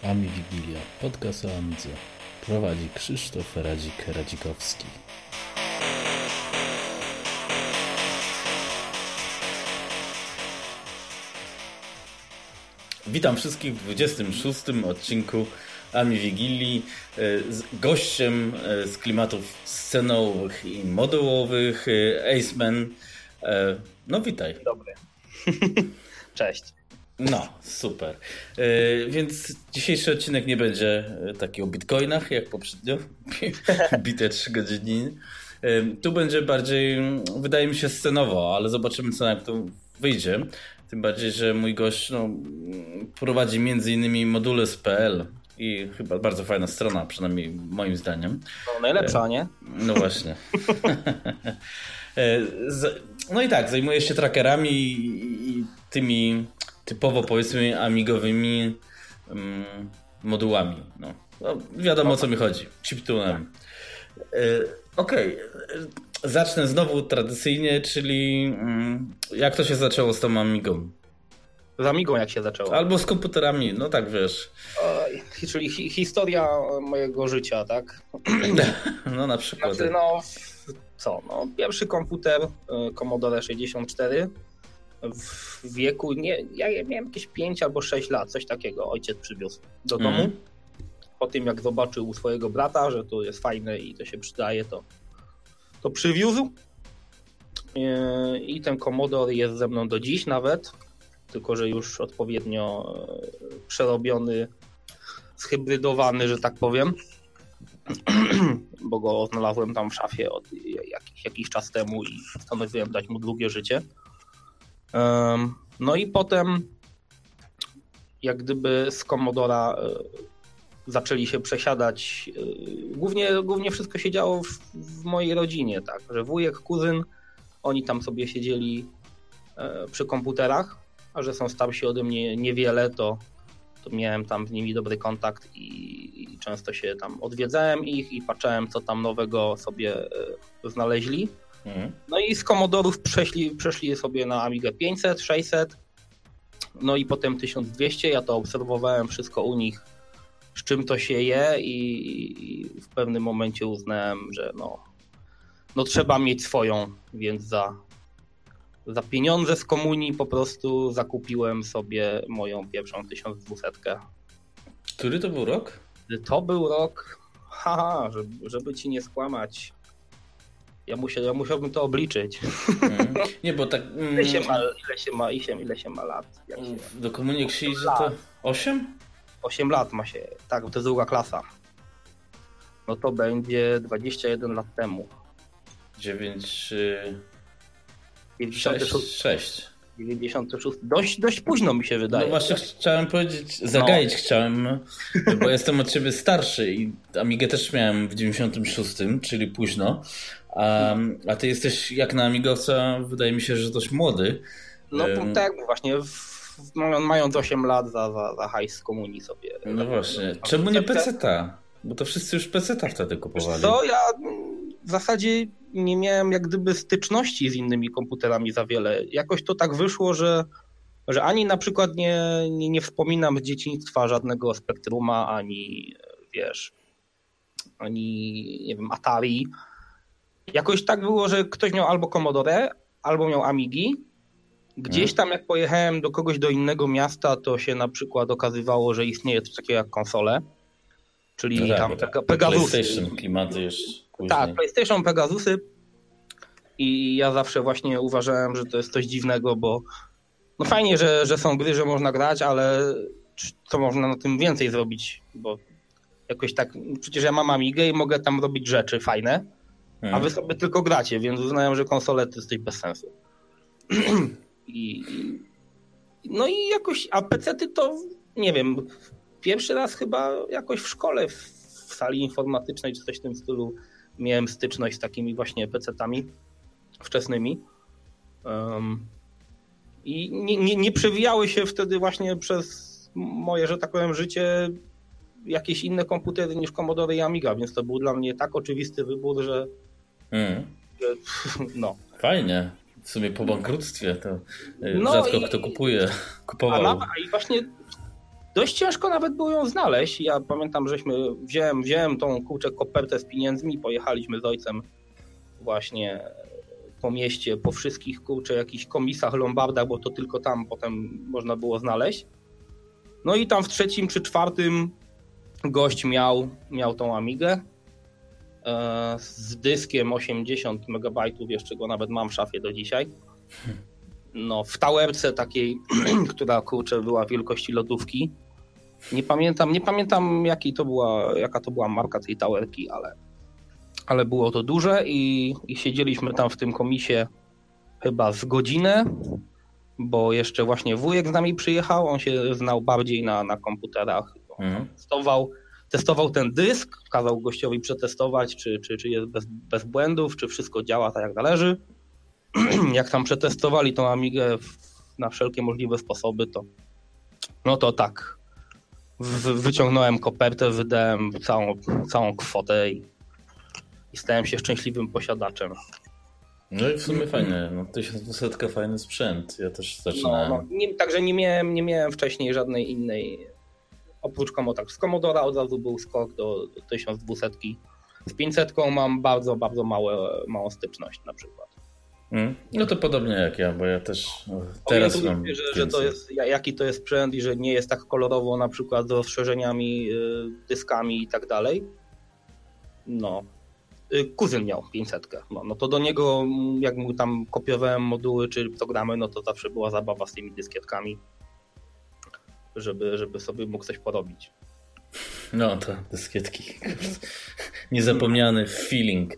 Ami Wigilia, podcast o Amidze. Prowadzi Krzysztof Radzik-Radzikowski. Witam wszystkich w 26. odcinku Ami Wigilii z gościem z klimatów scenowych i modułowych, Aceman. No witaj. Dzień dobry. Cześć. No, super. Więc dzisiejszy odcinek nie będzie taki o bitcoinach jak poprzednio. Bite 3 godziny. Tu będzie bardziej, wydaje mi się, scenowo, ale zobaczymy, co jak to wyjdzie. Tym bardziej, że mój gość prowadzi m.in. modules.pl i chyba bardzo fajna strona, przynajmniej moim zdaniem. No, najlepsza, nie? No właśnie. No i tak, zajmuje się trackerami i tymi typowo, powiedzmy, amigowymi modułami. No wiadomo, o co mi chodzi. Chiptunem. Okej. Zacznę znowu tradycyjnie, czyli jak to się zaczęło z tą Amigą? Z Amigą jak się zaczęło? Albo z komputerami, no tak wiesz. Czyli historia mojego życia, tak? No na przykład. Znaczy, pierwszy komputer Commodore 64 w wieku, ja miałem jakieś 5 albo 6 lat, coś takiego ojciec przywiózł do domu. Po tym jak zobaczył u swojego brata, że to jest fajne i to się przydaje, to przywiózł. I ten Commodore jest ze mną do dziś nawet, tylko że już odpowiednio przerobiony, zhybrydowany, że tak powiem, bo go znalazłem tam w szafie od jakiś czas temu i postanowiłem dać mu drugie życie. No i potem jak gdyby z Commodora zaczęli się przesiadać, głównie wszystko się działo w mojej rodzinie, tak, że wujek, kuzyn, oni tam sobie siedzieli przy komputerach, a że są starsi ode mnie niewiele, to miałem tam z nimi dobry kontakt i często się tam odwiedzałem ich i patrzyłem, co tam nowego sobie znaleźli. No i z Commodorów przeszli sobie na Amigę 500, 600, no i potem 1200, ja to obserwowałem wszystko u nich, z czym to się je i w pewnym momencie uznałem, że no trzeba mieć swoją, więc za pieniądze z komunii po prostu zakupiłem sobie moją pierwszą 1200. Który to był rok? To był rok, żeby ci nie skłamać. Ja musiałbym to obliczyć. Nie, bo tak... Ile się ma lat? Do komunii jak się idzie to 8? 8 lat ma się, tak, to jest druga klasa. No to będzie 21 lat temu. 96. 96. Dość późno mi się wydaje. No właśnie chciałem powiedzieć, chciałem, bo jestem od ciebie starszy i Amigę też miałem w 96, czyli późno, a ty jesteś jak na amigowca, wydaje mi się, że dość młody. No tak, właśnie mając 8 lat za hajs z komunii sobie. No właśnie, czemu nie PC-ta? Bo to wszyscy już PC-ta wtedy kupowali. Co, ja w zasadzie nie miałem jak gdyby styczności z innymi komputerami za wiele. Jakoś to tak wyszło, że ani na przykład nie wspominam z dzieciństwa żadnego Spectruma, ani nie wiem, Atari. Jakoś tak było, że ktoś miał albo Commodore, albo miał Amigi. Gdzieś tam jak pojechałem do kogoś do innego miasta, to się na przykład okazywało, że istnieje coś takiego jak konsole. Czyli no tam tak, Pegasusy. PlayStation klimaty jeszcze później. Tak, PlayStation, Pegasusy. I ja zawsze właśnie uważałem, że to jest coś dziwnego, bo no fajnie, że są gry, że można grać, ale co można na tym więcej zrobić? Bo jakoś tak, przecież ja mam Amigę i mogę tam robić rzeczy fajne, a wy sobie tylko gracie, więc uznałem, że konsole to jest coś bez sensu. No i jakoś, a PC-ty to nie wiem, pierwszy raz chyba jakoś w szkole, w sali informatycznej czy coś w tym stylu miałem styczność z takimi właśnie PC-tami wczesnymi. I nie przewijały się wtedy właśnie przez moje, że tak powiem, życie jakieś inne komputery niż Commodore i Amiga, więc to był dla mnie tak oczywisty wybór, że no. Fajnie. W sumie po bankructwie to rzadko kto kupował. I właśnie Dość ciężko nawet było ją znaleźć. Ja pamiętam, wziąłem tą kopertę z pieniędzmi, pojechaliśmy z ojcem właśnie po mieście, po wszystkich jakichś komisach, lombardach, bo to tylko tam potem można było znaleźć. No i tam w 3. czy 4. gość miał tą Amigę z dyskiem 80 MB, jeszcze go nawet mam w szafie do dzisiaj. No, w towerce takiej, która była wielkości lodówki. Nie pamiętam jaka to była marka tej towerki, ale było to duże i siedzieliśmy tam w tym komisie chyba z godzinę, bo jeszcze właśnie wujek z nami przyjechał, on się znał bardziej na komputerach. Testował ten dysk, kazał gościowi przetestować, czy jest bez błędów, czy wszystko działa tak jak należy. Jak tam przetestowali tą Amigę na wszelkie możliwe sposoby, to tak. Wyciągnąłem kopertę, wydałem całą kwotę i stałem się szczęśliwym posiadaczem. No i w sumie fajne, 1200 fajny sprzęt. Ja też zaczynałem. Także nie miałem wcześniej żadnej innej, oprócz z Commodora od razu był skok do 1200. Z 500 mam bardzo, bardzo małą styczność na przykład. No to podobnie jak ja, bo ja też teraz mam że to jest, jaki to jest sprzęt i że nie jest tak kolorowo na przykład z rozszerzeniami, dyskami i tak dalej. No. Kuzyn miał 500. No to do niego, jak mu tam kopiowałem moduły czy programy, no to zawsze była zabawa z tymi dyskietkami, żeby sobie mógł coś porobić. No to dyskietki. Niezapomniany feeling.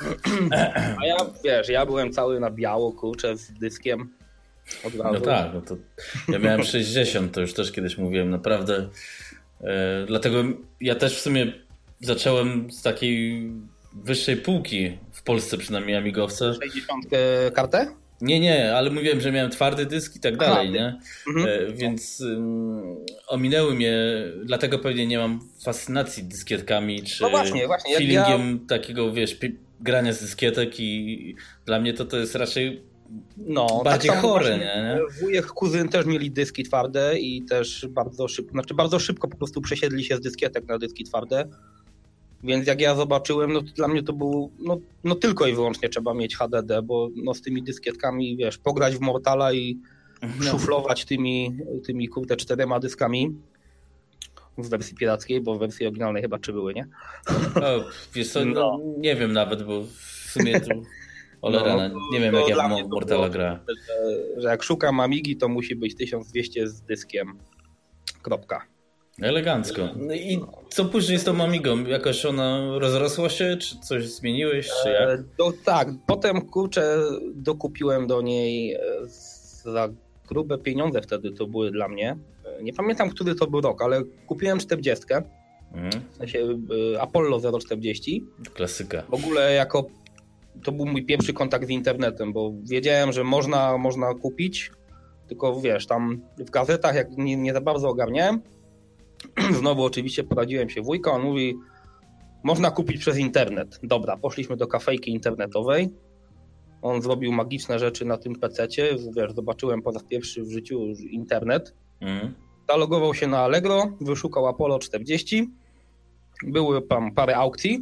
A ja byłem cały na biało, z dyskiem. Od razu. No tak, no to ja miałem 60, to już też kiedyś mówiłem, naprawdę. Dlatego ja też w sumie zacząłem z takiej wyższej półki, w Polsce przynajmniej amigowce. 60 kartę? Nie, ale mówiłem, że miałem twardy dysk i tak dalej, nie? Więc ominęły mnie, dlatego pewnie nie mam fascynacji dyskietkami, czy właśnie, feelingiem takiego, grania z dyskietek i dla mnie to jest raczej bardziej tak chore, nie? Wujek, kuzyn też mieli dyski twarde i też bardzo szybko po prostu przesiedli się z dyskietek na dyski twarde. Więc jak ja zobaczyłem, no to dla mnie to był, no tylko i wyłącznie trzeba mieć HDD, bo z tymi dyskietkami, pograć w Mortala i szuflować tymi 4 dyskami w wersji pirackiej, bo w wersji oryginalnej chyba 3 były, nie? Wiesz co, nie wiem nawet, bo w sumie to nie wiem jak ja w Mortala grałem. Że jak szukam Amigi, to musi być 1200 z dyskiem. Kropka. Elegancko. No i co później z tą Amigą? Jakoś ona rozrosła się? Czy coś zmieniłeś? Czy jak? Tak, potem dokupiłem do niej za grube pieniądze wtedy to były dla mnie. Nie pamiętam, który to był rok, ale kupiłem 40. W sensie Apollo 040. Klasyka. W ogóle to był mój pierwszy kontakt z internetem, bo wiedziałem, że można kupić, tylko tam w gazetach jak nie za bardzo ogarniałem. Znowu oczywiście poradziłem się wujka, on mówi, można kupić przez internet. Dobra, poszliśmy do kafejki internetowej, on zrobił magiczne rzeczy na tym PC-cie, zobaczyłem po raz pierwszy w życiu internet, zalogował się na Allegro, wyszukał Apollo 40, były tam parę aukcji,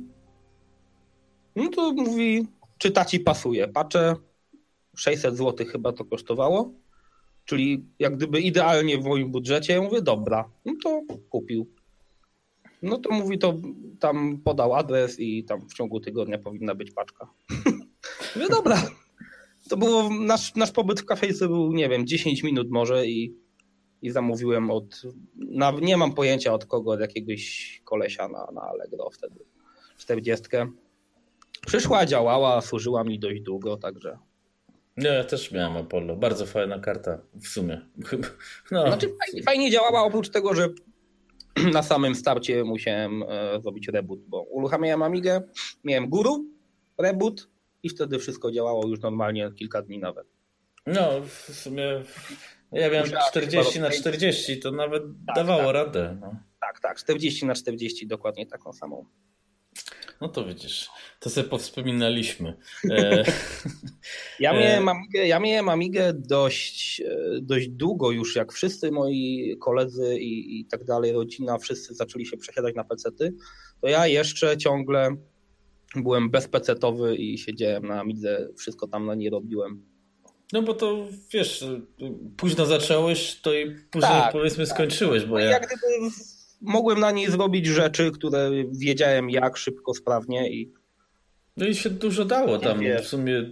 no to mówi, czy ta ci pasuje, patrzę, 600 zł chyba to kosztowało. Czyli jak gdyby idealnie w moim budżecie, ja mówię, dobra, no to kupił. No to mówi, to tam podał adres i tam w ciągu tygodnia powinna być paczka. Mówię, dobra. To było, nasz pobyt w kafejce był, nie wiem, 10 minut może i zamówiłem nie mam pojęcia od kogo, od jakiegoś kolesia na Allegro wtedy, 40. Przyszła, działała, służyła mi dość długo, także... No, ja też miałem Apollo. Bardzo fajna karta w sumie. Znaczy fajnie działała, oprócz tego, że na samym starcie musiałem zrobić reboot, bo uruchamiałem Amigę, miałem Guru, reboot i wtedy wszystko działało już normalnie kilka dni nawet. No, w sumie ja miałem 40/40, to nawet dawało radę. No. Tak, 40/40, dokładnie taką samą. No to widzisz, to sobie powspominaliśmy. Ja miałem Amigę dość dość długo już, jak wszyscy moi koledzy i tak dalej, rodzina, wszyscy zaczęli się przesiadać na pecety, to ja jeszcze ciągle byłem bezpecetowy i siedziałem na Amidze, wszystko tam na niej robiłem. No bo to wiesz, późno zacząłeś, to i później powiedzmy skończyłeś, bo jak gdyby mogłem na niej zrobić rzeczy, które wiedziałem jak, szybko, sprawnie i... No i się dużo dało tam. W sumie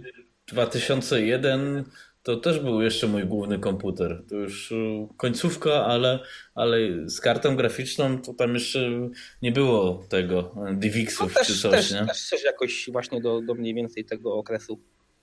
2001 to też był jeszcze mój główny komputer. To już końcówka, ale z kartą graficzną to tam jeszcze nie było tego DivXów czy coś, nie? Też jakoś właśnie do mniej więcej tego okresu.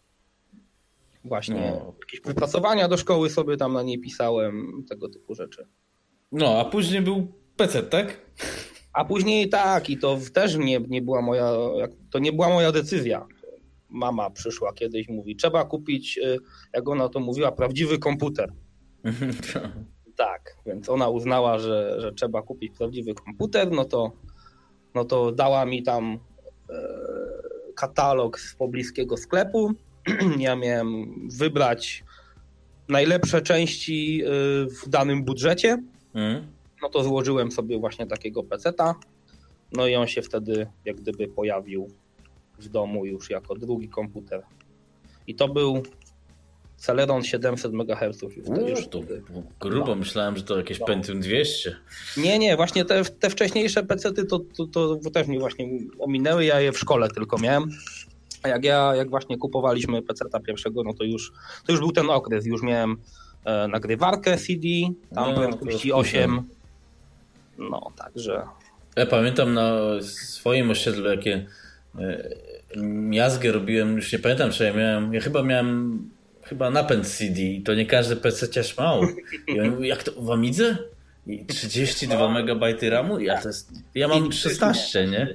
Właśnie jakieś wypracowania do szkoły sobie tam na niej pisałem, tego typu rzeczy. No, a później był PC, tak? A później tak, i to też nie była moja decyzja. Mama przyszła kiedyś, mówi, trzeba kupić, jak ona to mówiła, prawdziwy komputer. Tak, więc ona uznała, że trzeba kupić prawdziwy komputer, no to dała mi tam katalog z pobliskiego sklepu. Ja miałem wybrać najlepsze części w danym budżecie. No to złożyłem sobie właśnie takiego peceta. No i on się wtedy jak gdyby pojawił w domu już jako drugi komputer. I to był Celeron 700 MHz. Już to grubo, myślałem, że to jakieś Pentium 200. Nie, właśnie te wcześniejsze pecety to też mi właśnie ominęły. Ja je w szkole tylko miałem. A jak właśnie kupowaliśmy peceta pierwszego, no to już był ten okres. Już miałem nagrywarkę CD, tam prędkości 8. No, także... Ja pamiętam na swoim osiedlu, jakie miazgę robiłem, już nie pamiętam, czy ja chyba miałem napęd CD i to nie każdy PC-ciarz miał. I ja mówię, jak to w Amidze? I 32 MB RAMu? Ja mam 16, nie?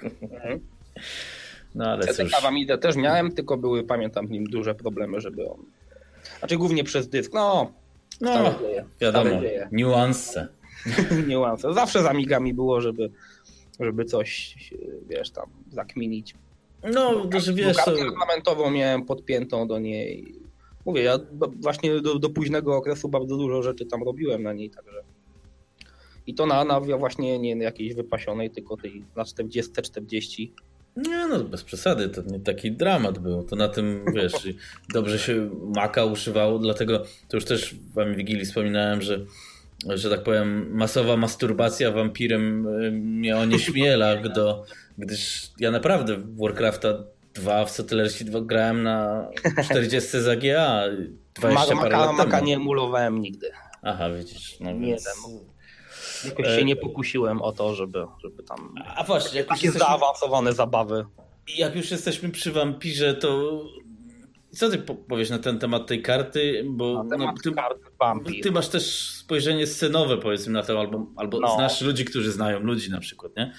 No ale cóż. W Amidę też miałem, tylko były, pamiętam, w nim duże problemy, żeby on... Znaczy głównie przez dysk, wiadomo, niuanse. Niuanse. Zawsze z Amigami było, żeby coś, wiesz, tam zakminić. No, że wiesz... Kartę ornamentową miałem podpiętą do niej. Mówię, ja właśnie do późnego okresu bardzo dużo rzeczy tam robiłem na niej, także... I to na właśnie nie jakiejś wypasionej, tylko tej na 40. Nie, no bez przesady, to nie taki dramat był. To na tym, wiesz, dobrze się Maca uszywało, dlatego to już też wam w Wigilii wspominałem, że tak powiem, masowa masturbacja wampirem mnie onieśmiela, gdyż ja naprawdę w Warcrafta 2 w Settlersi 2 grałem na 40 za GA 20 parę lat temu. Maca nie emulowałem nigdy. Aha, widzisz. No nie więc... Jakoś się nie pokusiłem o to, żeby tam... A właśnie, takie zaawansowane zabawy. Jak już jesteśmy przy wampirze, to co ty powiesz na ten temat tej karty? Bo ty masz też spojrzenie scenowe, powiedzmy, na to, albo znasz ludzi, którzy znają ludzi na przykład, nie?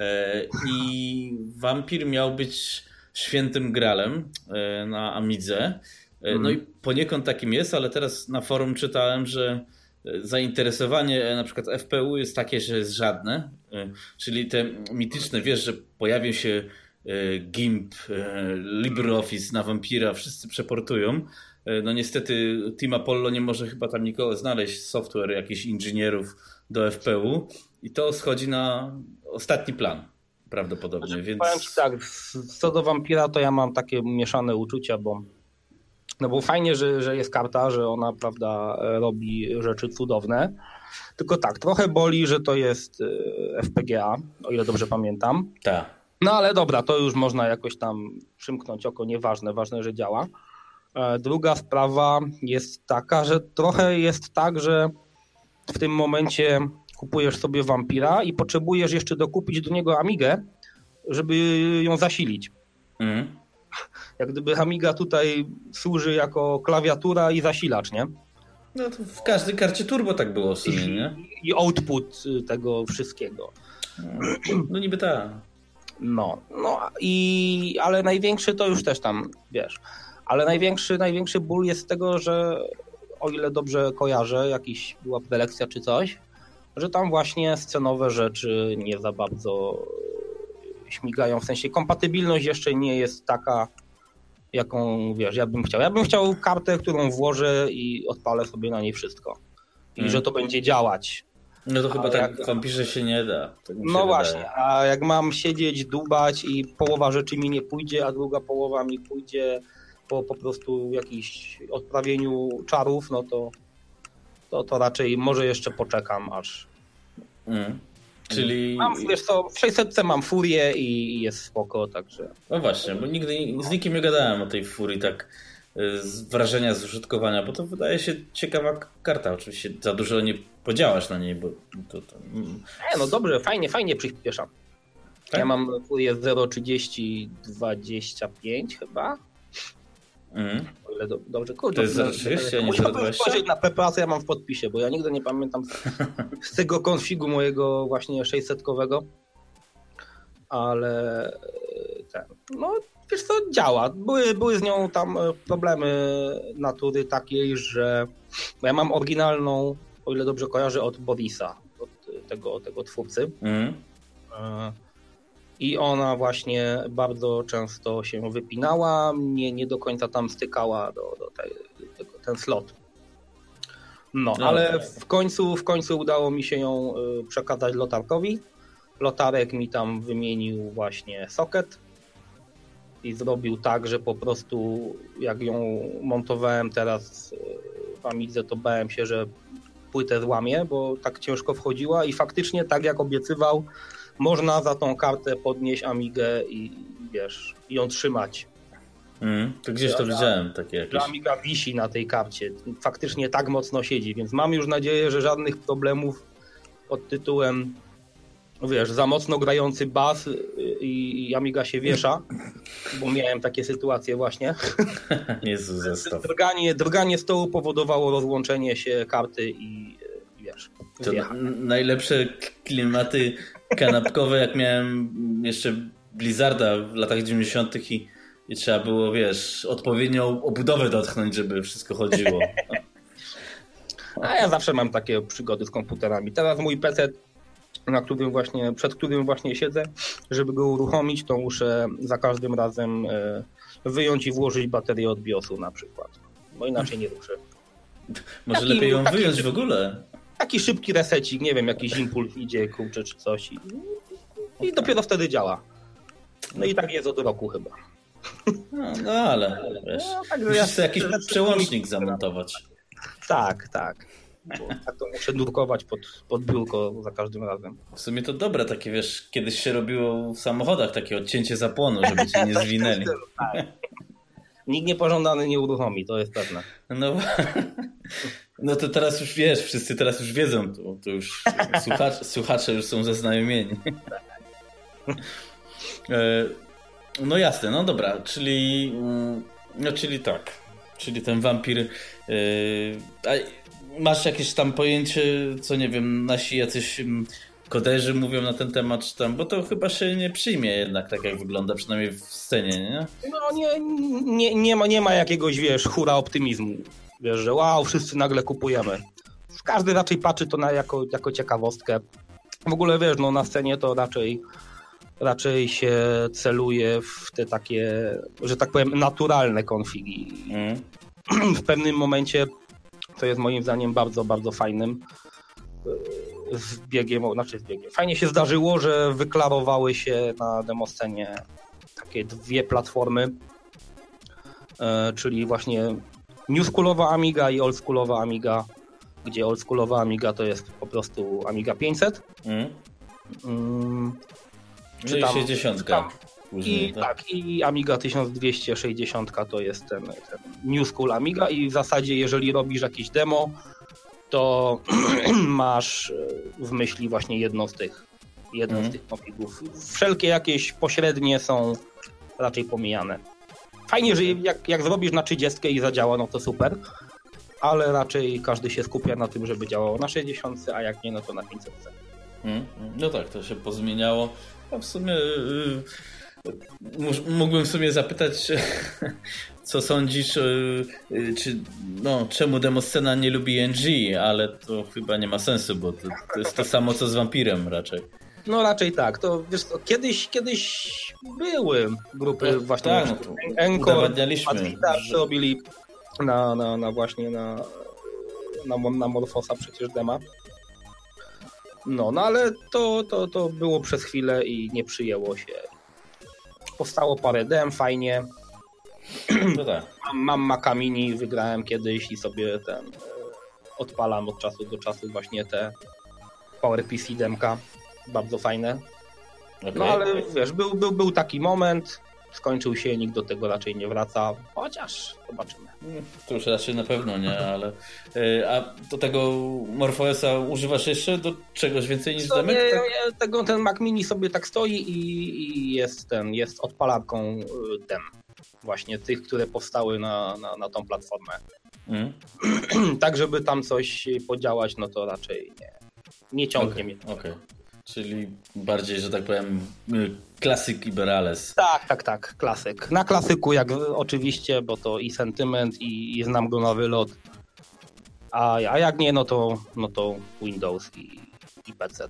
I wampir miał być świętym gralem na Amidze. No i poniekąd takim jest, ale teraz na forum czytałem, że zainteresowanie na przykład FPU jest takie, że jest żadne. Czyli te mityczne, wiesz, że pojawił się GIMP, LibreOffice na Vampira, wszyscy przeportują. No niestety Team Apollo nie może chyba tam nikogo znaleźć, software jakichś inżynierów do FPU i to schodzi na ostatni plan prawdopodobnie. Więc... Powiem ci tak, co do Vampira to ja mam takie mieszane uczucia, bo fajnie, że jest karta, że ona, prawda, robi rzeczy cudowne. Tylko tak, trochę boli, że to jest FPGA, o ile dobrze pamiętam. Tak. No ale dobra, to już można jakoś tam przymknąć oko, nieważne, ważne, że działa. Druga sprawa jest taka, że trochę jest tak, że w tym momencie kupujesz sobie Vampira i potrzebujesz jeszcze dokupić do niego Amigę, żeby ją zasilić. Jak gdyby Amiga tutaj służy jako klawiatura i zasilacz, nie? No to w każdej karcie turbo tak było w sumie, nie? I output tego wszystkiego. No niby tak. No ale największy to już też tam, wiesz, ale największy ból jest z tego, że o ile dobrze kojarzę, jakiś była prelekcja czy coś, że tam właśnie scenowe rzeczy nie za bardzo śmigają, w sensie kompatybilność jeszcze nie jest taka jaką, wiesz, ja bym chciał. Ja bym chciał kartę, którą włożę i odpalę sobie na niej wszystko. I że to będzie działać. No to chyba tak w Vampirze się nie da. Tak no właśnie, a jak mam siedzieć, dłubać i połowa rzeczy mi nie pójdzie, a druga połowa mi pójdzie po prostu jakimś odprawieniu czarów, no to raczej może jeszcze poczekam aż. Czyli... Wiesz co, w 600 mam furię i jest spoko, także... No właśnie, bo nigdy z nikim nie gadałem o tej furii tak z wrażenia z użytkowania, bo to wydaje się ciekawa karta. Oczywiście za dużo nie podziałasz na niej, bo to... no dobrze, fajnie przyspieszam. Tak? Ja mam furię 0,30-25 chyba. O ile dobrze, kurde. To jest 0,30, a nie 0,20? Spojrzeć na PPA, co ja mam w podpisie, bo ja nigdy nie pamiętam z tego konfigu mojego właśnie 600-kowego. Ale no wiesz co, działa. Były z nią tam problemy natury takiej, że bo ja mam oryginalną, o ile dobrze kojarzę, od Borisa, od tego twórcy. I ona właśnie bardzo często się wypinała, nie do końca tam stykała do ten slot. No, ale w końcu udało mi się ją przekazać Lotarkowi. Lotarek mi tam wymienił właśnie socket i zrobił tak, że po prostu jak ją montowałem teraz w Amidze, to bałem się, że płytę złamię, bo tak ciężko wchodziła i faktycznie tak jak obiecywał, można za tą kartę podnieść Amigę i wiesz, ją trzymać. To gdzieś to widziałem takie jakieś. Amiga wisi na tej karcie. Faktycznie tak mocno siedzi, więc mam już nadzieję, że żadnych problemów pod tytułem wiesz, za mocno grający bas i Amiga się wiesza, bo miałem takie sytuacje właśnie. Jezu, zestaw. Drganie stołu powodowało rozłączenie się karty i wiesz. To najlepsze klimaty kanapkowe, jak miałem jeszcze Blizzarda w latach 90. i trzeba było, wiesz, odpowiednią obudowę dotknąć, żeby wszystko chodziło. A ja zawsze mam takie przygody z komputerami. Teraz mój PC, przed którym właśnie siedzę, żeby go uruchomić, to muszę za każdym razem wyjąć i włożyć baterię od BIOS-u na przykład, bo inaczej nie ruszę. Może lepiej ją wyjąć w ogóle? Taki szybki resecik, nie wiem, jakiś impuls idzie, kurczę, czy coś i dopiero wtedy działa. No i tak jest od roku chyba. No ale wiesz, musisz sobie jakiś przełącznik zamontować. Tak. Bo tak to muszę nurkować pod biurko za każdym razem. W sumie to dobre takie, wiesz, kiedyś się robiło w samochodach takie odcięcie zapłonu, żeby cię nie zwinęli. Tak. Nikt niepożądany nie uruchomi, to jest pewne. No to teraz już wiesz, wszyscy teraz już wiedzą, to już słuchacze już są zaznajomieni. No jasne, no dobra, czyli tak, czyli ten wampir. Masz jakieś tam pojęcie, co nie wiem, nasi jacyś koderzy mówią na ten temat, czy tam, bo to chyba się nie przyjmie jednak tak jak wygląda, przynajmniej w scenie, nie? No nie ma jakiegoś, wiesz, hura optymizmu, wiesz, że wow, wszyscy nagle kupujemy. Każdy raczej patrzy to jako ciekawostkę. W ogóle, wiesz, no na scenie to raczej się celuje w te takie, że tak powiem, naturalne konfigi. W pewnym momencie, to jest moim zdaniem bardzo, bardzo fajnym zbiegiem. Fajnie się zdarzyło, że wyklarowały się na demoscenie takie dwie platformy, czyli właśnie newschoolowa Amiga i oldschoolowa Amiga, gdzie oldschoolowa Amiga to jest po prostu Amiga 500. Czy tam 60. Później, i Amiga 1260 to jest ten New School Amiga i w zasadzie jeżeli robisz jakieś demo, to masz w myśli właśnie jedną z tych konfigów. Wszelkie jakieś pośrednie są raczej pomijane. Fajnie, że jak zrobisz na 30 i zadziała, no to super, ale raczej każdy się skupia na tym, żeby działało na 60, a jak nie, no to na 500. No tak, to się pozmieniało. A w sumie mógłbym w sumie zapytać, co sądzisz, czemu demoscena nie lubi NG, ale to chyba nie ma sensu, bo to jest to samo co z Vampirem raczej. No raczej tak. To wiesz co, kiedyś były grupy właśnie tak, Encore, robili właśnie na Morfosa przecież dema. No ale to było przez chwilę i nie przyjęło się. Powstało parę dem, fajnie. No tak. Mam Maca Mini, wygrałem kiedyś i sobie odpalam od czasu do czasu właśnie te PowerPC demka. Bardzo fajne. Okay. No ale wiesz, był taki moment, skończył się, nikt do tego raczej nie wraca, chociaż zobaczymy. To już raczej na pewno nie, ale a do tego MorphOS-a używasz jeszcze do czegoś więcej niż demek? Ten Mac Mini sobie tak stoi i jest odpalarką dem. Właśnie tych, które powstały na tą platformę. Tak, żeby tam coś podziałać, no to raczej nie ciągnie mnie. Okay. Czyli bardziej, że tak powiem, klasyk liberales. Tak, klasyk. Na klasyku jak oczywiście, bo to i sentyment i znam go na wylot. A jak nie, no to Windows i PC.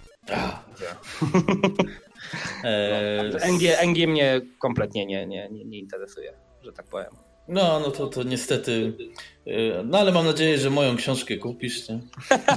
NG mnie kompletnie nie interesuje, że tak powiem. No to niestety. No ale mam nadzieję, że moją książkę kupisz, nie?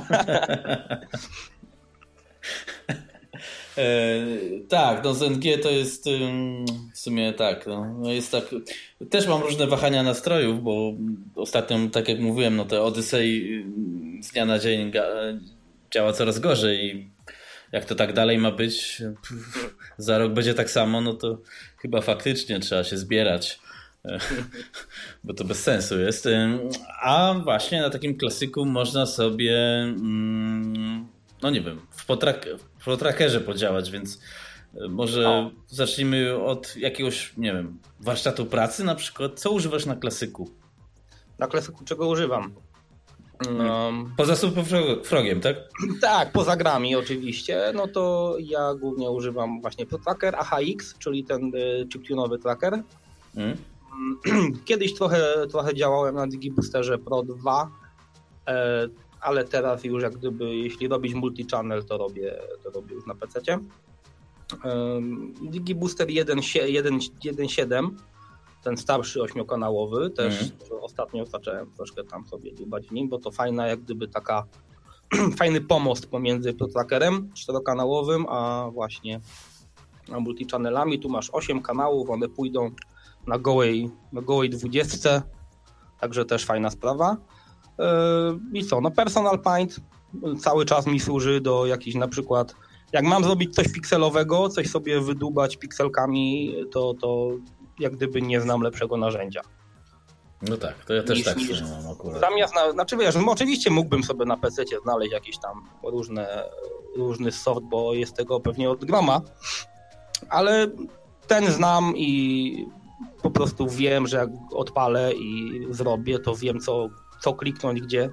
Tak, no z NG to jest w sumie tak, no jest tak. Też mam różne wahania nastrojów, bo ostatnio, tak jak mówiłem, no te Odyssey z dnia na dzień działa coraz gorzej i jak to tak dalej ma być, za rok będzie tak samo, no to chyba faktycznie trzeba się zbierać, bo to bez sensu jest. A właśnie na takim klasyku można sobie, no nie wiem, w ProTrackerze podziałać, więc może zacznijmy od jakiegoś, nie wiem, warsztatu pracy na przykład. Co używasz na klasyku? Na klasyku czego używam? Poza SuperFrogiem, tak? Tak, poza grami oczywiście. No to ja głównie używam właśnie ProTracker, AHX, czyli ten chiptunowy tracker. Kiedyś trochę działałem na DigiBoosterze Pro 2, ale teraz już jak gdyby, jeśli robić multi-channel, to robię już na PC-cie. DigiBooster 1.7, ten starszy 8-kanałowy, też ostatnio zacząłem troszkę tam sobie dłubać w nim, bo to fajna jak gdyby taka fajny pomost pomiędzy ProTrackerem 4-kanałowym, a właśnie multi-channelami. Tu masz 8 kanałów, one pójdą na gołej 20, także też fajna sprawa. I co, no Personal Paint cały czas mi służy do jakichś, na przykład jak mam zrobić coś pikselowego, coś sobie wydłubać pikselkami, to jak gdyby nie znam lepszego narzędzia. No tak, to ja też tak mam akurat. Zamiast znaczy wiesz, oczywiście mógłbym sobie na PC-cie znaleźć jakiś tam różny soft, bo jest tego pewnie od groma, ale ten znam i po prostu wiem, że jak odpalę i zrobię, to wiem co kliknąć gdzie.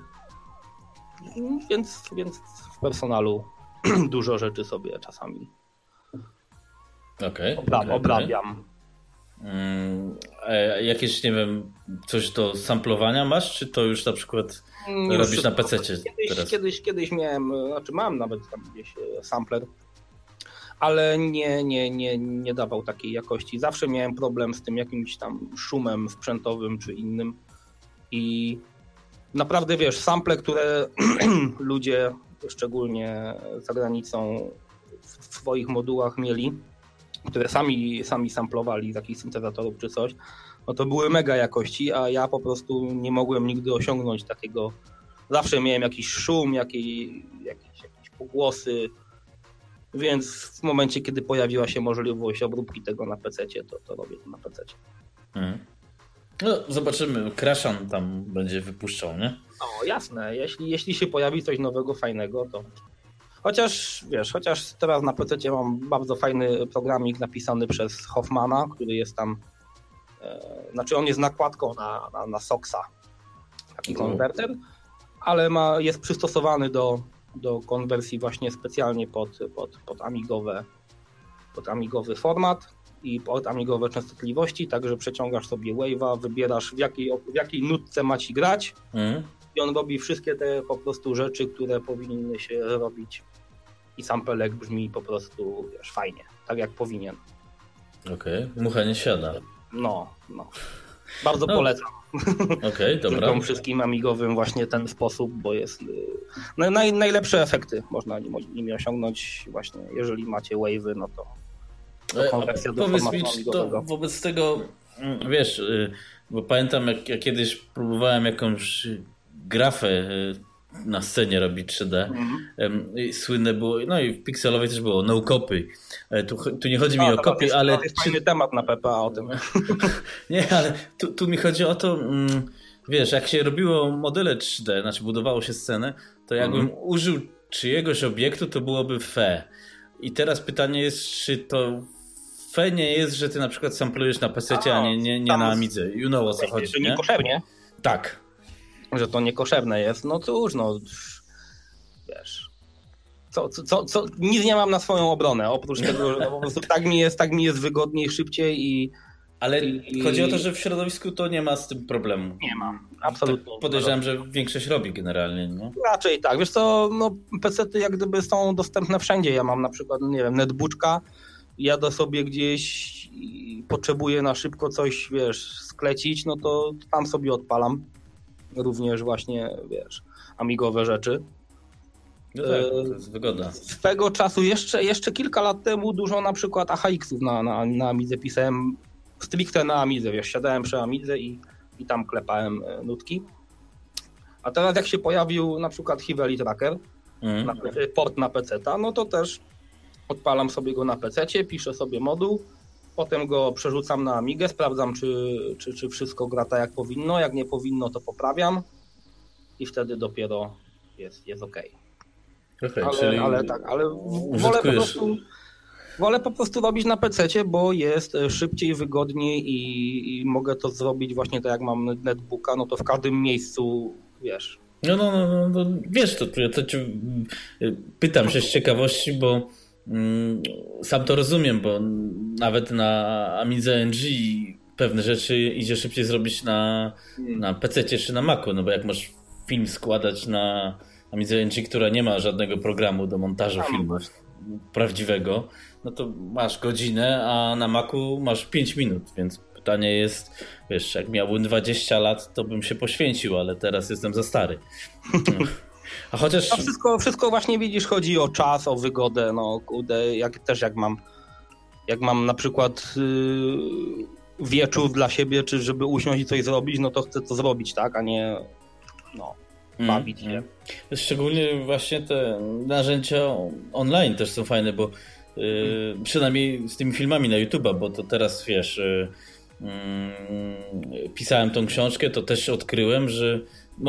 Więc w personalu dużo rzeczy sobie czasami obrabiam. Jakieś, nie wiem, coś do samplowania masz, czy to już na przykład robisz na PC-cie teraz? Kiedyś miałem, znaczy mam nawet tam gdzieś sampler, ale nie dawał takiej jakości. Zawsze miałem problem z tym jakimś tam szumem sprzętowym czy innym i naprawdę wiesz, sample, które ludzie szczególnie za granicą w swoich modułach mieli, które sami samplowali z jakichś syntezatorów czy coś, no to były mega jakości, a ja po prostu nie mogłem nigdy osiągnąć takiego. Zawsze miałem jakiś szum, jakieś pogłosy, więc w momencie, kiedy pojawiła się możliwość obróbki tego na PC-cie, to robię to na PC-cie. No zobaczymy, Crashan tam będzie wypuszczał, nie? O, jasne, jeśli się pojawi coś nowego, fajnego, to... Chociaż teraz na PC mam bardzo fajny programik napisany przez Hoffmana, który jest tam, znaczy on jest nakładką na SOX-a, taki konwerter, ale jest przystosowany do konwersji właśnie specjalnie pod amigowy format i pod amigowe częstotliwości, także przeciągasz sobie wave'a, wybierasz w jakiej nutce ma ci grać i on robi wszystkie te po prostu rzeczy, które powinny się robić i samplek brzmi po prostu, wiesz, fajnie, tak jak powinien. Okej, mucha nie siada. No. Bardzo polecam. Okej, dobra. Życzę wszystkim amigowym właśnie ten sposób, bo jest najlepsze efekty można nimi osiągnąć właśnie, jeżeli macie wave'y, no to konwersja do powiedz formatu mi, czy amigowego. to wobec tego, wiesz, bo pamiętam jak ja kiedyś próbowałem jakąś grafę na scenie robić 3D. I słynne było, no i w pikselowej też było no copy. Tu nie chodzi mi o copy, ale... To jest fajny temat na PPA o tym. Nie, ale tu mi chodzi o to, wiesz, jak się robiło modele 3D, znaczy budowało się scenę, to jakbym użył czyjegoś obiektu, to byłoby fe. I teraz pytanie jest, czy to fe nie jest, że ty na przykład samplujesz na PC-cie, a nie na Amidze. You know o co chodzi, że nie? Niekoszernie? Tak. Że to niekoszerne jest. No cóż, no wiesz. Nic nie mam na swoją obronę, oprócz tego, że po prostu tak mi jest wygodniej, szybciej Ale chodzi o to, że w środowisku to nie ma z tym problemu. Nie mam, absolutnie. Tak podejrzewam, że większość robi generalnie, nie? Raczej tak, wiesz co, no PC-ty jak gdyby są dostępne wszędzie. Ja mam na przykład, nie wiem, netbooka, jadę sobie gdzieś i potrzebuję na szybko coś, wiesz, sklecić, no to tam sobie odpalam. Również właśnie, wiesz, amigowe rzeczy. No tak, to jest wygoda. Swego czasu, jeszcze kilka lat temu dużo na przykład AHX-ów na Amidze pisałem, stricte na Amidze, wiesz, siadałem przy Amidze i tam klepałem nutki. A teraz jak się pojawił na przykład Hiveli Tracker, port na PC-ta, no to też odpalam sobie go na PC-cie, piszę sobie moduł, potem go przerzucam na Amigę, sprawdzam czy wszystko gra tak jak powinno, jak nie powinno to poprawiam i wtedy dopiero jest okej. Ale wolę po prostu robić na PC-cie, bo jest szybciej, wygodniej i mogę to zrobić właśnie tak jak mam netbooka, no to w każdym miejscu, wiesz. No, wiesz, to cię pytam się z ciekawości, bo sam to rozumiem, bo nawet na Amidze NG pewne rzeczy idzie szybciej zrobić na PC-cie czy na Macu, no bo jak masz film składać na Amidze NG, która nie ma żadnego programu do montażu filmu prawdziwego, no to masz godzinę, a na Macu masz 5 minut, więc pytanie jest, wiesz, jak miałbym 20 lat, to bym się poświęcił, ale teraz jestem za stary. A chociaż... Wszystko właśnie widzisz, chodzi o czas, o wygodę, no kurde, jak mam na przykład wieczór dla siebie, czy żeby usiąść i coś zrobić, no to chcę to zrobić, tak, a nie bawić się. Szczególnie właśnie te narzędzia online też są fajne, bo przynajmniej z tymi filmami na YouTube'a, bo to teraz wiesz, pisałem tą książkę, to też odkryłem, że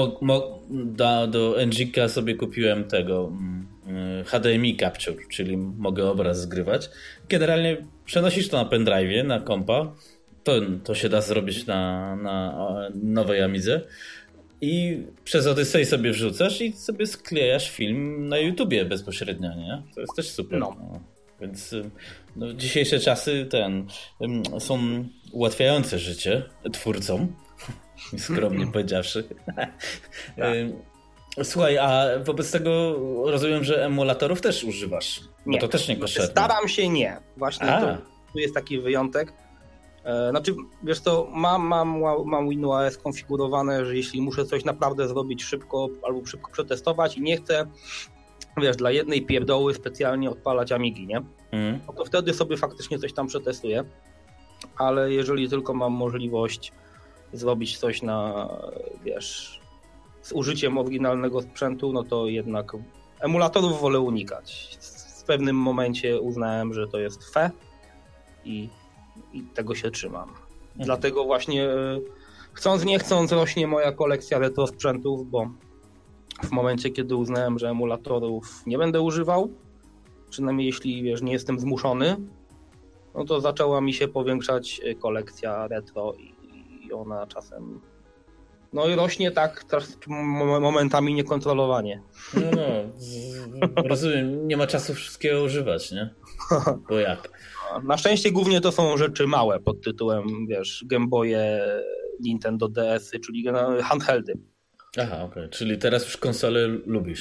do NG-ka sobie kupiłem tego HDMI Capture, czyli mogę obraz zgrywać. Generalnie przenosisz to na pendrive'ie, na kompa, to się da zrobić na nowej Amidze i przez Odyssey sobie wrzucasz i sobie sklejasz film na YouTubie bezpośrednio, nie? To jest też super. No. Więc dzisiejsze czasy są ułatwiające życie twórcom, skromnie powiedziawszy. Tak. Słuchaj, a wobec tego rozumiem, że emulatorów też używasz, bo to też nie kosztuje. Staram się nie. Właśnie tu jest taki wyjątek. Znaczy, wiesz co, mam WinOS skonfigurowane, że jeśli muszę coś naprawdę zrobić szybko albo szybko przetestować i nie chcę, wiesz, dla jednej pierdoły specjalnie odpalać Amigi, nie? No to wtedy sobie faktycznie coś tam przetestuję, ale jeżeli tylko mam możliwość zrobić coś wiesz, z użyciem oryginalnego sprzętu, no to jednak emulatorów wolę unikać. W pewnym momencie uznałem, że to jest fe i tego się trzymam. Dlatego właśnie chcąc nie chcąc rośnie moja kolekcja retro sprzętów, bo w momencie, kiedy uznałem, że emulatorów nie będę używał, przynajmniej jeśli, wiesz, nie jestem zmuszony, no to zaczęła mi się powiększać kolekcja retro i ona czasem i rośnie tak momentami niekontrolowanie. Rozumiem, nie ma czasu wszystkiego używać, nie? Bo jak? Na szczęście głównie to są rzeczy małe pod tytułem, wiesz, Game Boye, Nintendo DS-y, czyli handheldy. Aha, okej. Czyli teraz już konsole lubisz.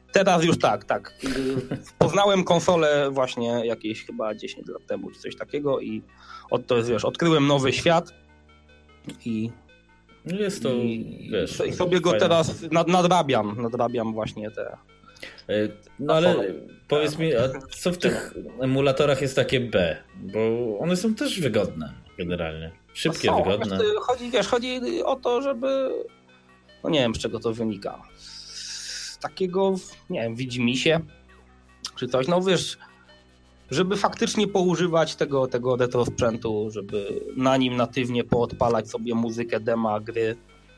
Teraz już tak. Poznałem konsolę właśnie jakieś chyba 10 lat temu, czy coś takiego i to jest, wiesz, odkryłem nowy świat i jest to, wiesz... I sobie go teraz nadrabiam właśnie te... No ale powiedz mi, a co w tych emulatorach jest takie B? Bo one są też wygodne generalnie. Szybkie, wygodne. Chodzi o to, żeby... No nie wiem, z czego to wynika. Z takiego, nie wiem, widzimisię czy coś. No wiesz, żeby faktycznie poużywać tego retro sprzętu, żeby na nim natywnie poodpalać sobie muzykę, dema, gry.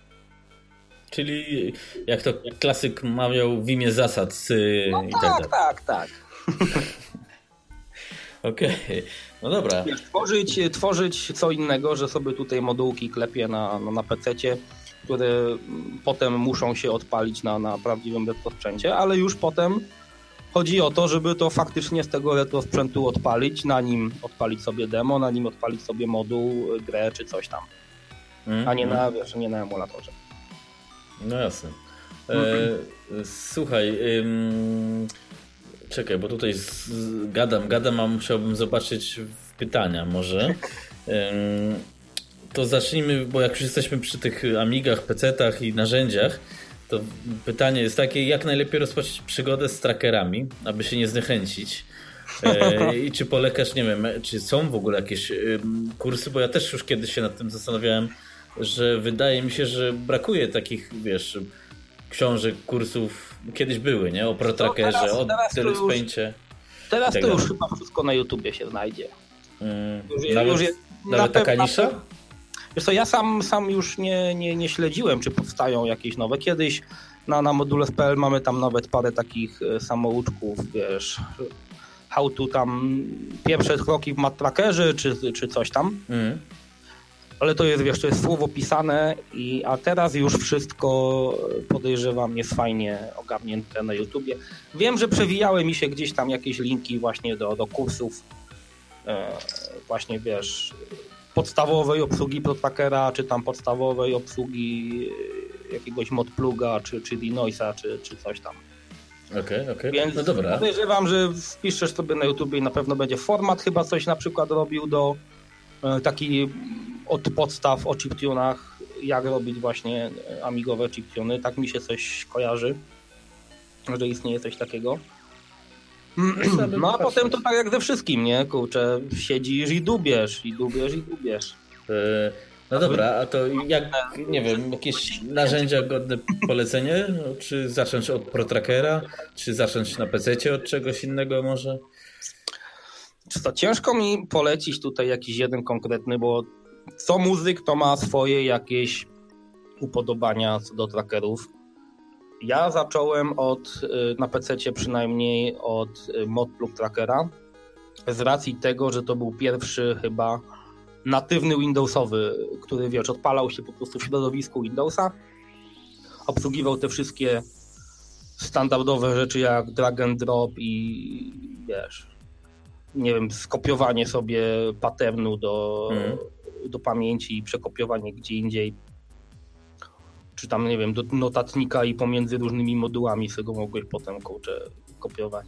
Czyli jak to klasyk mawiał, w imię zasad no i tak dalej. Tak. Okej, no dobra. Wiesz, tworzyć co innego, że sobie tutaj modułki klepię na PC-cie, które potem muszą się odpalić na prawdziwym retrosprzęcie, ale już potem chodzi o to, żeby to faktycznie z tego retrosprzętu odpalić, na nim odpalić sobie demo, na nim odpalić sobie moduł, grę czy coś tam, a nie na emulatorze. No jasne. Słuchaj, czekaj, bo tutaj gadam, a musiałbym zobaczyć w pytania może. To zacznijmy, bo jak już jesteśmy przy tych Amigach, PC-tach i narzędziach, to pytanie jest takie, jak najlepiej rozpocząć przygodę z trackerami, aby się nie zniechęcić. I czy polegasz, nie wiem, czy są w ogóle jakieś kursy, bo ja też już kiedyś się nad tym zastanawiałem, że wydaje mi się, że brakuje takich, wiesz, książek, kursów, kiedyś były, nie? O ProTrackerze, o Deluxe Paincie. Teraz to już chyba wszystko na YouTubie się znajdzie. Nawet taka nisza? Wiesz co, ja sam już nie śledziłem, czy powstają jakieś nowe. Kiedyś na modules.pl mamy tam nawet parę takich samouczków, wiesz, how to tam pierwsze kroki w MatTrackerze, czy coś tam. Ale to jest, wiesz, to jest słowo pisane, a teraz już wszystko, podejrzewam, jest fajnie ogarnięte na YouTubie. Wiem, że przewijały mi się gdzieś tam jakieś linki właśnie do kursów, właśnie, wiesz, podstawowej obsługi ProTrackera, czy tam podstawowej obsługi jakiegoś modpluga, czy denoisa, czy coś tam. Okej. Więc no dobra. Podejrzewam, że wpiszesz sobie na YouTubie i na pewno będzie format, chyba coś na przykład robił do taki od podstaw o chiptunach, jak robić właśnie amigowe chiptuny. Tak mi się coś kojarzy, że istnieje coś takiego. No a potem to tak jak ze wszystkim, nie? Kurczę, siedzisz i dubiesz. No dobra, a to jak, nie wiem, jakieś narzędzia godne polecenie? No, czy zacząć od ProTrackera? Czy zacząć na PC-cie od czegoś innego może? To ciężko mi polecić tutaj jakiś jeden konkretny, bo co muzyk to ma swoje jakieś upodobania co do trackerów. Ja zacząłem na PC-cie przynajmniej od Modplug Trackera z racji tego, że to był pierwszy chyba natywny Windowsowy, który, wiesz, odpalał się po prostu w środowisku Windowsa, obsługiwał te wszystkie standardowe rzeczy jak drag and drop i, wiesz, nie wiem, skopiowanie sobie patternu do pamięci i przekopiowanie gdzie indziej, czy tam, nie wiem, do notatnika i pomiędzy różnymi modułami sobie go mogłeś potem, kopiować.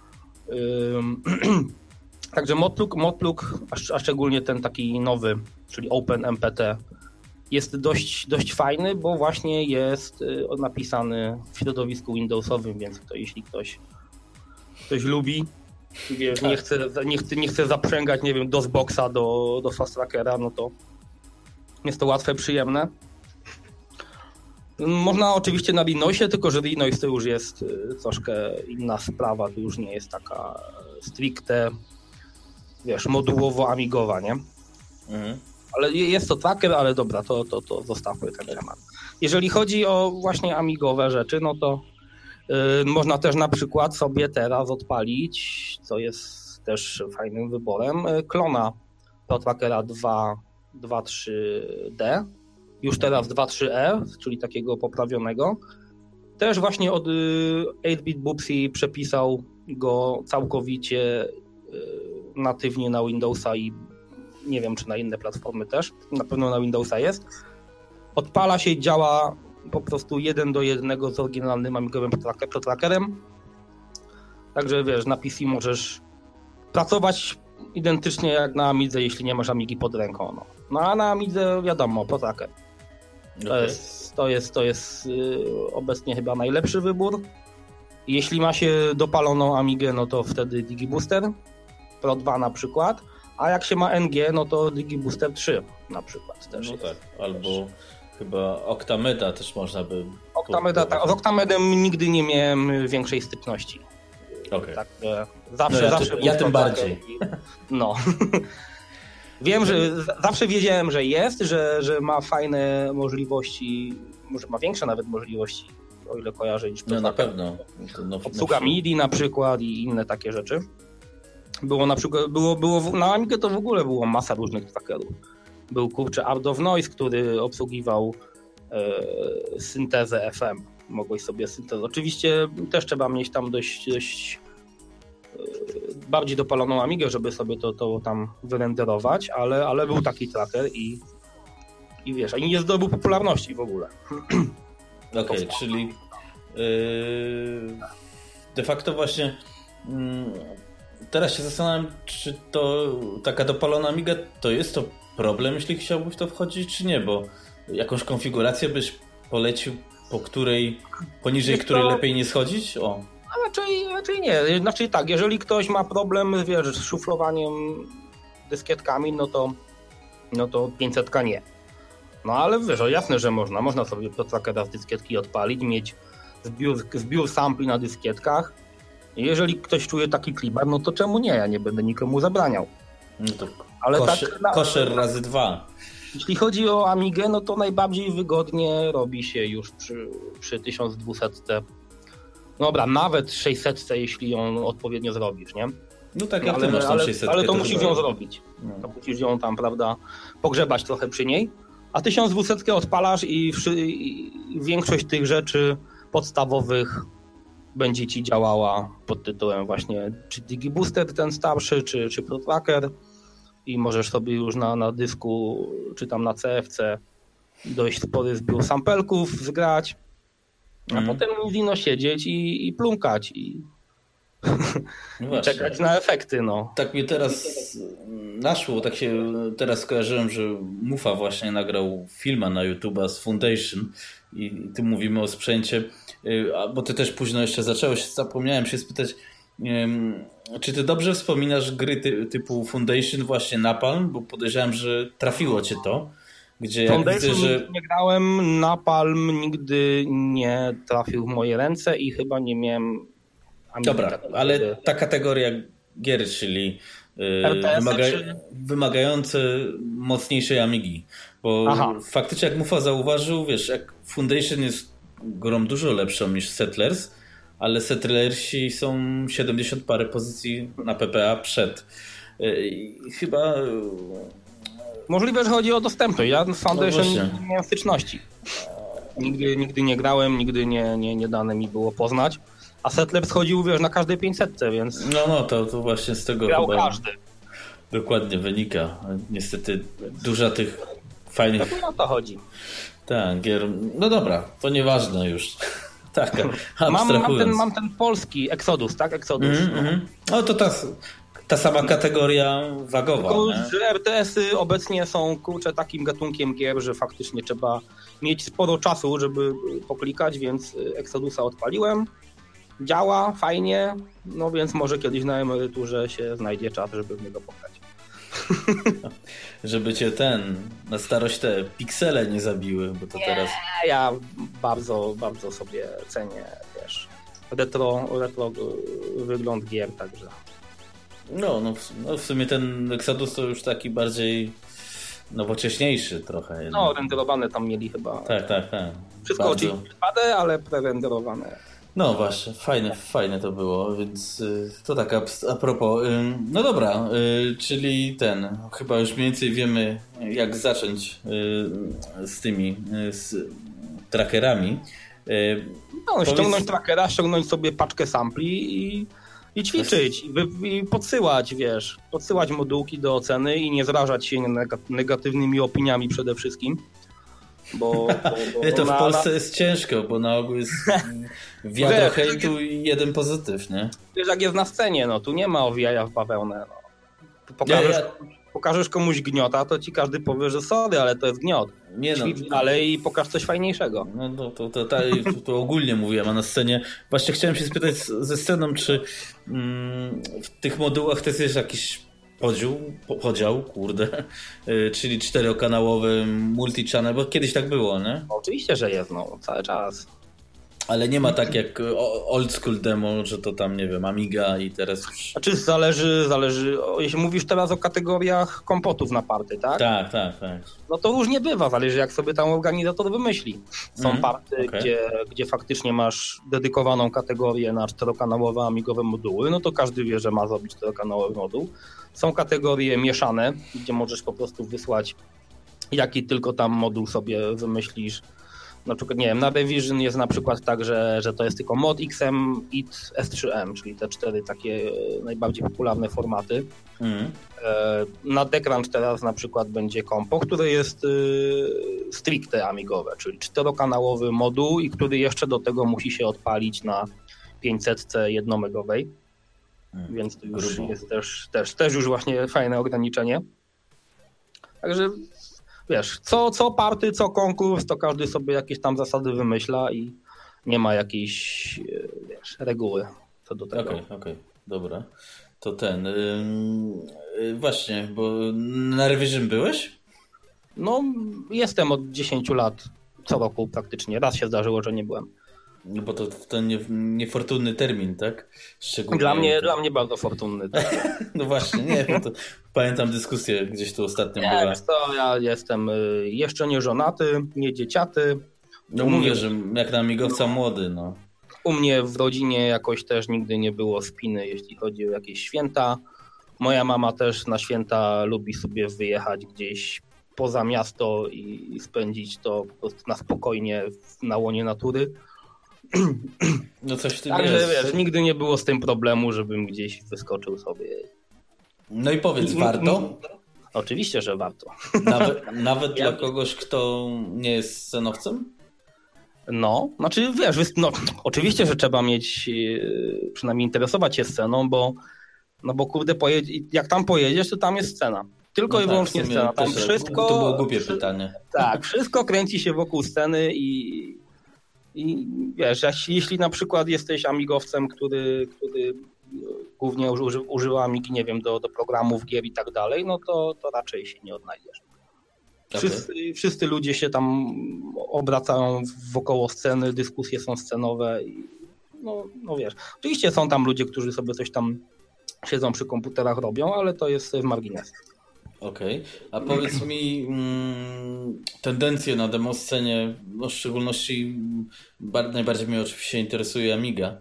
Także Modplug, a szczególnie ten taki nowy, czyli OpenMPT, jest dość fajny, bo właśnie jest napisany w środowisku Windowsowym, więc jeśli ktoś lubi, wiesz, nie chce zaprzęgać, nie wiem, DOSBoxa do FastTrackera, no to jest to łatwe, przyjemne. Można oczywiście na Linuxie, tylko że Linux to już jest troszkę inna sprawa, to już nie jest taka stricte, wiesz, modułowo-amigowa, nie? Ale jest to tracker, ale dobra, to zostawmy ten temat. Jeżeli chodzi o właśnie amigowe rzeczy, no to można też na przykład sobie teraz odpalić, co jest też fajnym wyborem, klona ProTrackera 2.3D, już teraz 2.3E, czyli takiego poprawionego. Też właśnie od 8-bit Bubsy przepisał go całkowicie natywnie na Windowsa i nie wiem, czy na inne platformy też. Na pewno na Windowsa jest. Odpala się, działa po prostu 1:1 z oryginalnym amigowym protrackerem. Także wiesz, na PC możesz pracować identycznie jak na Amidze, jeśli nie masz Amigi pod ręką. No a na Amidze wiadomo, protracker. To jest obecnie chyba najlepszy wybór. Jeśli ma się dopaloną Amigę, no to wtedy DigiBooster Pro 2 na przykład, a jak się ma NG, no to DigiBooster 3 na przykład też jest. Tak, albo chyba Octameda też można by... Z Octamedem nigdy nie miałem większej styczności. Okay. Tak, zawsze ja tym bardziej. No. Wiem, że zawsze wiedziałem, że jest, że ma fajne możliwości, może ma większe nawet możliwości, o ile kojarzę niż na pewno. Obsługa MIDI na przykład i inne takie rzeczy. Było na przykład, na Amigę to w ogóle było masa różnych trackerów. Był Art of Noise, który obsługiwał syntezę FM. Mogłeś sobie syntezę. Oczywiście też trzeba mieć tam dość bardziej dopaloną Amigę, żeby sobie to tam wyrenderować, ale był taki tracker i wiesz, i nie zdobył popularności w ogóle. Okej, czyli de facto właśnie teraz się zastanawiam, czy to taka dopalona Amiga to jest to problem, jeśli chciałbyś w to wchodzić, czy nie, bo jakąś konfigurację byś polecił, poniżej której lepiej nie schodzić? Raczej nie. Znaczy tak, jeżeli ktoś ma problem, wiesz, z szuflowaniem dyskietkami, no to 500 nie. No ale wiesz, jasne, że można sobie protrackera z dyskietki odpalić, mieć zbiór sampli na dyskietkach. Jeżeli ktoś czuje taki klimat, no to czemu nie? Ja nie będę nikomu zabraniał. No to ale koszer razy 2. Jeśli chodzi o Amigę, no to najbardziej wygodnie robi się już przy 1200. Dobra, nawet 600, jeśli ją odpowiednio zrobisz, nie? No tak, jak ty masz tam 600. Ale to musisz ją zrobić. To musisz ją tam, prawda, pogrzebać trochę przy niej. A 1200 odpalasz i większość tych rzeczy podstawowych będzie ci działała pod tytułem właśnie czy DigiBooster ten starszy, czy ProTracker i możesz sobie już na dysku, czy tam na CFC dość spory zbiór sampelków zgrać, a potem siedzieć i plumkać i czekać na efekty. No. Tak mnie teraz naszło, tak się teraz skojarzyłem, że Mufa właśnie nagrał filma na YouTube'a z Foundation i tu mówimy o sprzęcie, bo ty też późno jeszcze zacząłeś, zapomniałem się spytać, czy ty dobrze wspominasz gry typu Foundation, właśnie Napalm, bo podejrzewam, że trafiło cię to, gdzie jak Foundation widzę, że... nie grałem, Napalm nigdy nie trafił w moje ręce i chyba nie miałem... Dobra, ale ta kategoria gier, czyli wymagające mocniejszej Amigi, bo faktycznie jak Mufa zauważył, wiesz, jak Foundation jest grą dużo lepszą niż Settlers, ale Settlersi są 70 parę pozycji na PPA przed. Chyba... Możliwe, że chodzi o dostępność. Ja z Foundation nie miałem styczności. Nigdy nie grałem, nigdy nie dane mi było poznać. A Settlers chodził, wiesz, na każdej 500, więc... No, to właśnie z tego grał chyba każdy. Dokładnie wynika. Niestety dużo tych fajnych... No to chodzi. Tak, gier... No dobra, to nieważne już. Tak, mam ten polski Exodus, tak? Exodus. No to ta sama kategoria wagowa. Tylko, że RTS-y obecnie są, takim gatunkiem gier, że faktycznie trzeba mieć sporo czasu, żeby poklikać, więc Exodusa odpaliłem. Działa fajnie, no więc może kiedyś na emeryturze się znajdzie czas, żeby w niego pograć. Żeby cię na starość te piksele nie zabiły, bo to teraz... Ja bardzo, bardzo sobie cenię, wiesz, retro wygląd gier, także... No w sumie ten Exodus to już taki bardziej nowocześniejszy trochę. No, renderowane tam mieli chyba. Tak. Wszystko bardzo... oczywiście 2D, ale prerenderowane. No właśnie, fajne to było, więc to tak a propos. No dobra, czyli chyba już mniej więcej wiemy, jak zacząć z tymi trackerami. No, ściągnąć trackera, ściągnąć sobie paczkę sampli i ćwiczyć, i podsyłać modułki do oceny i nie zrażać się negatywnymi opiniami przede wszystkim. To w Polsce jest ciężko, bo na ogół jest wiadro hejtu i jeden pozytyw, nie? Wiesz, jak jest na scenie, no tu nie ma owijania w bawełnę. No. Pokażesz komuś gniota, to ci każdy powie, że sorry, ale to jest gniot. Ćwicz dalej i pokaż coś fajniejszego. No to ogólnie mówiłem, a na scenie właśnie chciałem się spytać ze sceną, czy w tych modułach to jest jakiś podział, czyli 4-kanałowy multi-channel, bo kiedyś tak było, nie? Oczywiście, że jest, no, cały czas. Ale nie ma tak jak old school demo, że to tam, nie wiem, Amiga i teraz już... Znaczy zależy, jeśli mówisz teraz o kategoriach kompotów na party, tak? Tak. No to różnie bywa, zależy jak sobie tam organizator wymyśli. Są party, gdzie faktycznie masz dedykowaną kategorię na 4-kanałowe amigowe moduły, no to każdy wie, że ma zrobić 4-kanałowy moduł. Są kategorie mieszane, gdzie możesz po prostu wysłać jaki tylko tam moduł sobie wymyślisz. Na przykład, nie wiem, na Revision jest na przykład tak, że to jest tylko mod XM, IT, S3M, czyli te 4 takie najbardziej popularne formaty. Na Decrunch teraz na przykład będzie kompo, które jest stricte amigowe, czyli 4-kanałowy moduł i który jeszcze do tego musi się odpalić na 500 1-megowej. Więc to już jest też już właśnie fajne ograniczenie. Także wiesz, co party, co konkurs, to każdy sobie jakieś tam zasady wymyśla i nie ma jakiejś, wiesz, reguły co do tego. Okej, dobra. To właśnie, bo na Revision byłeś? No, jestem od 10 lat, co roku praktycznie. Raz się zdarzyło, że nie byłem. No bo to niefortunny termin, tak? Szczególnie dla mnie bardzo fortunny. Tak? No właśnie, nie, bo to pamiętam dyskusję gdzieś tu ostatnio była. Ja jestem jeszcze nie żonaty, nie dzieciaty. No mówię, że jak na amigowca młody, no. U mnie w rodzinie jakoś też nigdy nie było spiny, jeśli chodzi o jakieś święta. Moja mama też na święta lubi sobie wyjechać gdzieś poza miasto i spędzić to po prostu na spokojnie na łonie natury. No coś w tym Także jest. wiesz, nigdy nie było z tym problemu, żebym gdzieś wyskoczył sobie. No i powiedz, warto? Oczywiście, że warto. Nawet dla kogoś, kto nie jest scenowcem? No, znaczy wiesz, oczywiście, że trzeba mieć, przynajmniej interesować się sceną, bo kurde, jak tam pojedziesz, to tam jest scena. Tylko i wyłącznie scena. Tam wszystko, to było głupie pytanie. Tak, wszystko kręci się wokół sceny i wiesz, jeśli na przykład jesteś amigowcem, który głównie używa Amigi, nie wiem, do programów, gier i tak dalej, no to raczej się nie odnajdziesz. Wszyscy ludzie się tam obracają wokoło sceny, dyskusje są scenowe i no wiesz. Oczywiście są tam ludzie, którzy sobie coś tam siedzą przy komputerach, robią, ale to jest w marginesie. Okej. A powiedz mi tendencje na demoscenie, no w szczególności najbardziej mnie oczywiście interesuje Amiga.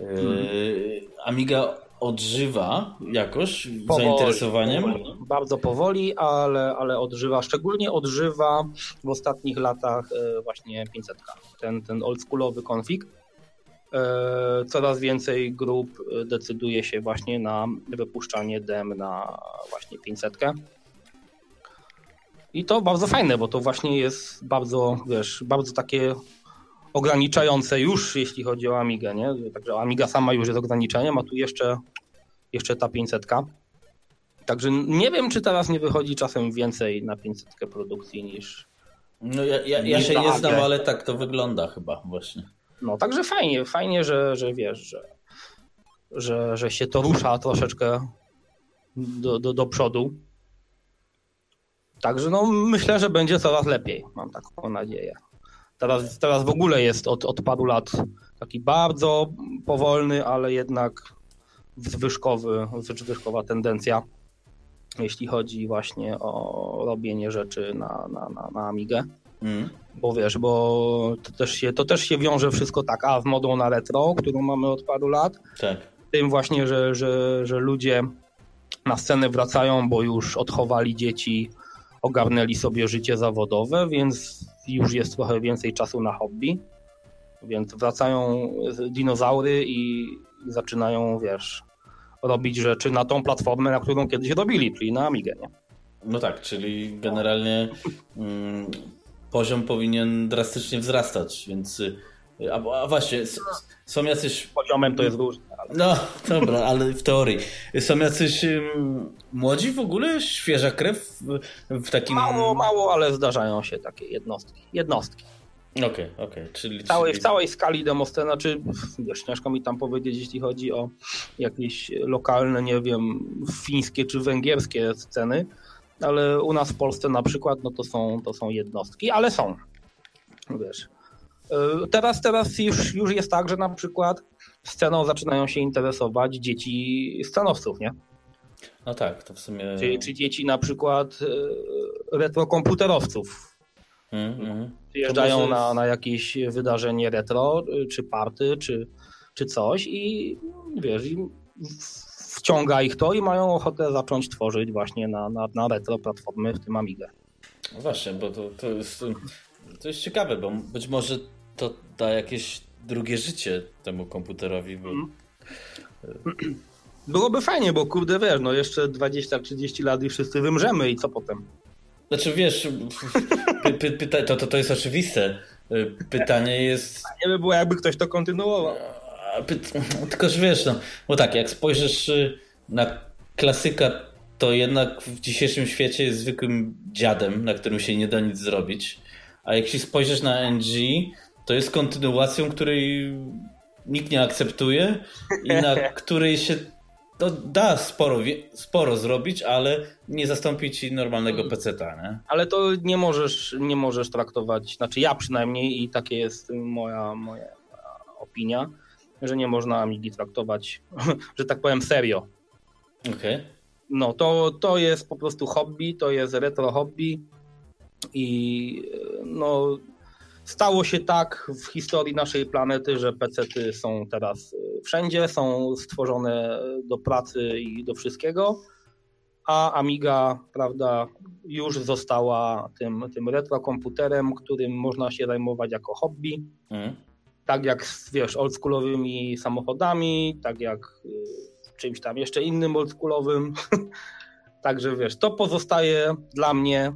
Amiga odżywa jakoś zainteresowaniem? Powoli. Bardzo powoli, ale odżywa. Szczególnie odżywa w ostatnich latach właśnie 500. Ten oldschoolowy config. Coraz więcej grup decyduje się właśnie na wypuszczanie dem na właśnie 500. I to bardzo fajne, bo to właśnie jest bardzo, wiesz, bardzo takie ograniczające już, jeśli chodzi o Amigę, nie? Także Amiga sama już jest ograniczeniem, a tu jeszcze ta 500. Także nie wiem, czy teraz nie wychodzi czasem więcej na 500 produkcji niż... No ja się nie znam, ale tak to wygląda chyba właśnie. No także fajnie, że wiesz, że się to rusza troszeczkę do przodu. Także no myślę, że będzie coraz lepiej, mam taką nadzieję. Teraz w ogóle jest od paru lat taki bardzo powolny, ale jednak zwyżkowa tendencja, jeśli chodzi właśnie o robienie rzeczy na Amigę. Bo wiesz, bo to też się wiąże wszystko tak, z modą na retro, którą mamy od paru lat. Tak. Tym właśnie, że ludzie na scenę wracają, bo już odchowali dzieci, ogarnęli sobie życie zawodowe, więc już jest trochę więcej czasu na hobby. Więc wracają dinozaury i zaczynają, wiesz, robić rzeczy na tą platformę, na którą kiedyś robili, czyli na Amigę, nie? No tak, czyli generalnie poziom powinien drastycznie wzrastać, więc... A właśnie, są jacyś... Poziomem to jest różne. Ale... No, dobra, ale w teorii. Są jacyś młodzi w ogóle? Świeża krew w takim... Mało, ale zdarzają się takie jednostki. Okej. Czyli... W całej skali Demosthena, czy wiesz, ciężko mi tam powiedzieć, jeśli chodzi o jakieś lokalne, nie wiem, fińskie czy węgierskie sceny, ale u nas w Polsce na przykład, no to są jednostki, ale są, wiesz. Teraz już jest tak, że na przykład sceną zaczynają się interesować dzieci scenowców, nie? No tak, to w sumie... Czy dzieci na przykład retrokomputerowców. Przyjeżdżają na jakieś wydarzenie retro, czy party, czy coś i wiesz, wciąga ich to i mają ochotę zacząć tworzyć właśnie na retro platformy, w tym Amigę. No właśnie, bo to jest ciekawe, bo być może to da jakieś drugie życie temu komputerowi, bo... Byłoby fajnie, bo kurde wiesz, no jeszcze 20-30 lat i wszyscy wymrzemy i co potem? Znaczy wiesz, to jest oczywiste. Pytanie jest... Nie by było, jakby ktoś to kontynuował. Tylko, że wiesz, no, bo tak, jak spojrzysz na klasyka, to jednak w dzisiejszym świecie jest zwykłym dziadem, na którym się nie da nic zrobić. A jak się spojrzysz na NG, to jest kontynuacją, której nikt nie akceptuje i na której się da sporo zrobić, ale nie zastąpi ci normalnego peceta, nie? Ale to nie możesz traktować, znaczy ja przynajmniej i takie jest moja opinia, że nie można Amigi traktować, że tak powiem, serio. Okej. No to jest po prostu hobby, to jest retro hobby i no stało się tak w historii naszej planety, że pecety są teraz wszędzie, są stworzone do pracy i do wszystkiego, a Amiga, prawda, już została tym retro komputerem, którym można się zajmować jako hobby. Tak jak wiesz, oldschoolowymi samochodami, tak jak czymś tam jeszcze innym oldschoolowym. Także wiesz, to pozostaje dla mnie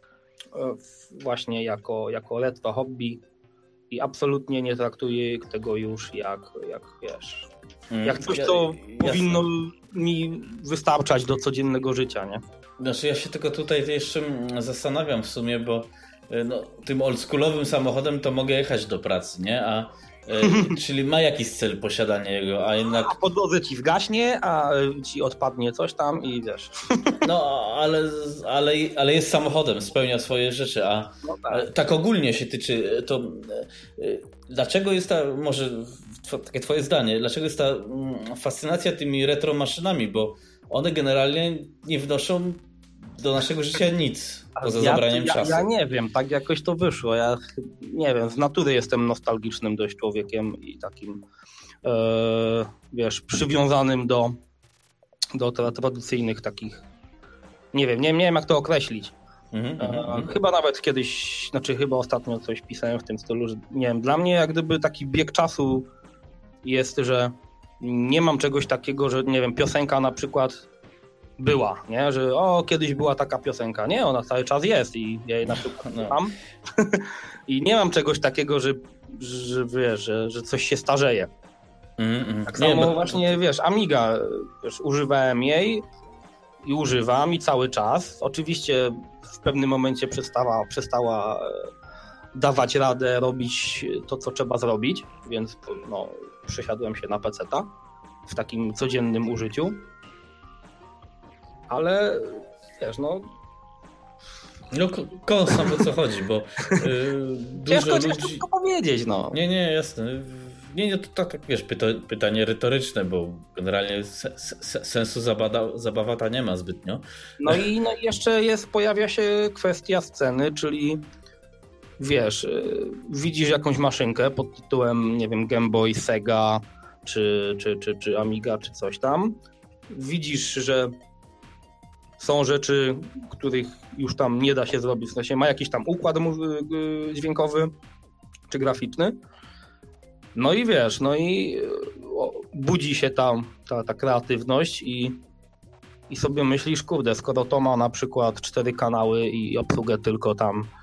właśnie jako retro hobby i absolutnie nie traktuję tego już jak wiesz, jak coś, co powinno mi wystarczać do codziennego życia, nie? Znaczy ja się tylko tutaj jeszcze zastanawiam w sumie, bo no, tym oldschoolowym samochodem to mogę jechać do pracy, nie? Czyli ma jakiś cel posiadanie jego, a jednak... A po drodze ci zgaśnie, a ci odpadnie coś tam i wiesz... No, ale jest samochodem, spełnia swoje rzeczy, a no tak ogólnie się tyczy, to dlaczego jest może takie twoje zdanie, dlaczego jest ta fascynacja tymi retro maszynami, bo one generalnie nie wnoszą do naszego życia nic, poza zabraniem czasu. Ja nie wiem, tak jakoś to wyszło. Ja nie wiem, z natury jestem nostalgicznym dość człowiekiem i takim wiesz, przywiązanym do tradycyjnych takich, nie wiem jak to określić. Chyba nawet kiedyś, znaczy chyba ostatnio coś pisałem w tym stylu, że nie wiem, dla mnie jak gdyby taki bieg czasu jest, że nie mam czegoś takiego, że nie wiem, piosenka na przykład była, nie? Że kiedyś była taka piosenka. Nie, ona cały czas jest i ja jej na przykład mam. I nie mam czegoś takiego, że wiesz, że coś się starzeje. Tak samo właśnie, wiesz, Amiga, wiesz, używałem jej i używam i cały czas. Oczywiście w pewnym momencie przestała dawać radę robić to, co trzeba zrobić, więc no, przesiadłem się na peceta w takim codziennym użyciu. Ale wiesz, no... No kąsam o co chodzi, bo ciężko tylko powiedzieć, no. Nie, jasne. Nie, to tak, wiesz, pytanie retoryczne, bo generalnie sensu zabawa ta nie ma zbytnio. No i jeszcze pojawia się kwestia sceny, czyli wiesz, widzisz jakąś maszynkę pod tytułem, nie wiem, Game Boy, Sega, czy Amiga, czy coś tam. Widzisz, że są rzeczy, których już tam nie da się zrobić, w sensie ma jakiś tam układ dźwiękowy czy graficzny. No i wiesz, budzi się ta kreatywność i sobie myślisz, kurde, skoro to ma na przykład 4 kanały i obsługę tylko tam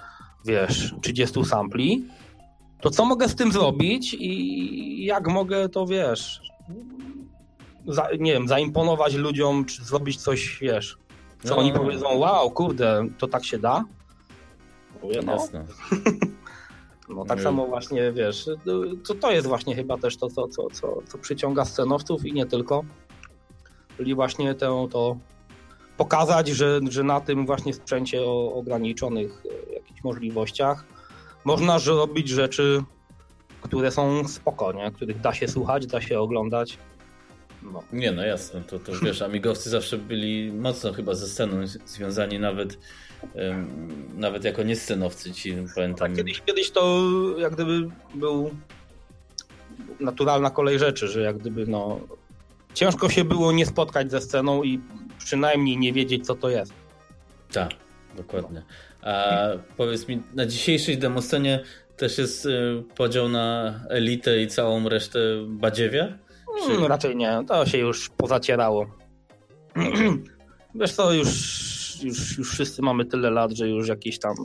wiesz, 30 sampli, to co mogę z tym zrobić i jak mogę to, wiesz, nie wiem, zaimponować ludziom, czy zrobić coś, wiesz, co oni powiedzą, wow, kurde, to tak się da? Mówię, no. Jasne. No tak samo właśnie, wiesz, to jest właśnie chyba też to, co przyciąga scenowców i nie tylko. Czyli właśnie to pokazać, że na tym właśnie sprzęcie o ograniczonych jakichś możliwościach można robić rzeczy, które są spoko, nie? Których da się słuchać, da się oglądać. No. Nie, no jasne, to wiesz, amigowcy zawsze byli mocno chyba ze sceną związani, nawet jako niescenowcy, ci pamiętam. Tak, kiedyś to jak gdyby był naturalna kolej rzeczy, że jak gdyby no ciężko się było nie spotkać ze sceną i przynajmniej nie wiedzieć, co to jest. Tak, dokładnie. A powiedz mi, na dzisiejszej demoscenie też jest podział na elitę i całą resztę badziewia? Czy... Raczej nie, to się już pozacierało. Wiesz co, już wszyscy mamy tyle lat, że już jakieś tam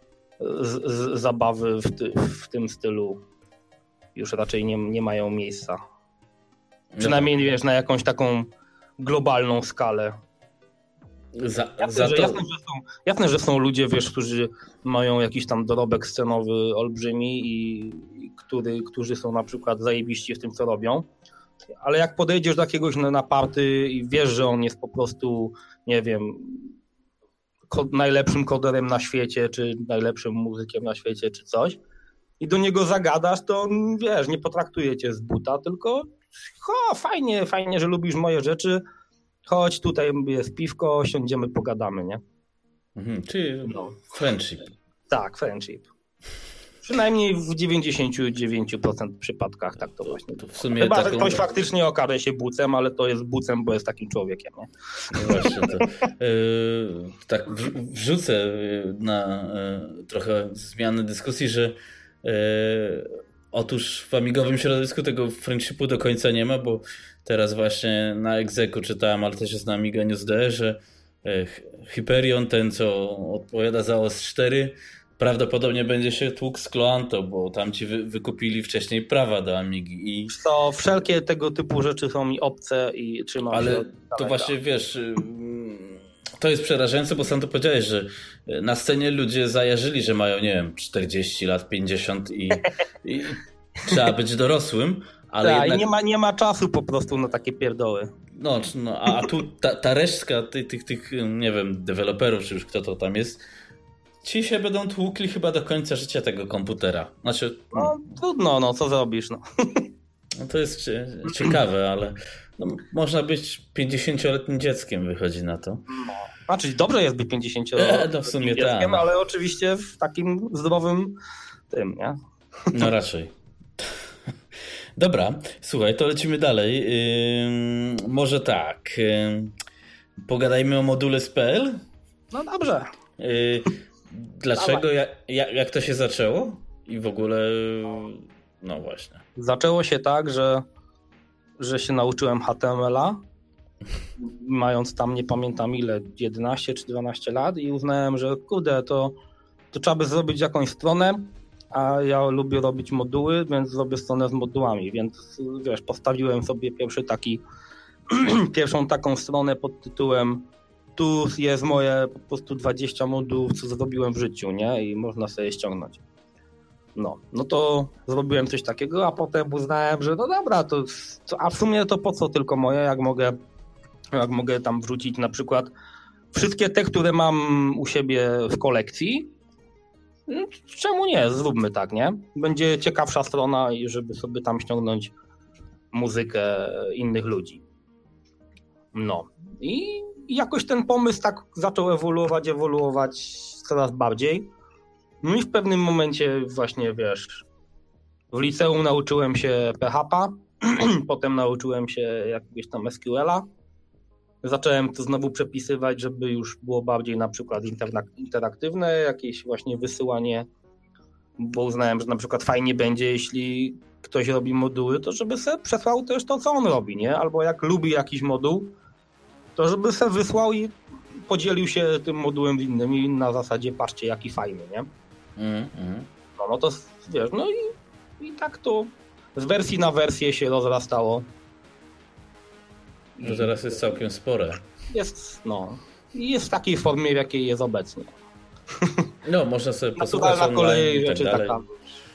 zabawy w tym stylu już raczej nie mają miejsca. Przynajmniej wiesz, na jakąś taką globalną skalę. Jasne, że są ludzie, wiesz, którzy mają jakiś tam dorobek scenowy olbrzymi i którzy są na przykład zajebiści w tym, co robią. Ale jak podejdziesz do jakiegoś na party i wiesz, że on jest po prostu, nie wiem, najlepszym koderem na świecie, czy najlepszym muzykiem na świecie, czy coś, i do niego zagadasz, to on, wiesz, nie potraktuje cię z buta, tylko fajnie, że lubisz moje rzeczy, chodź, tutaj jest piwko, siądziemy, pogadamy, nie? Czyli friendship. Tak, friendship. Przynajmniej w 99% przypadkach tak to właśnie. To w sumie chyba, że ktoś faktycznie okaże się bucem, ale to jest bucem, bo jest takim człowiekiem, nie? No właśnie to. Tak wrzucę na trochę zmianę dyskusji, że otóż w amigowym środowisku tego friendshipu do końca nie ma, bo teraz właśnie na Execu czytałem, ale też jest na Amiga News.de, że Hyperion, ten co odpowiada za OS 4, prawdopodobnie będzie się tłukł z Kloanto, bo tam ci wykupili wcześniej prawa do Amigi. I... To wszelkie tego typu rzeczy są mi obce i trzymam się. Ale to właśnie wiesz, to jest przerażające, bo sam to powiedziałeś, że na scenie ludzie zajarzyli, że mają, nie wiem, 40 lat, 50 i trzeba być dorosłym. Ale tak, jednak... i nie ma czasu po prostu na takie pierdoły. No a tu ta resztka tych, nie wiem, deweloperów, czy już kto to tam jest, ci się będą tłukli chyba do końca życia tego komputera. Znaczy... No trudno, no co zrobisz, no. No to jest ciekawe, ale można być 50-letnim dzieckiem, wychodzi na to. No. Znaczy dobrze jest być 50-letnim no w sumie dzieckiem, tak. Ale oczywiście w takim zdrowym tym, nie? No raczej. Dobra, słuchaj, to lecimy dalej. Może tak. Pogadajmy o module SPL? No dobrze. Dlaczego? Jak to się zaczęło? I w ogóle... No właśnie. Zaczęło się tak, że się nauczyłem HTML-a, mając tam, nie pamiętam ile, 11 czy 12 lat i uznałem, że kurde, to trzeba by zrobić jakąś stronę, a ja lubię robić moduły, więc zrobię stronę z modułami, więc wiesz, postawiłem sobie pierwszą taką stronę pod tytułem tu jest moje po prostu 20 modułów, co zrobiłem w życiu, nie? I można sobie ściągnąć. No to zrobiłem coś takiego, a potem uznałem, że no dobra, a w sumie to po co tylko moje, jak mogę tam wrzucić na przykład wszystkie te, które mam u siebie w kolekcji. Czemu nie? Zróbmy tak, nie? Będzie ciekawsza strona i żeby sobie tam ściągnąć muzykę innych ludzi. No i jakoś ten pomysł tak zaczął ewoluować coraz bardziej. No i w pewnym momencie właśnie, wiesz, w liceum nauczyłem się PHP, potem nauczyłem się jakiegoś tam SQL-a. Zacząłem to znowu przepisywać, żeby już było bardziej na przykład interaktywne, jakieś właśnie wysyłanie, bo uznałem, że na przykład fajnie będzie, jeśli ktoś robi moduły, to żeby sobie przesłał też to, co on robi, nie? Albo jak lubi jakiś moduł, to żeby sobie wysłał i podzielił się tym modułem z innymi na zasadzie patrzcie, jaki fajny, nie? No to wiesz, no i tak to z wersji na wersję się rozrastało. No teraz jest całkiem spore. Jest w takiej formie, w jakiej jest obecnie. No, można sobie posłuchać na kolei i tak dalej. Taka.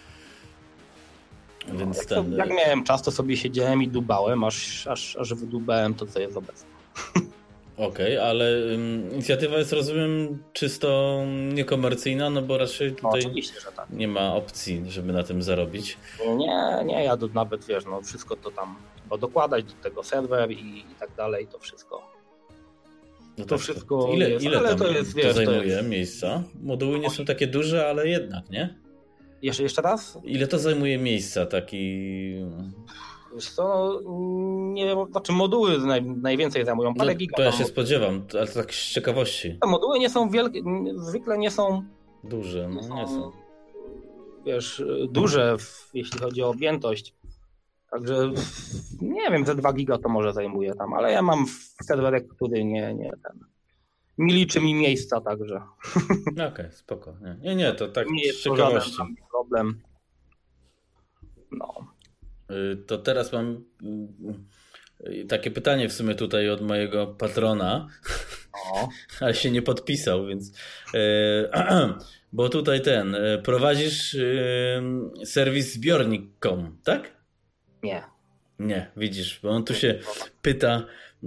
Więc jak miałem czas, to sobie siedziałem i dubałem, aż wydubałem to, co jest obecne. Okej, ale inicjatywa jest, rozumiem, czysto niekomercyjna, no bo raczej tutaj oczywiście, że tak. Nie ma opcji, żeby na tym zarobić. Nie, ja nawet, wiesz, no wszystko to tam, bo dokładać do tego serwer i tak dalej, to wszystko. No to tak, wszystko ile ale tam to jest, wiesz, to zajmuje miejsca? Moduły nie są takie duże, ale jednak, nie? Jeszcze raz? Ile to zajmuje miejsca, taki... Wiesz co, nie, znaczy moduły najwięcej zajmują parę giga. To ja się spodziewam, ale to tak z ciekawości. Te moduły nie są wielkie, zwykle nie są duże, nie są. Wiesz, duże, jeśli chodzi o objętość. Także nie wiem, ze 2 giga to może zajmuje tam, ale ja mam serwerek, który nie liczy mi miejsca, także. Okej, spoko. Nie, to tak nie jest z ciekawości. To żaden problem. No. To teraz mam takie pytanie w sumie tutaj od mojego patrona, ale się nie podpisał, więc bo tutaj prowadzisz serwis zbiornik.com, tak? Nie, widzisz, bo on tu się pyta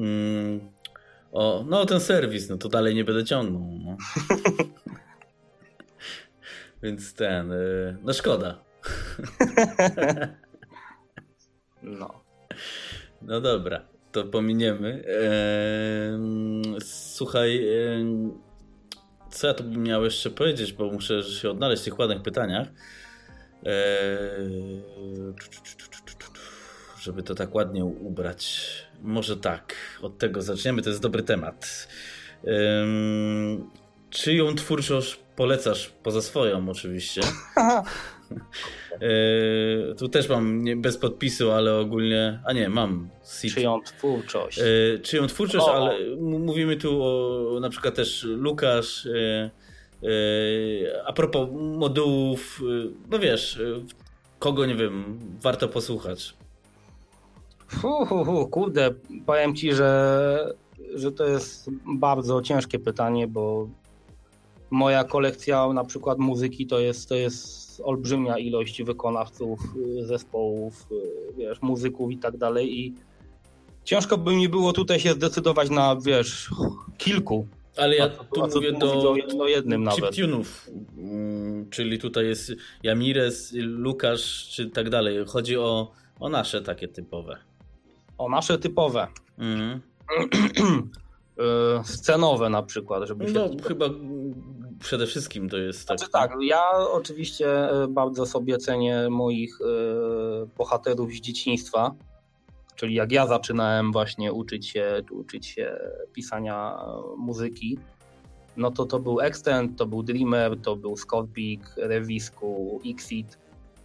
o ten serwis, no to dalej nie będę ciągnął. No. Więc no szkoda. No dobra, to pominiemy. Słuchaj, co ja tu bym miał jeszcze powiedzieć, bo muszę się odnaleźć w tych ładnych pytaniach. Żeby to tak ładnie ubrać. Może tak, od tego zaczniemy, to jest dobry temat. Czyją twórczość polecasz, poza swoją oczywiście? Tu też mam bez podpisu, ale ogólnie... mam. Czyją twórczość? Czyją twórczość, ale mówimy tu o na przykład też Lukasz, a propos modułów, no wiesz, kogo, nie wiem, warto posłuchać. Kurde, powiem ci, że to jest bardzo ciężkie pytanie, bo moja kolekcja na przykład muzyki to jest olbrzymia ilość wykonawców, zespołów, wiesz, muzyków i tak dalej i ciężko by mi było tutaj się zdecydować na, wiesz, kilku. Ale ja tu mówię do jednym chiptunów, czyli tutaj jest Jamirez, Lukasz czy tak dalej. Chodzi o nasze takie typowe. O nasze typowe. Scenowe na przykład, żeby się... chyba przede wszystkim to jest tak. Znaczy tak, ja oczywiście bardzo sobie cenię moich bohaterów z dzieciństwa, czyli jak ja zaczynałem właśnie uczyć się pisania muzyki, no to był Extent, to był Dreamer, to był Scorpik, Rewisku, Xit,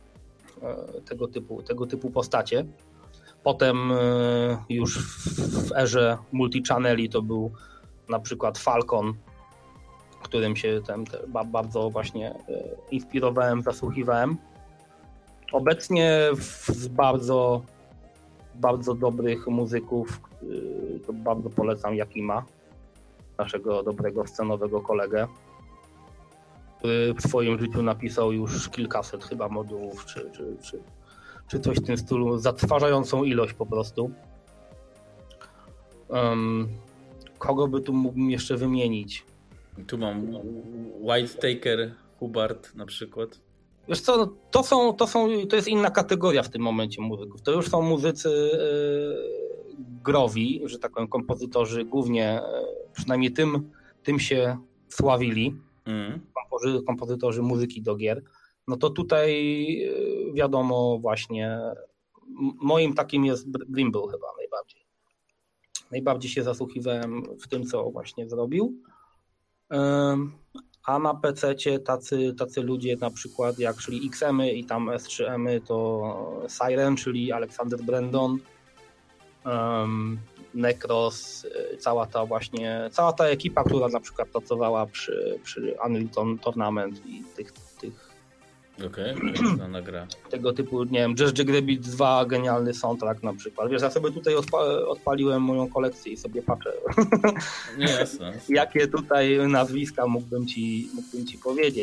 tego typu postacie. Potem już w erze multichanneli to był na przykład Falcon, którym się bardzo właśnie inspirowałem, zasłuchiwałem. Obecnie z bardzo, bardzo dobrych muzyków to bardzo polecam Jakima, naszego dobrego scenowego kolegę, który w swoim życiu napisał już kilkaset chyba modułów, czy coś w tym stylu, zatrważającą ilość po prostu. Kogo by tu mógłbym jeszcze wymienić? Tu mam White Taker, Hubert na przykład. Wiesz co, to jest inna kategoria w tym momencie muzyków. To już są muzycy growi, że tak powiem, kompozytorzy głównie, przynajmniej tym się sławili. Kompozytorzy muzyki do gier. No to tutaj wiadomo właśnie, moim takim jest Brimble chyba najbardziej. Najbardziej się zasłuchiwałem w tym, co właśnie zrobił. A na PC-cie tacy ludzie na przykład jak szli XM-y i tam S3M-y to Siren, czyli Alexander Brandon, Necros, cała ta ekipa, która na przykład pracowała przy Unreal Tournament i tych Okej, znana gra. Tego typu, nie wiem, Just Rabbit 2, genialny soundtrack na przykład. Wiesz, ja sobie tutaj odpaliłem moją kolekcję i sobie patrzę. Nie, jasne. Jakie tutaj nazwiska mógłbym ci powiedzieć.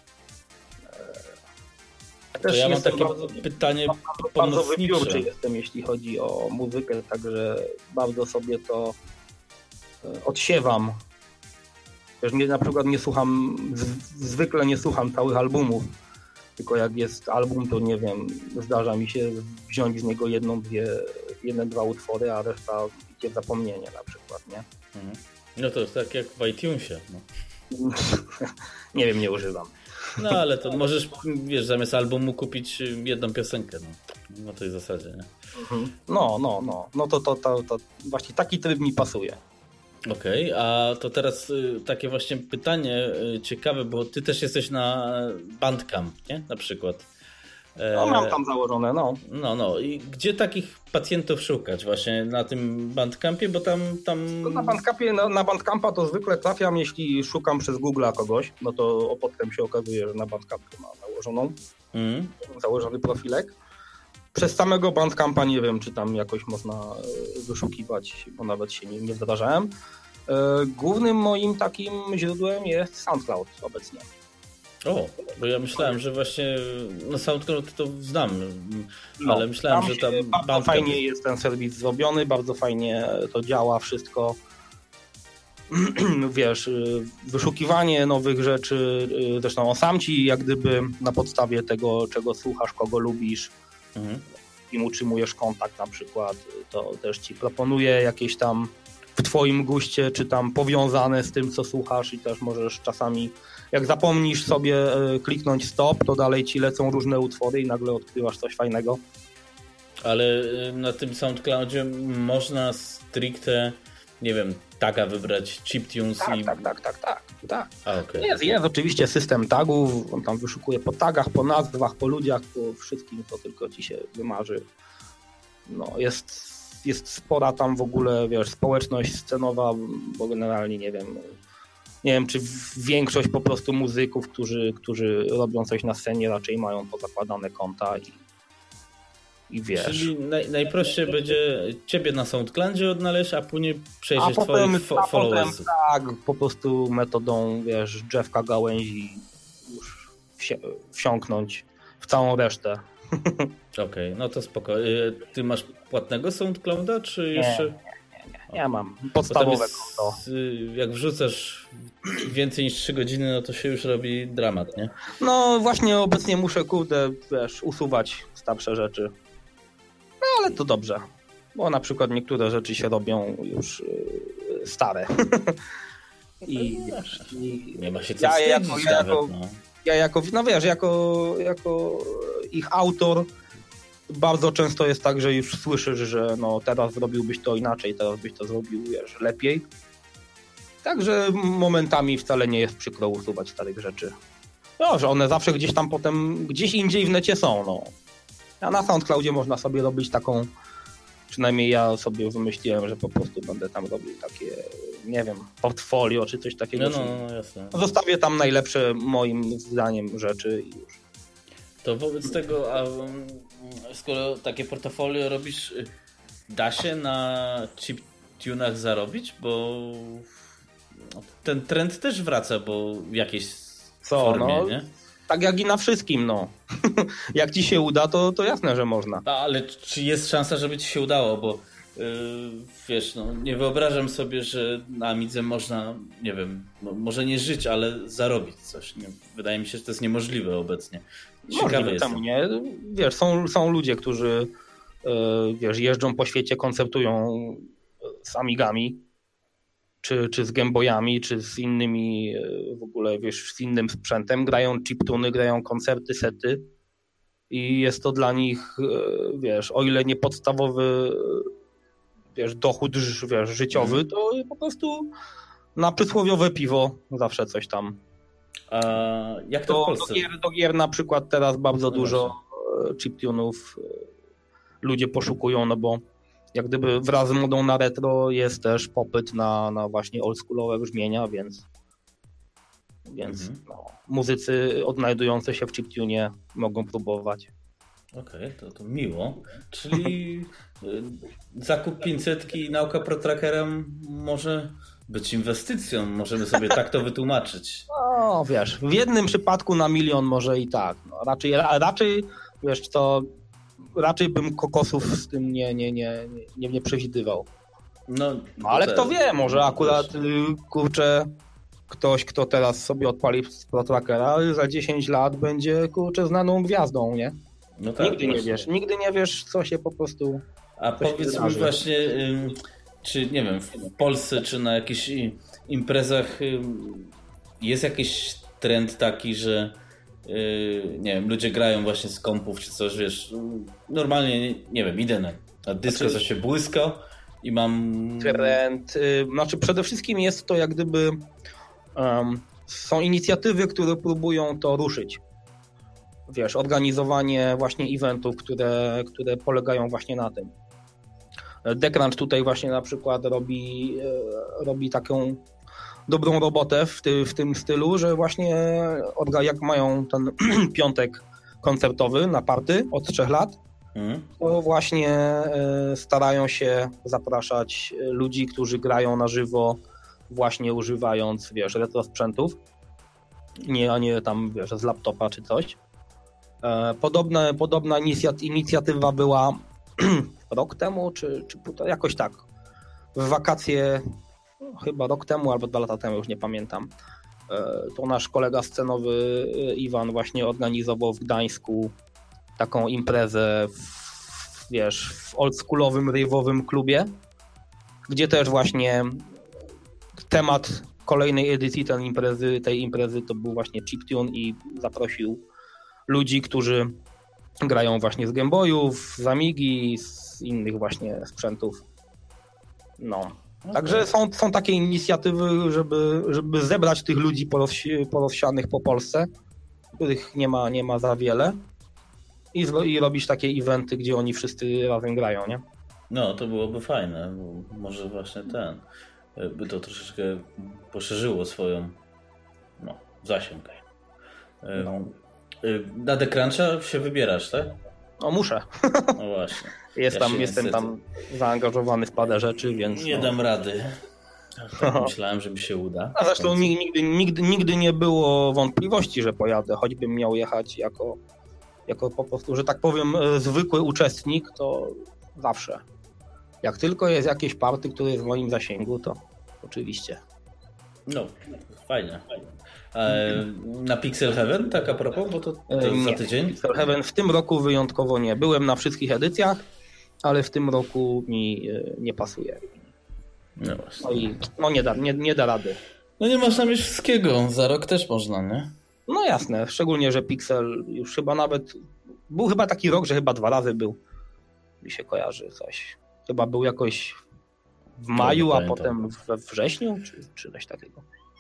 To ja mam takie pytanie bardzo wybiórczy jestem, jeśli chodzi o muzykę, także bardzo sobie to odsiewam. Wiesz, na przykład zwykle nie słucham całych albumów, tylko jak jest album, to nie wiem, zdarza mi się wziąć z niego jedne, dwa utwory, a reszta idzie w zapomnienie na przykład, nie? No to jest tak jak w iTunesie. No. Nie wiem, nie używam. No ale to możesz, wiesz, zamiast albumu kupić jedną piosenkę, no. Na tej zasadzie, nie? No to właśnie taki tryb mi pasuje. Okej, a to teraz takie właśnie pytanie ciekawe, bo ty też jesteś na Bandcamp, nie? Na przykład. No mam tam założone, no. No i gdzie takich pacjentów szukać właśnie na tym Bandcampie, bo tam... Na Bandcampa to zwykle trafiam, jeśli szukam przez Google'a kogoś, no to potem się okazuje, że na Bandcampie ma założony profilek. Przez samego Bandcampa nie wiem, czy tam jakoś można wyszukiwać, bo nawet się nie wdrażałem. Głównym moim takim źródłem jest SoundCloud obecnie. O, bo ja myślałem, że właśnie no SoundCloud to znam, ale myślałem, że tam bardzo fajnie jest ten serwis zrobiony, bardzo fajnie to działa wszystko. Wiesz, wyszukiwanie nowych rzeczy, zresztą sam ci jak gdyby na podstawie tego, czego słuchasz, kogo lubisz, im utrzymujesz kontakt na przykład, to też ci proponuje jakieś tam w twoim guście, czy tam powiązane z tym, co słuchasz i też możesz czasami, jak zapomnisz sobie kliknąć stop, to dalej ci lecą różne utwory i nagle odkrywasz coś fajnego. Ale na tym SoundCloudzie można stricte, nie wiem, taga wybrać, chiptunes i... Tak. Okay. Jest oczywiście system tagów, on tam wyszukuje po tagach, po nazwach, po ludziach, po wszystkim, co tylko ci się wymarzy. No, jest spora tam w ogóle, wiesz, społeczność scenowa, bo generalnie nie wiem, czy większość po prostu muzyków, którzy robią coś na scenie, raczej mają pozakładane konta i wiesz. Czyli najprościej będzie ciebie na SoundCloudzie odnaleźć, a później przejrzeć twoich followersów. Tak, po prostu metodą, wiesz, drzewka gałęzi już wsiąknąć w całą resztę. Okej, no to spoko. Ty masz płatnego SoundClouda, czy jeszcze... Nie. Ja mam podstawowe konto. Jak wrzucasz więcej niż 3 godziny, no to się już robi dramat, nie? No właśnie obecnie muszę, wiesz, usuwać starsze rzeczy. No ale to dobrze, bo na przykład niektóre rzeczy się robią już stare. I wiesz, nie ma się co wstydzić nawet, no. Ja jako ich autor bardzo często jest tak, że już słyszysz, że no teraz zrobiłbyś to inaczej, teraz byś to zrobił, wiesz, lepiej. Także momentami wcale nie jest przykro usuwać starych rzeczy. No, że one zawsze gdzieś tam potem, gdzieś indziej w necie są, no. A na SoundCloudzie można sobie robić taką, przynajmniej ja sobie wymyśliłem, że po prostu będę tam robił takie, nie wiem, portfolio czy coś takiego. No, jasne. Zostawię tam najlepsze moim zdaniem rzeczy i już. To wobec tego, skoro takie portfolio robisz, da się na chiptunach zarobić? Bo ten trend też wraca, bo w jakiejś formie, nie? Tak jak i na wszystkim, no. Jak ci się uda, to jasne, że można. Ale czy jest szansa, żeby ci się udało? Bo wiesz, no, nie wyobrażam sobie, że na Amidze można, nie wiem, może nie żyć, ale zarobić coś. Nie? Wydaje mi się, że to jest niemożliwe obecnie. Ciekawe czemu nie? Wiesz, są ludzie, którzy wiesz, jeżdżą po świecie, koncertują z Amigami, czy z Gameboyami, czy z innymi w ogóle, wiesz, z innym sprzętem, grają chiptuny, grają koncerty, sety i jest to dla nich, wiesz, o ile nie podstawowy, wiesz, dochód, wiesz, życiowy, to po prostu na przysłowiowe piwo zawsze coś tam. A jak to w Polsce? Do gier na przykład teraz bardzo dużo chiptunów ludzie poszukują, no bo jak gdyby wraz z modą na retro jest też popyt na właśnie oldschoolowe brzmienia, więc no, muzycy odnajdujący się w chiptune mogą próbować. Okej, to miło. Czyli zakup 500 i nauka protrackerem może być inwestycją. Możemy sobie tak to wytłumaczyć. No wiesz, w jednym przypadku na 1 milion może i tak. No, raczej wiesz co, raczej bym kokosów z tym nie przewidywał. No ale kto wie, może akurat kurczę ktoś, kto teraz sobie odpali protrackera, za 10 lat będzie kurczę znaną gwiazdą, nie? No tak, nigdy nie wiesz, co się po prostu. A powiedz mi właśnie, czy nie wiem, w Polsce, czy na jakichś imprezach jest jakiś trend taki, że nie wiem, ludzie grają właśnie z kompów czy coś, wiesz, normalnie, nie wiem, idę na dysko, co się błyska i mam... Trend, znaczy przede wszystkim jest to jak gdyby są inicjatywy, które próbują to ruszyć. Wiesz, organizowanie właśnie eventów, które polegają właśnie na tym. TheCrunch tutaj właśnie na przykład robi taką dobrą robotę w tym stylu, że właśnie jak mają ten piątek koncertowy na party od 3 lat, to właśnie starają się zapraszać ludzi, którzy grają na żywo, właśnie używając, wiesz, retro sprzętów, a nie tam, wiesz, z laptopa czy coś. Podobna inicjatywa była rok temu, czy półtora, jakoś tak. W wakacje, chyba rok temu albo 2 lata temu, już nie pamiętam. To nasz kolega scenowy Iwan właśnie organizował w Gdańsku taką imprezę w oldschoolowym, rave'owym klubie, gdzie też właśnie temat kolejnej edycji tej imprezy to był właśnie chiptune i zaprosił ludzi, którzy grają właśnie z Game Boyów, z Amigi, z innych właśnie sprzętów. No. Okay. Także są takie inicjatywy, żeby zebrać tych ludzi porozsianych po Polsce, których nie ma za wiele i robić takie eventy, gdzie oni wszyscy razem grają, nie? No, to byłoby fajne, bo może właśnie by to troszeczkę poszerzyło swoją zasięg. No. Na TheCruncha się wybierasz, tak? No muszę. No właśnie. Jestem tam zaangażowany w parę rzeczy, więc... Nie dam rady. Tak myślałem, że mi się uda. A zresztą nigdy nie było wątpliwości, że pojadę, choćbym miał jechać jako po prostu, że tak powiem, zwykły uczestnik, to zawsze. Jak tylko jest jakieś party, które jest w moim zasięgu, to oczywiście. No, fajnie. Na Pixel Heaven, tak a propos, bo to za tydzień? Pixel Heaven w tym roku wyjątkowo nie. Byłem na wszystkich edycjach, ale w tym roku mi nie pasuje. No właśnie. No i nie da rady. No nie można mieć wszystkiego, za rok też można, nie? No jasne, szczególnie, że Pixel już chyba był chyba taki rok, że chyba 2 razy był. Mi się kojarzy coś. Chyba był jakoś w maju, a potem we wrześniu, czy coś takiego.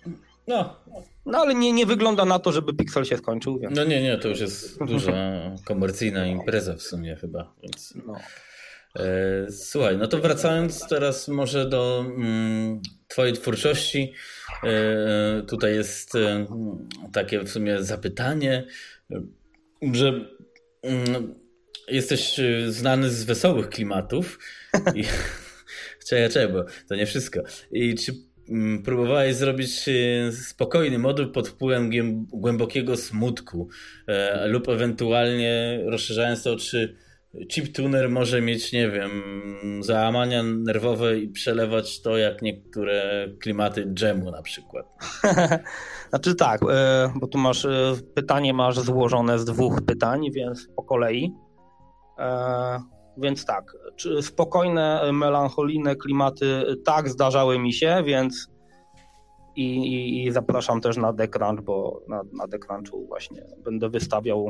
No ale nie wygląda na to, żeby Pixel się skończył. Więc... No nie, to już jest duża komercyjna impreza w sumie chyba. Więc... No. Słuchaj, no to wracając teraz może do twojej twórczości. Tutaj jest takie w sumie zapytanie, że jesteś znany z wesołych klimatów. Czekaj, bo to nie wszystko. I czy próbowałeś zrobić spokojny moduł pod wpływem głębokiego smutku lub ewentualnie rozszerzając to, czy chiptuner może mieć, nie wiem, załamania nerwowe i przelewać to jak niektóre klimaty dżemu na przykład? Znaczy tak, bo tu pytanie masz złożone z 2 pytań, więc po kolei. Więc tak, czy spokojne, melancholijne klimaty tak zdarzały mi się, więc i zapraszam też na TheCrunch, bo na TheCrunchu właśnie będę wystawiał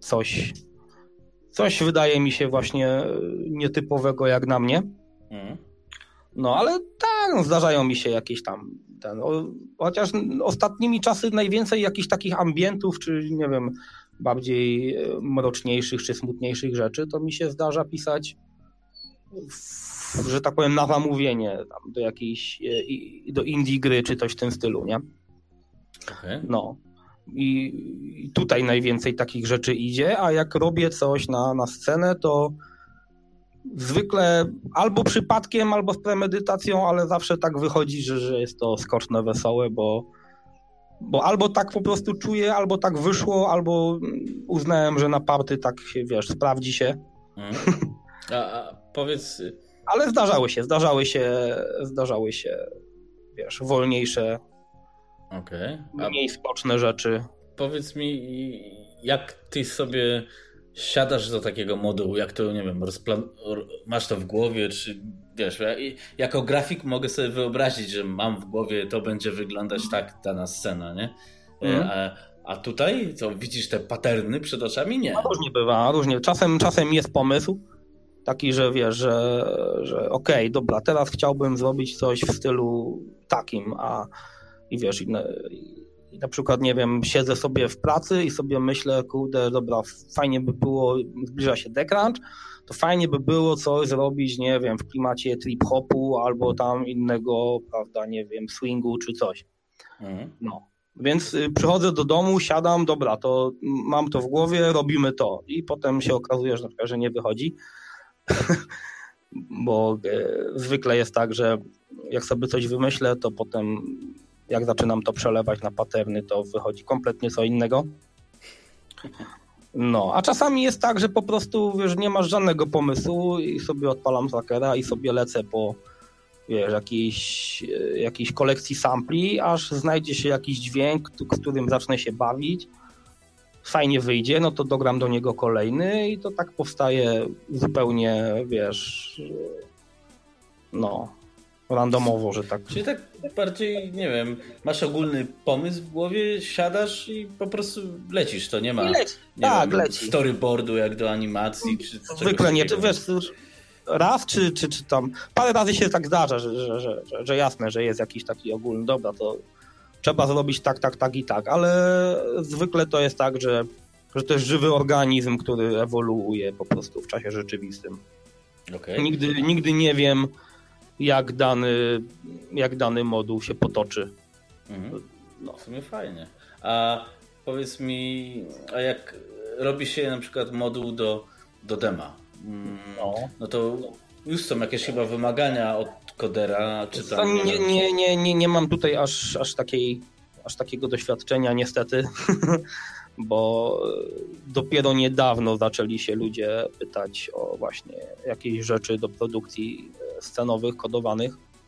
coś wydaje mi się właśnie nietypowego jak na mnie. No ale tak, zdarzają mi się jakieś tam chociaż ostatnimi czasy najwięcej jakichś takich ambientów, czy nie wiem, bardziej mroczniejszych czy smutniejszych rzeczy, to mi się zdarza pisać że tak powiem, na zamówienie tam do indie gry czy coś w tym stylu, nie? Okay. No. I tutaj najwięcej takich rzeczy idzie, a jak robię coś na scenę, to zwykle albo przypadkiem, albo z premedytacją, ale zawsze tak wychodzi, że jest to skoczne, wesołe, bo albo tak po prostu czuję, albo tak wyszło, albo uznałem, że na party tak się, wiesz, sprawdzi się. A powiedz... Ale zdarzały się, wiesz, wolniejsze, mniej skoczne rzeczy. Powiedz mi, jak ty sobie siadasz do takiego modułu, jak to, nie wiem, masz to w głowie, czy wiesz, jako grafik mogę sobie wyobrazić, że mam w głowie, to będzie wyglądać tak dana scena, nie? A tutaj, co, widzisz te paterny przed oczami? Nie. No, różnie bywa, różnie. Czasem jest pomysł taki, że wiesz, że okej, dobra, teraz chciałbym zrobić coś w stylu takim, i wiesz, i na przykład, nie wiem, siedzę sobie w pracy i sobie myślę, kurde, dobra, fajnie by było, zbliża się decrunch, to fajnie by było coś zrobić, nie wiem, w klimacie trip-hopu albo tam innego, prawda, nie wiem, swingu czy coś. No. Więc przychodzę do domu, siadam, dobra, to mam to w głowie, robimy to. I potem się okazuje, że na przykład, że nie wychodzi. Bo zwykle jest tak, że jak sobie coś wymyślę, to potem jak zaczynam to przelewać na paterny, to wychodzi kompletnie co innego. No, a czasami jest tak, że po prostu, wiesz, nie masz żadnego pomysłu i sobie odpalam Trackera i sobie lecę po, wiesz, jakiejś kolekcji sampli, aż znajdzie się jakiś dźwięk, którym zacznę się bawić. Fajnie wyjdzie, no to dogram do niego kolejny i to tak powstaje zupełnie, wiesz, no, randomowo, że tak. Czyli tak bardziej, nie wiem, masz ogólny pomysł w głowie, siadasz i po prostu lecisz, to nie ma leci. Storyboardu jak do animacji, czy zwykle nie, czy wiesz, raz czy tam, parę razy się tak zdarza, że jasne, że jest jakiś taki ogólny, dobra, to trzeba zrobić tak i tak, ale zwykle to jest tak, że to jest żywy organizm, który ewoluuje po prostu w czasie rzeczywistym. Okay. Nigdy nie wiem, jak dany moduł się potoczy. No, w sumie fajnie. A powiedz mi, a jak robi się na przykład moduł do dema, no to już są jakieś chyba wymagania od kodera, czy tam... Nie mam tutaj aż takiego doświadczenia niestety, bo dopiero niedawno zaczęli się ludzie pytać o właśnie jakieś rzeczy do produkcji scenowych, kodowanych.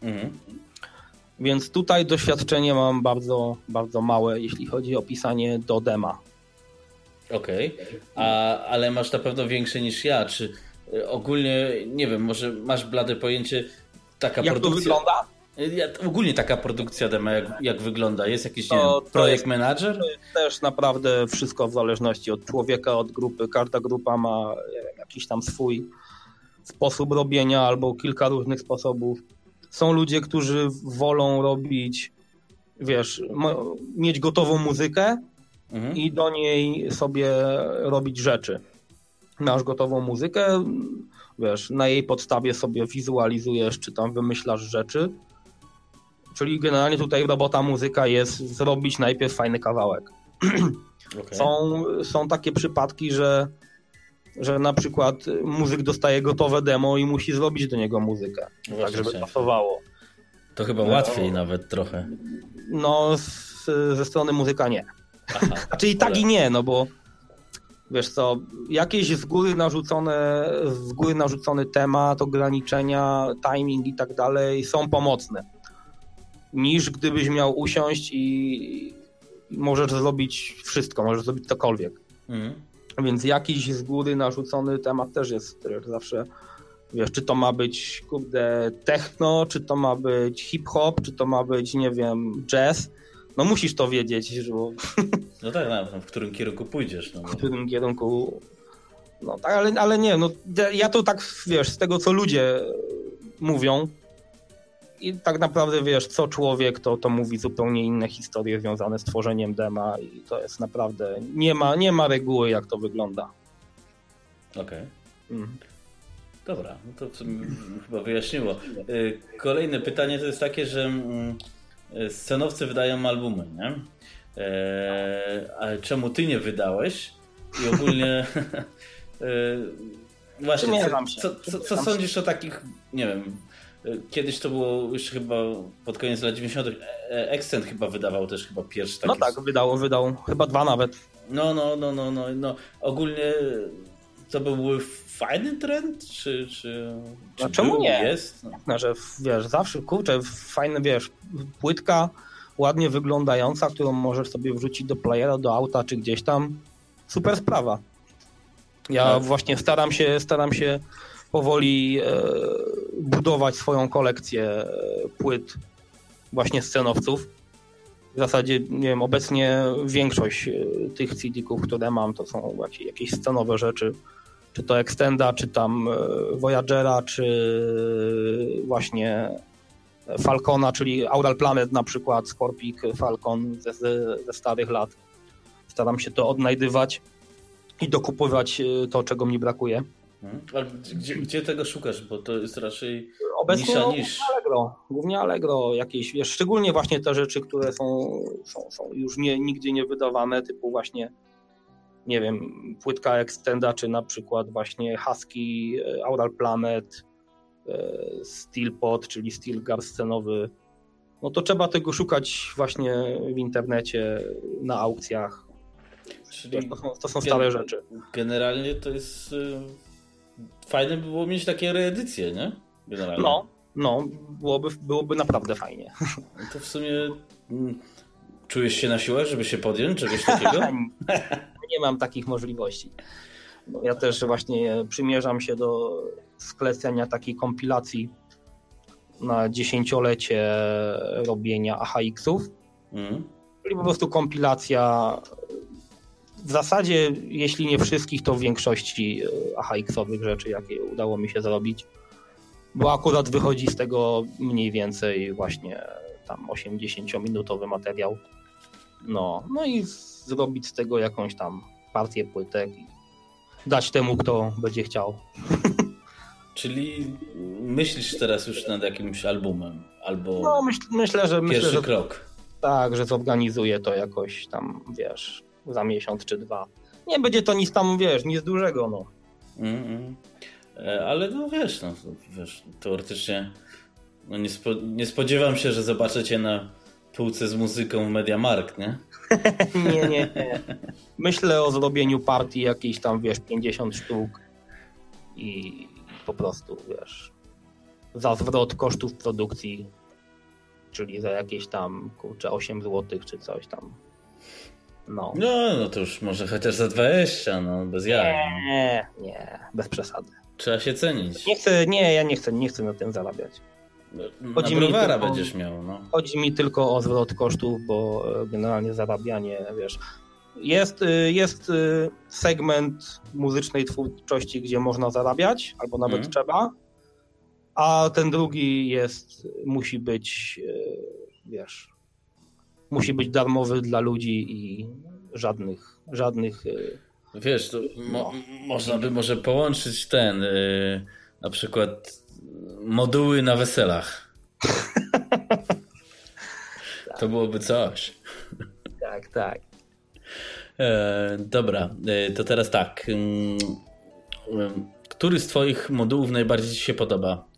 Więc tutaj doświadczenie mam bardzo, bardzo małe, jeśli chodzi o pisanie do dema. Okej. Ale masz na pewno większe niż ja, czy ogólnie, nie wiem, może masz blade pojęcie, taka jak produkcja... to wygląda? Ogólnie taka produkcja dema, jak wygląda? Jest jakiś projekt manager? To jest też naprawdę wszystko w zależności od człowieka, od grupy. Każda grupa ma jakiś tam swój sposób robienia albo kilka różnych sposobów. Są ludzie, którzy wolą robić, wiesz, mieć gotową muzykę i do niej sobie robić rzeczy. Masz gotową muzykę, wiesz, na jej podstawie sobie wizualizujesz, czy tam wymyślasz rzeczy. Czyli generalnie tutaj robota muzyka jest zrobić najpierw fajny kawałek. Okay. Są takie przypadki, że na przykład muzyk dostaje gotowe demo i musi zrobić do niego muzykę, no tak żeby pasowało. To chyba łatwiej nawet trochę. No, ze strony muzyka nie. Znaczy i tak i nie, no bo wiesz co, jakieś z góry narzucony temat, ograniczenia, timing i tak dalej są pomocne. Niż gdybyś miał usiąść i możesz zrobić wszystko, możesz zrobić cokolwiek. Więc jakiś z góry narzucony temat też jest zawsze, wiesz, czy to ma być, kurde, techno, czy to ma być hip-hop, czy to ma być, nie wiem, jazz. No musisz to wiedzieć, że... No tak, no, w którym kierunku pójdziesz. No. W którym kierunku... No tak, ale nie, no ja to tak, wiesz, z tego co ludzie mówią i tak naprawdę, wiesz, co człowiek, to mówi zupełnie inne historie związane z tworzeniem dema i to jest naprawdę... Nie ma reguły, jak to wygląda. Okej. Dobra, no to w sumie chyba wyjaśniło. Kolejne pytanie to jest takie, że scenowcy wydają albumy, nie? Ale czemu ty nie wydałeś? I ogólnie właśnie, co sądzisz o takich, nie wiem, kiedyś to było już chyba pod koniec lat 90. Extent chyba wydawał też chyba pierwszy taki... No tak, wydał chyba 2 nawet. No. Ogólnie to byłby fajny trend, czy no czemu nie? Jest? No, że wiesz, zawsze, kurczę, fajne, wiesz, płytka ładnie wyglądająca, którą możesz sobie wrzucić do playera, do auta, czy gdzieś tam. Super sprawa. Ja właśnie staram się powoli budować swoją kolekcję płyt właśnie scenowców. W zasadzie, nie wiem, obecnie większość tych CD-ków, które mam, to są jakieś scenowe rzeczy. Czy to Extenda, czy tam Voyagera, czy właśnie Falcona, czyli Aural Planet na przykład, Scorpic, Falcon ze starych lat. Staram się to odnajdywać i dokupować to, czego mi brakuje. A gdzie tego szukasz? Bo to jest raczej obecnie nisza niż... Głównie Allegro jakieś, wiesz, szczególnie właśnie te rzeczy, które są już nigdzie nie wydawane, typu właśnie, nie wiem, płytka Extenda, czy na przykład właśnie Husky, Aural Planet, Steelpod, czyli Steelguard scenowy. No to trzeba tego szukać właśnie w internecie, na aukcjach. Czyli to są stare rzeczy. Generalnie to jest... Fajne by było mieć takie reedycje, nie? Generalnie. No, byłoby naprawdę fajnie. To w sumie czujesz się na siłę, żeby się podjąć czegoś takiego? Nie mam takich możliwości. Ja też właśnie przymierzam się do sklecenia takiej kompilacji na 10-lecie robienia AHX-ów. Czyli po prostu kompilacja w zasadzie, jeśli nie wszystkich, to w większości AHX-owych rzeczy, jakie udało mi się zrobić. Bo akurat wychodzi z tego mniej więcej właśnie tam 80-minutowy materiał. No i zrobić z tego jakąś tam partię płytek i dać temu, kto będzie chciał. Czyli myślisz teraz już nad jakimś albumem? Albo no, myślę, że krok. Tak, że zorganizuję to jakoś tam, wiesz, za miesiąc czy 2. Nie będzie to nic tam, wiesz, nic dużego, no. Ale no wiesz, teoretycznie nie spodziewam się, że zobaczę cię na półce z muzyką w MediaMarkt, nie? Nie. Myślę o zrobieniu partii jakiejś tam, wiesz, 50 sztuk i po prostu, wiesz, za zwrot kosztów produkcji, czyli za jakieś tam, kurczę, 8 zł czy coś tam. No to już może chociaż za 20, no bez jaj. Nie, bez przesady. Trzeba się cenić. Ja nie chcę na tym zarabiać. Na browara będziesz miał, no. Chodzi mi tylko o zwrot kosztów, bo generalnie zarabianie, wiesz, jest segment muzycznej twórczości, gdzie można zarabiać, albo nawet trzeba, a ten drugi musi być, wiesz, musi być darmowy dla ludzi i żadnych wiesz, to można by może połączyć na przykład moduły na weselach. To byłoby coś. Tak. Dobra, to teraz tak. Który z twoich modułów najbardziej ci się podoba?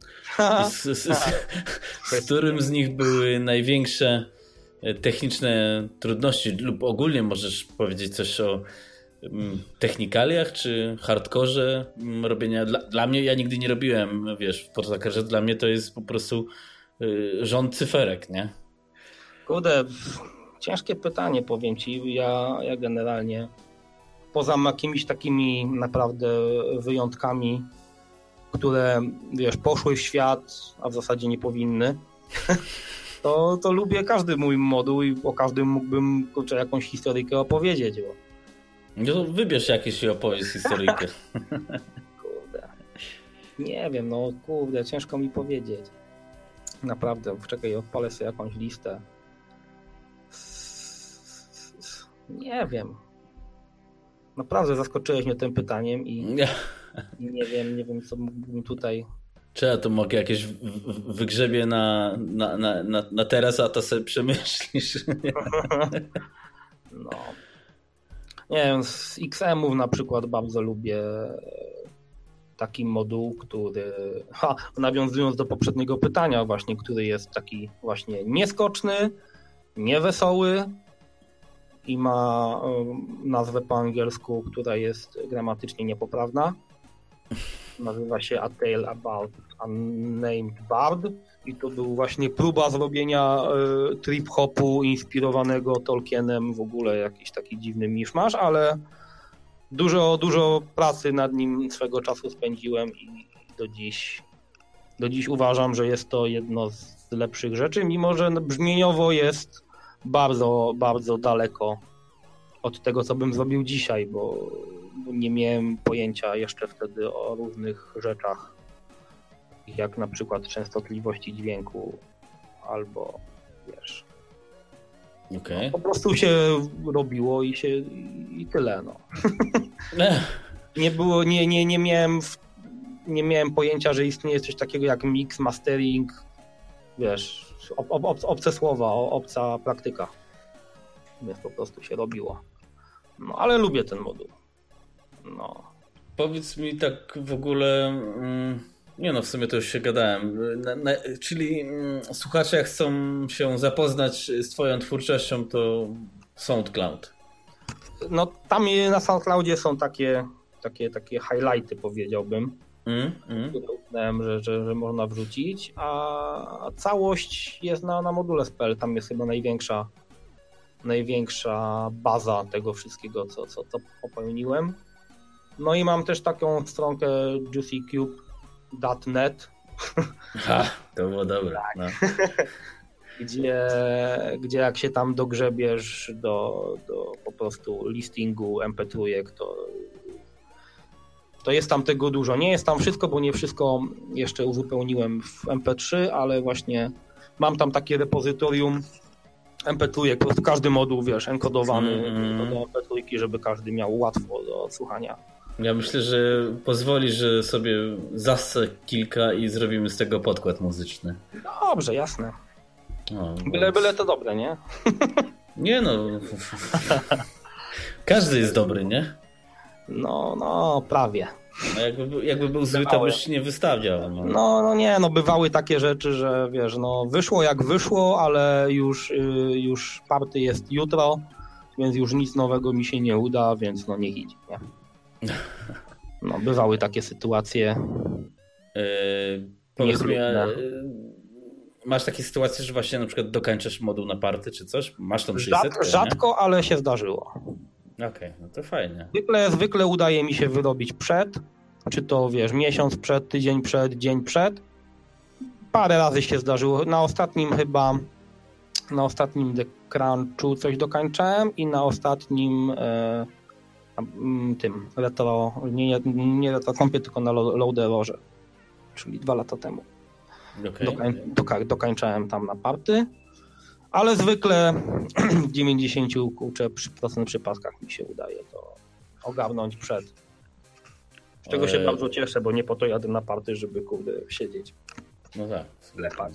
Z którym z nich były największe techniczne trudności? Lub ogólnie możesz powiedzieć coś o technikaliach czy hardkorze robienia. Dla mnie, ja nigdy nie robiłem, wiesz, w Portakerze, dla mnie to jest po prostu rząd cyferek, nie? Kurde, ciężkie pytanie, powiem ci. Ja generalnie poza jakimiś takimi naprawdę wyjątkami, które, wiesz, poszły w świat, a w zasadzie nie powinny, to lubię każdy mój moduł i o każdym mógłbym, kurczę, jakąś historyjkę opowiedzieć. No to wybierz jakieś i opowiedz historyjkę. Kurde. Nie wiem, ciężko mi powiedzieć. Naprawdę, czekaj, odpalę sobie jakąś listę. Nie wiem. Naprawdę zaskoczyłeś mnie tym pytaniem i... Nie wiem co mógłbym tutaj... Czy ja to mogę jakieś wygrzebie na teraz, a to sobie przemyślisz? No. Nie wiem, z XM-ów na przykład bardzo lubię taki moduł, który, nawiązując do poprzedniego pytania właśnie, który jest taki właśnie nieskoczny, niewesoły i ma nazwę po angielsku, która jest gramatycznie niepoprawna. Nazywa się A Tale About Unnamed Bard i to był właśnie próba zrobienia trip-hopu inspirowanego Tolkienem, w ogóle jakiś taki dziwny miszmasz, ale dużo pracy nad nim swego czasu spędziłem i do dziś uważam, że jest to jedno z lepszych rzeczy, mimo że brzmieniowo jest bardzo, bardzo daleko od tego, co bym zrobił dzisiaj, bo nie miałem pojęcia jeszcze wtedy o różnych rzeczach, jak na przykład częstotliwości dźwięku albo wiesz. Okay. No, po prostu się robiło i tyle. No. Nie miałem pojęcia, że istnieje coś takiego jak mix, mastering, wiesz, obce słowa, obca praktyka. Więc po prostu się robiło. No, ale lubię ten moduł. No. Powiedz mi tak w ogóle, nie no, w sumie to już się gadałem, czyli słuchacze jak chcą się zapoznać z twoją twórczością, to SoundCloud. No tam na SoundCloudzie są takie highlighty, powiedziałbym, które uznałem, że można wrzucić, a całość jest na module.pl, tam jest chyba największa baza tego wszystkiego, co popełniłem. No i mam też taką stronkę juicycube.net. To było dobre. Tak. No. gdzie jak się tam dogrzebiesz do po prostu listingu MP3, to jest tam tego dużo. Nie jest tam wszystko, bo nie wszystko jeszcze uzupełniłem w MP3, ale właśnie mam tam takie repozytorium MP3, po prostu każdy moduł, wiesz, enkodowany do MP3, żeby każdy miał łatwo do odsłuchania. Ja myślę, że pozwolisz, że sobie zassę kilka i zrobimy z tego podkład muzyczny. Dobrze, jasne. Byle to dobre, nie? Nie no. Każdy jest dobry, nie? No, prawie. No jakby był zły, to byś nie wystawiał. No nie, bywały takie rzeczy, że wiesz, wyszło jak wyszło, ale już party jest jutro, więc już nic nowego mi się nie uda, więc niech idzie, nie? No, bywały takie sytuacje. Powiedz mi, masz takie sytuacje, że właśnie na przykład dokańczasz moduł na party czy coś? Masz tą 600? Rzadko, ale się zdarzyło. Okej, no to fajnie. Zwykle udaje mi się wyrobić przed, czy to wiesz, miesiąc przed, tydzień przed, dzień przed. Parę razy się zdarzyło. Na ostatnim The Crunchu coś dokańczałem i na ostatnim tym retro, nie retro kompie, tylko na Loaderorze, czyli 2 lata temu. Okay. Dokańczałem tam na party, ale zwykle w 90% przypadkach mi się udaje to ogarnąć przed. Z czego się bardzo cieszę, bo nie po to jadę na party, żeby siedzieć. No tak. Lepać.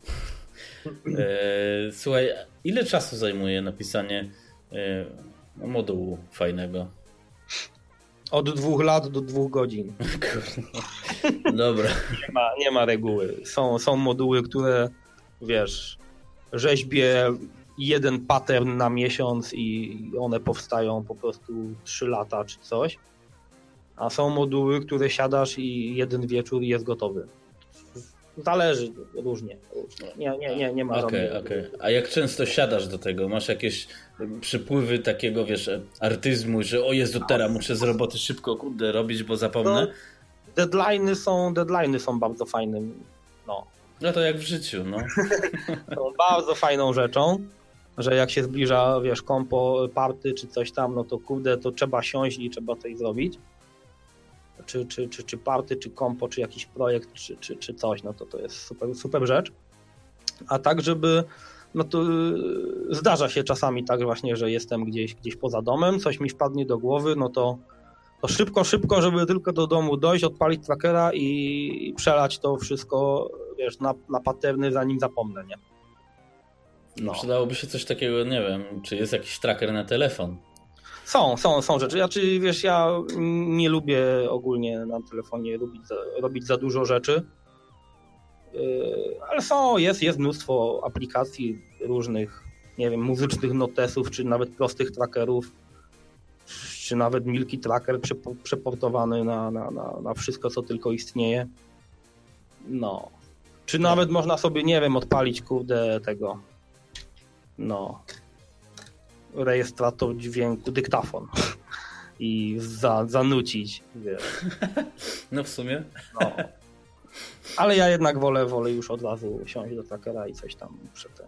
Słuchaj, ile czasu zajmuje napisanie modułu fajnego? Od 2 lat do 2 godzin. Dobra. Nie ma reguły. Są moduły, które wiesz, rzeźbię jeden pattern na miesiąc i one powstają po prostu 3 lata czy coś. A są moduły, które siadasz i jeden wieczór jest gotowy. Zależy, różnie. Nie ma żadnego. Okay. A jak często siadasz do tego? Masz jakieś przypływy takiego, wiesz, artyzmu, że o Jezu, teraz muszę z roboty szybko robić, bo zapomnę? Deadline'y są bardzo fajnym. No to jak w życiu, no. Są bardzo fajną rzeczą, że jak się zbliża, wiesz, kompo, party czy coś tam, no to to trzeba siąść i trzeba coś zrobić. Czy party, czy kompo, czy jakiś projekt, czy coś, no to jest super rzecz. A tak, żeby, to zdarza się czasami tak właśnie, że jestem gdzieś poza domem, coś mi wpadnie do głowy, no to to szybko, żeby tylko do domu dojść, odpalić trackera i przelać to wszystko, wiesz, na paterny, zanim zapomnę, nie? No. Przydałoby się coś takiego, nie wiem, czy jest jakiś tracker na telefon? Są rzeczy. Wiesz, ja nie lubię ogólnie na telefonie robić za dużo rzeczy, ale jest mnóstwo aplikacji różnych, nie wiem, muzycznych notesów, czy nawet prostych trackerów, czy nawet Milky Tracker przeportowany na wszystko, co tylko istnieje. No. Czy nawet można sobie, nie wiem, odpalić, tego, rejestrator dźwięku, dyktafon i zanucić, wiesz. No w sumie. No. Ale ja jednak wolę już od razu siąść do trackera i coś tam przedtem.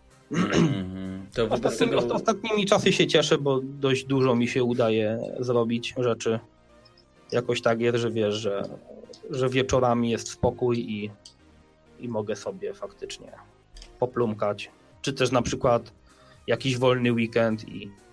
To Ostatnimi czasy się cieszę, bo dość dużo mi się udaje zrobić rzeczy. Jakoś tak jest, że wiesz, że wieczorami jest spokój i mogę sobie faktycznie poplumkać. Czy też na przykład jakiś wolny weekend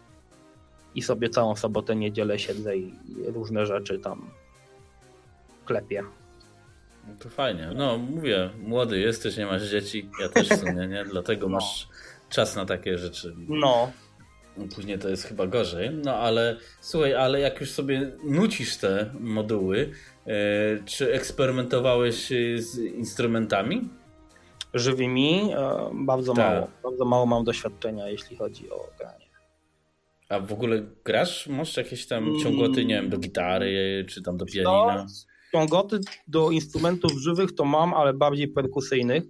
i sobie całą sobotę, niedzielę siedzę i różne rzeczy tam klepię. No to fajnie. No mówię, młody jesteś, nie masz dzieci, ja też w sumie, nie? Dlatego masz czas na takie rzeczy. No. Później to jest chyba gorzej. No ale słuchaj, ale jak już sobie nucisz te moduły, czy eksperymentowałeś z instrumentami? Żywymi? Bardzo mało. Bardzo mało mam doświadczenia, jeśli chodzi o granie. A w ogóle grasz? Masz jakieś tam ciągoty, nie wiem, do gitary, czy tam do pianina? Ciągoty do instrumentów żywych to mam, ale bardziej perkusyjnych.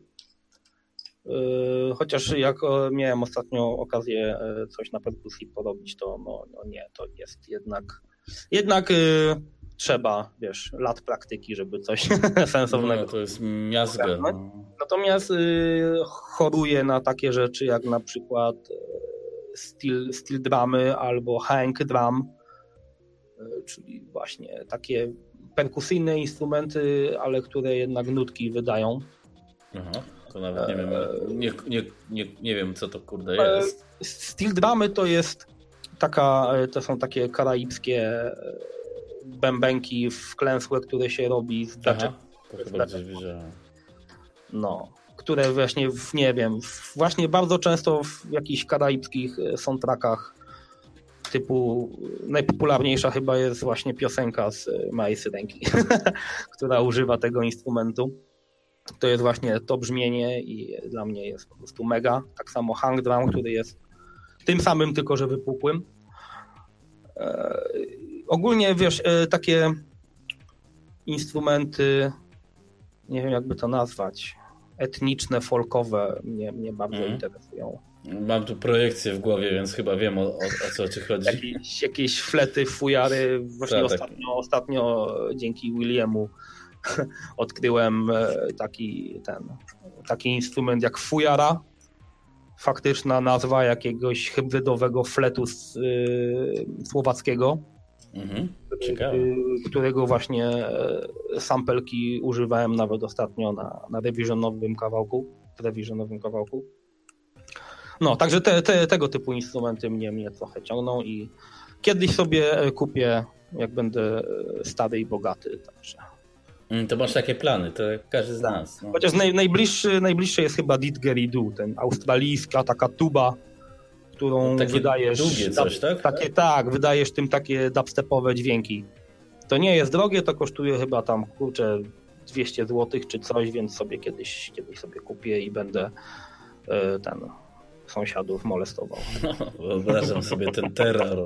Chociaż jak miałem ostatnio okazję coś na perkusji porobić, to nie, to jest jednak trzeba, wiesz, lat praktyki, żeby coś sensownego. No, to jest miazga. Natomiast choruję na takie rzeczy jak na przykład steel drumy albo hang drum, czyli właśnie takie perkusyjne instrumenty, ale które jednak nutki wydają. Aha, to nawet nie wiem, nie wiem co to kurde jest. Steel drumy to są takie karaibskie bębenki wklęsłe, które się robi z beczek. To chyba gdzieś widziałem. No, które właśnie, nie wiem, właśnie bardzo często w jakichś karaibskich soundtrackach typu najpopularniejsza chyba jest właśnie piosenka z Małej Syrenki, która używa tego instrumentu. To jest właśnie to brzmienie i dla mnie jest po prostu mega. Tak samo hang drum, który jest tym samym, tylko że wypukłym. Ogólnie wiesz, takie instrumenty, nie wiem jakby to nazwać, etniczne, folkowe mnie bardzo interesują. Mam tu projekcję w głowie, więc chyba wiem o co ci chodzi. Jakieś flety, fujary. Właśnie ostatnio dzięki Williamu odkryłem taki instrument jak fujara. Faktyczna nazwa jakiegoś hybrydowego fletu słowackiego, którego właśnie sampelki używałem nawet ostatnio na rewizjonowym kawałku. No, także tego typu instrumenty mnie trochę ciągną i kiedyś sobie kupię, jak będę stary i bogaty. Także. To masz takie plany, to każdy z nas. No. Chociaż najbliższy jest chyba didgeridoo, ten australijska taka tuba, którą takie wydajesz. Długie coś, tak? Wydajesz tym takie dubstepowe dźwięki. To nie jest drogie, to kosztuje chyba tam 200 zł czy coś, więc sobie kiedyś sobie kupię i będę sąsiadów molestował. No, wyobrażam sobie ten terror.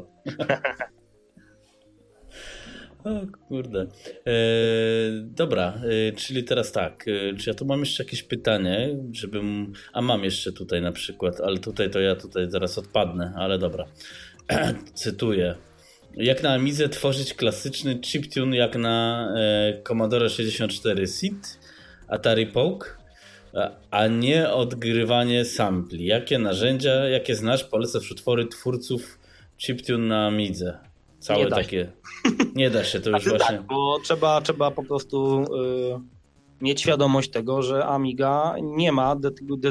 O kurde. Dobra, czyli teraz tak, czy ja tu mam jeszcze jakieś pytanie, mam jeszcze tutaj na przykład, ale tutaj ja zaraz odpadnę, ale dobra. Cytuję. Jak na Amidze tworzyć klasyczny chiptune jak na Commodore 64 SID, Atari Poke, a nie odgrywanie sampli. Jakie narzędzia, jakie znasz, polecasz utwory twórców chiptune na Amidze? Całe takie. Nie da się to już właśnie. Tak, bo trzeba po prostu mieć świadomość tego, że Amiga nie ma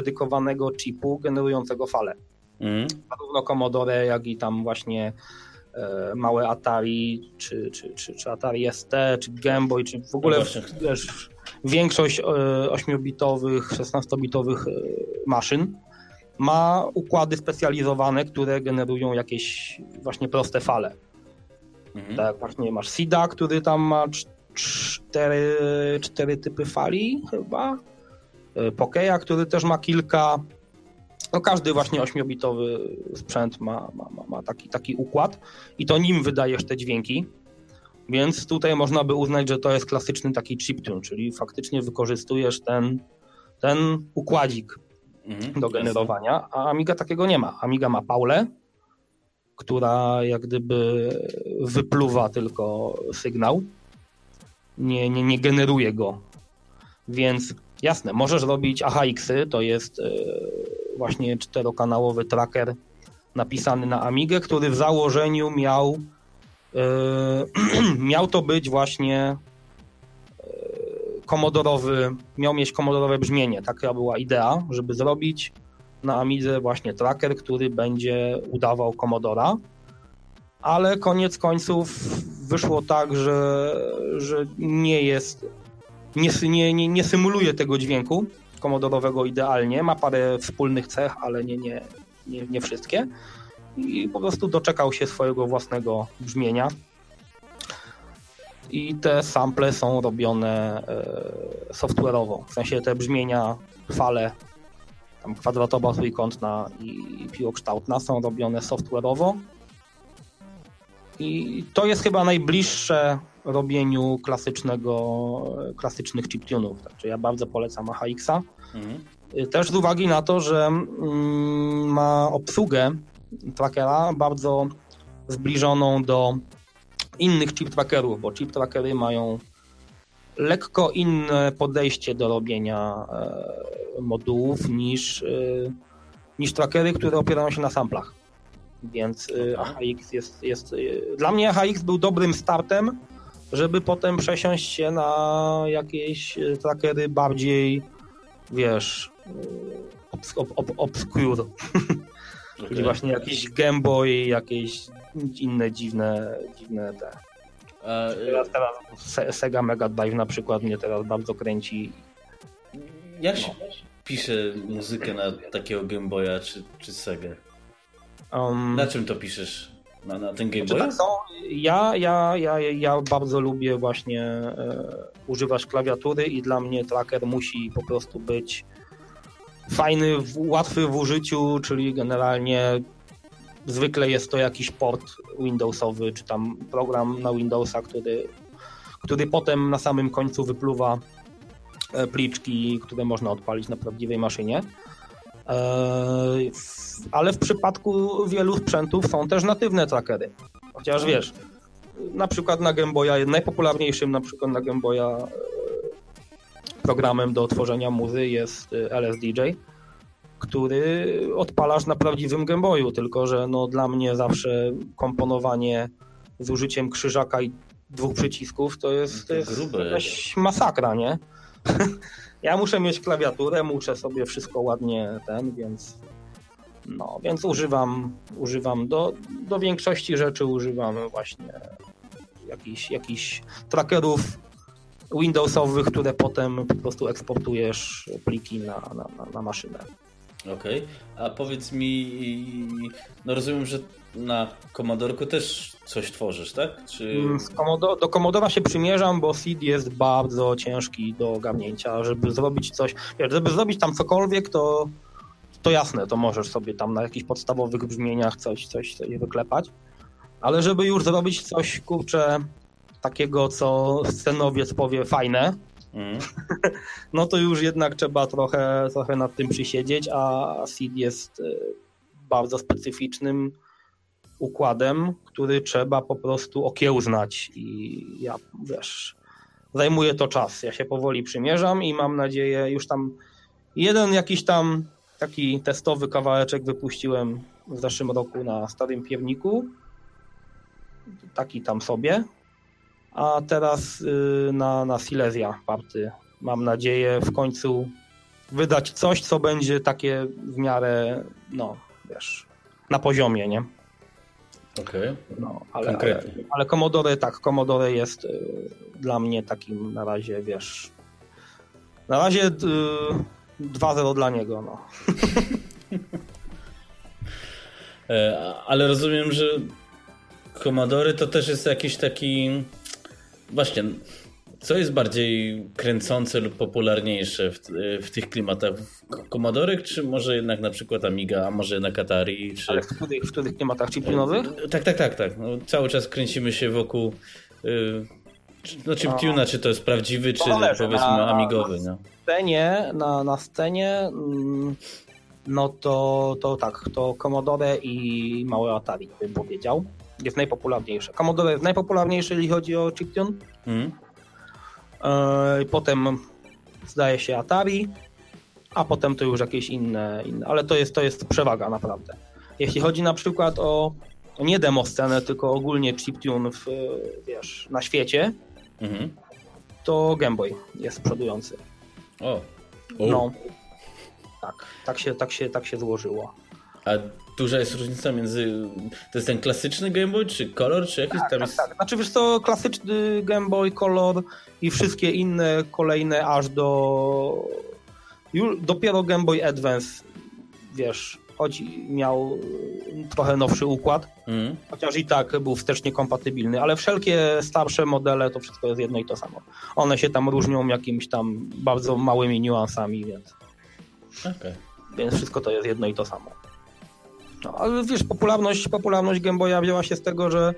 dedykowanego chipu generującego falę. Zarówno Commodore, jak i tam właśnie małe Atari, czy Atari ST, czy Game Boy, czy w ogóle wiesz, większość 8-bitowych, 16-bitowych maszyn ma układy specjalizowane, które generują jakieś właśnie proste fale. Tak, właśnie masz SIDA, który tam ma 4 typy fali chyba. Pokeya, który też ma kilka. No każdy właśnie 8-bitowy sprzęt ma taki układ i to nim wydajesz te dźwięki. Więc tutaj można by uznać, że to jest klasyczny taki chiptune, czyli faktycznie wykorzystujesz ten układzik do generowania, a Amiga takiego nie ma. Amiga ma Paulę, która jak gdyby wypluwa tylko sygnał, nie generuje go. Więc jasne, możesz robić AHX-y, to jest właśnie 4-kanałowy tracker napisany na Amigę, który w założeniu miał to być właśnie miał mieć komodorowe brzmienie. Taka była idea, żeby zrobić na Amidze właśnie tracker, który będzie udawał Commodora, ale koniec końców wyszło tak, że nie symuluje tego dźwięku komodorowego idealnie, ma parę wspólnych cech, ale nie wszystkie i po prostu doczekał się swojego własnego brzmienia. I te sample są robione software'owo. W sensie te brzmienia, fale tam kwadratowa, trójkątna i piłokształtna są robione software'owo. I to jest chyba najbliższe robieniu klasycznych chiptune'ów. Także ja bardzo polecam AHX-a. Też z uwagi na to, że ma obsługę trackera bardzo zbliżoną do innych chip trackerów, bo chip trackery mają lekko inne podejście do robienia modułów niż trackery, które opierają się na samplach. Więc AHX jest dla mnie AHX był dobrym startem, żeby potem przesiąść się na jakieś trackery bardziej, wiesz, obscure. Czyli właśnie jakiś Game Boy, jakieś inne dziwne te. Teraz Sega Mega Drive na przykład mnie teraz bardzo kręci. Jak się pisze muzykę na takiego Game Boya czy Segę? Na czym to piszesz? Na ten Game Boy? Tak są. Ja bardzo lubię właśnie używać klawiatury i dla mnie tracker musi po prostu być fajny, łatwy w użyciu, czyli generalnie zwykle jest to jakiś port Windowsowy, czy tam program na Windowsa, który potem na samym końcu wypluwa pliczki, które można odpalić na prawdziwej maszynie. Ale w przypadku wielu sprzętów są też natywne trackery. Chociaż wiesz, na przykład na Game Boya, najpopularniejszym na przykład na Game Boya programem do tworzenia muzy jest LSDJ, który odpalasz na prawdziwym Game Boyu, tylko że no dla mnie zawsze komponowanie z użyciem krzyżaka i 2 przycisków to jest jakaś masakra, nie? Ja muszę mieć klawiaturę, muszę sobie wszystko ładnie więc używam do większości rzeczy używam właśnie jakichś trackerów Windowsowych, które potem po prostu eksportujesz pliki na maszynę. Okej, a powiedz mi, no rozumiem, że na Commodorku też coś tworzysz, tak? Czy... Do Commodora się przymierzam, bo SID jest bardzo ciężki do ogarnięcia, żeby zrobić coś, żeby zrobić tam cokolwiek, to jasne, to możesz sobie tam na jakichś podstawowych brzmieniach coś wyklepać, ale żeby już zrobić coś, kurczę, takiego, co scenowiec powie fajne, no to już jednak trzeba trochę nad tym przysiedzieć, a SID jest bardzo specyficznym układem, który trzeba po prostu okiełznać i zajmuje to czas. Ja się powoli przymierzam i mam nadzieję, już tam jeden jakiś tam taki testowy kawałeczek wypuściłem w zeszłym roku na starym piewniku, taki tam sobie, a teraz na Silesia party mam nadzieję w końcu wydać coś, co będzie takie w miarę, no wiesz, na poziomie, nie? Okej. No, ale Commodore jest dla mnie takim na razie, wiesz, na razie 2-0 dla niego, no. Ale rozumiem, że Commodore to też jest jakiś taki... Właśnie, co jest bardziej kręcące lub popularniejsze w tych klimatach? Commodore, czy może jednak na przykład Amiga, a może jednak Atari? Czy... Ale w których klimatach chiptunowych? Tak. No, cały czas kręcimy się wokół chiptuna, czy to jest prawdziwy, czy powiedzmy amigowy. Na scenie no to Commodore i małe Atari, bym powiedział. Jest najpopularniejsze. Commodore jest najpopularniejszy, jeżeli chodzi o chiptune. Potem zdaje się Atari, a potem to już jakieś inne, ale to jest przewaga naprawdę. Jeśli chodzi na przykład o nie demo scenę, tylko ogólnie chiptune na świecie, to Game Boy jest przodujący. No, tak się złożyło. A duża jest różnica między... To jest ten klasyczny Game Boy, czy Color, czy jakiś tam jest... Tak. Znaczy wiesz co, klasyczny Game Boy, Color i wszystkie inne kolejne aż do... Dopiero Game Boy Advance, wiesz, choć miał trochę nowszy układ, chociaż i tak był wstecznie kompatybilny, ale wszelkie starsze modele to wszystko jest jedno i to samo. One się tam różnią jakimiś tam bardzo małymi niuansami, więc... Więc wszystko to jest jedno i to samo. No, ale wiesz, popularność Game Boya wzięła się z tego, że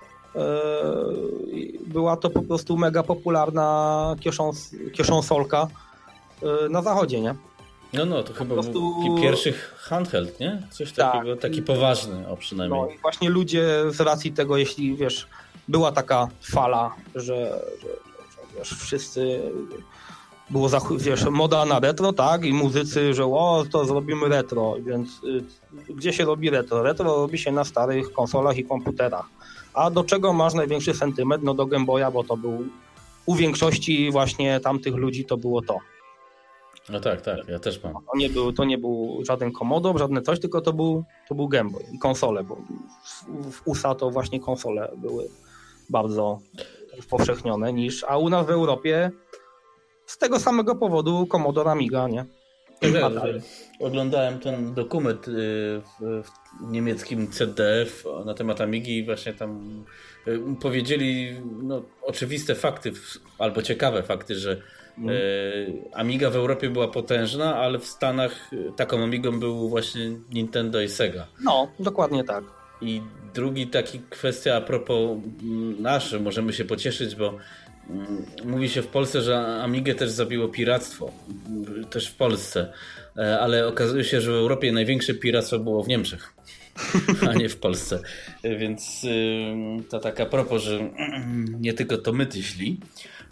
była to po prostu mega popularna kieszonsolka na zachodzie, nie? No, to chyba był pierwszy handheld, nie? Coś takiego, taki poważny, przynajmniej. No i właśnie ludzie z racji tego, jeśli wiesz, była taka fala, że wiesz, wszyscy... Było moda na retro, tak? I muzycy, że to zrobimy retro. Więc gdzie się robi retro? Retro robi się na starych konsolach i komputerach. A do czego masz największy sentyment? No do Game Boya, bo to był u większości właśnie tamtych ludzi to było to. No tak, ja też mam. To nie był żaden Commodore, żadne coś, tylko to był Game Boy i konsole, bo w USA to właśnie konsole były bardzo upowszechnione a u nas w Europie z tego samego powodu Commodore, Amiga, nie? Oglądałem ten dokument w niemieckim ZDF na temat Amigi i właśnie tam powiedzieli oczywiste fakty, albo ciekawe fakty, że Amiga w Europie była potężna, ale w Stanach taką Amigą był właśnie Nintendo i Sega. No, dokładnie tak. I drugi taki kwestia a propos nasze, możemy się pocieszyć, bo mówi się w Polsce, że Amigę też zabiło piractwo. Też w Polsce. Ale okazuje się, że w Europie największe piractwo było w Niemczech, a nie w Polsce. Więc to tak a propos, że nie tylko to my tyśli.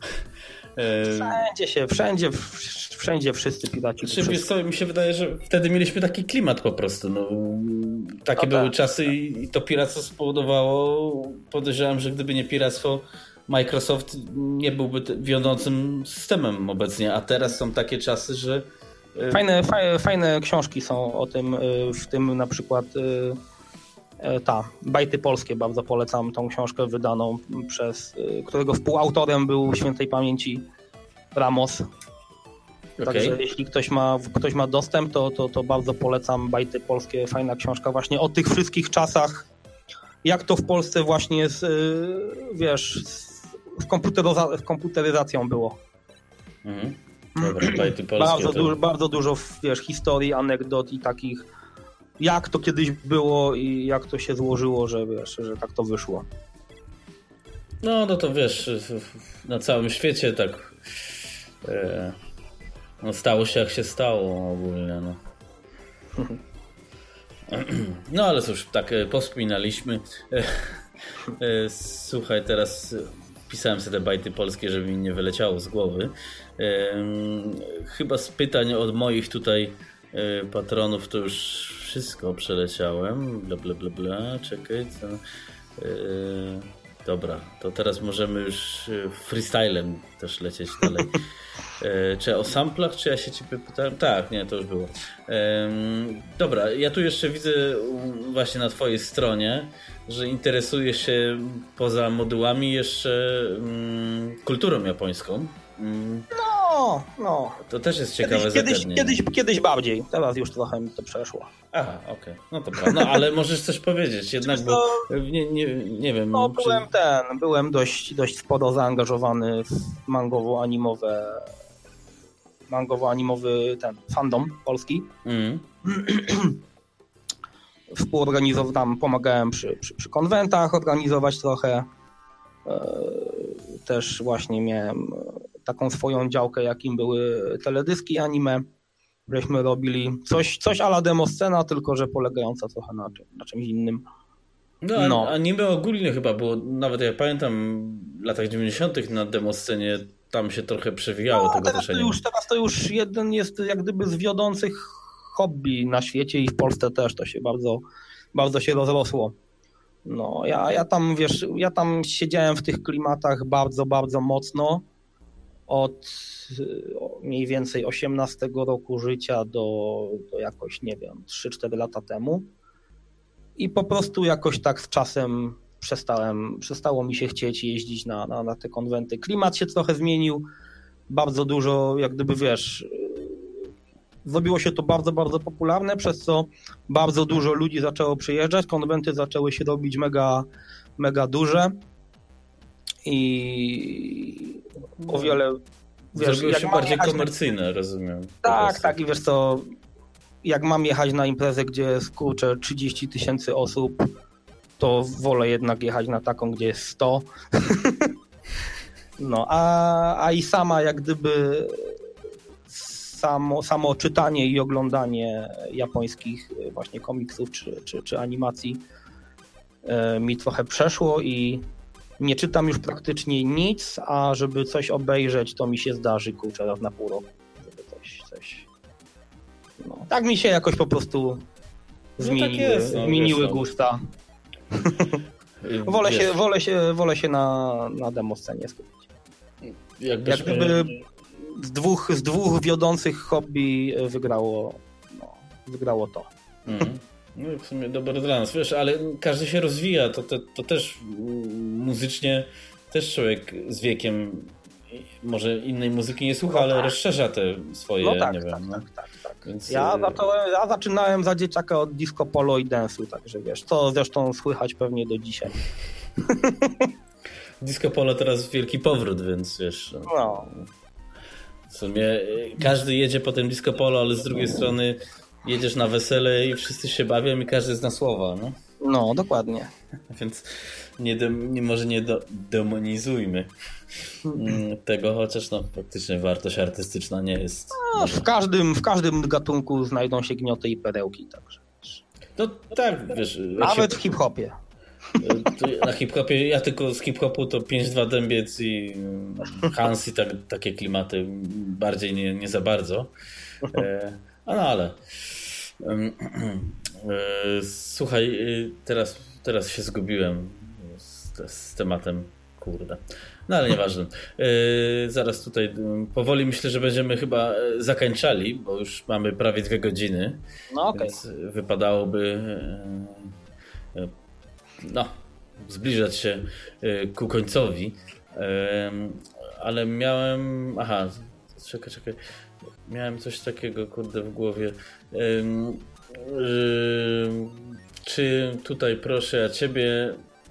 Wszędzie wszyscy piraci. Wiesz co, mi się wydaje, że wtedy mieliśmy taki klimat po prostu. Takie były czasy i to piractwo spowodowało, podejrzewam, że gdyby nie piractwo, Microsoft nie byłby wiodącym systemem obecnie, a teraz są takie czasy, że... Fajne książki są o tym, w tym na przykład Bajty Polskie, bardzo polecam tą książkę wydaną którego współautorem był świętej pamięci Ramos. Także jeśli ktoś ma dostęp, to bardzo polecam Bajty Polskie, fajna książka właśnie o tych wszystkich czasach, jak to w Polsce właśnie z komputeryzacją było. Dobra, Bajty Polskie. Bardzo dużo historii, anegdot i takich, jak to kiedyś było i jak to się złożyło, że tak to wyszło. No to wiesz, na całym świecie tak stało się jak się stało ogólnie. No ale cóż, tak powspominaliśmy. Słuchaj, teraz pisałem sobie te Bajty Polskie, żeby mi nie wyleciało z głowy. Chyba z pytań od moich tutaj patronów to już wszystko przeleciałem. Bla. Czekaj. Dobra, to teraz możemy już freestylem też lecieć dalej. Czy o samplach, czy ja się ciebie pytałem? Tak, nie, to już było. Dobra, ja tu jeszcze widzę właśnie na twojej stronie że interesujesz się poza modułami jeszcze kulturą japońską. No. To też jest ciekawe zagadnienie. Kiedyś bardziej, teraz już trochę mi to przeszło. Aha, okej. No to prawda. No ale możesz coś powiedzieć jednak, bo nie wiem. No byłem dość sporo zaangażowany w mangowo-animowy ten fandom polski. Tam pomagałem przy konwentach organizować trochę. Też właśnie miałem taką swoją działkę, jakim były teledyski anime. Żeśmy robili coś a la demoscena, tylko że polegająca trochę na czymś innym. No. Anime ogólnie chyba było, nawet jak pamiętam w latach 90. na demoscenie tam się trochę przewijało tego też anime. Teraz to już jeden jest jak gdyby z wiodących hobby na świecie i w Polsce też to się bardzo, bardzo się rozrosło. No, ja tam siedziałem w tych klimatach bardzo, bardzo mocno od mniej więcej 18 roku życia do jakoś, nie wiem, 3-4 lata temu i po prostu jakoś tak z czasem przestało mi się chcieć jeździć na te konwenty. Klimat się trochę zmienił, bardzo dużo, jak gdyby zrobiło się to bardzo, bardzo popularne, przez co bardzo dużo ludzi zaczęło przyjeżdżać, konwenty zaczęły się robić mega, mega duże i o wiele... Zrobiło się bardziej komercyjne, rozumiem. Tak, i wiesz co, jak mam jechać na imprezę, gdzie jest 30 000 osób, to wolę jednak jechać na taką, gdzie jest 100. No, a i sama jak gdyby samo czytanie i oglądanie japońskich właśnie komiksów czy animacji mi trochę przeszło i nie czytam już praktycznie nic, a żeby coś obejrzeć, to mi się zdarzy raz na pół roku. Żeby coś. No. Tak mi się jakoś po prostu zmieniły gusta. Wolę się na demoscenie skupić. Jak gdyby z dwóch wiodących hobby wygrało to. No w sumie dobre dla nas, wiesz, ale każdy się rozwija, to też muzycznie też człowiek z wiekiem może innej muzyki nie słucha, ale rozszerza te swoje, tak. Więc... Ja zaczynałem za dzieciaka od disco polo i dance'u, także wiesz, co zresztą słychać pewnie do dzisiaj. Disco polo teraz wielki powrót, więc wiesz... No. W sumie każdy jedzie po tym disco polo, ale z drugiej strony jedziesz na wesele i wszyscy się bawią i każdy zna słowa, no? No, dokładnie. Więc może nie demonizujmy tego, chociaż no faktycznie wartość artystyczna nie jest... No, w każdym gatunku znajdą się gnioty i perełki, także. No tak, wiesz... Nawet w hip-hopie. Na hip-hopie, ja tylko z hip-hopu to 5-2 Dębiec i Hans i takie klimaty bardziej nie za bardzo. Ale słuchaj, teraz się zgubiłem z tematem, kurde. No ale nieważne. Zaraz tutaj powoli myślę, że będziemy chyba zakończali, bo już mamy prawie 2 godziny. No okej. Więc wypadałoby zbliżać się ku końcowi. Ale miałem... Aha, czekaj. Miałem coś takiego, kurde, w głowie. Czy tutaj, proszę ja ciebie,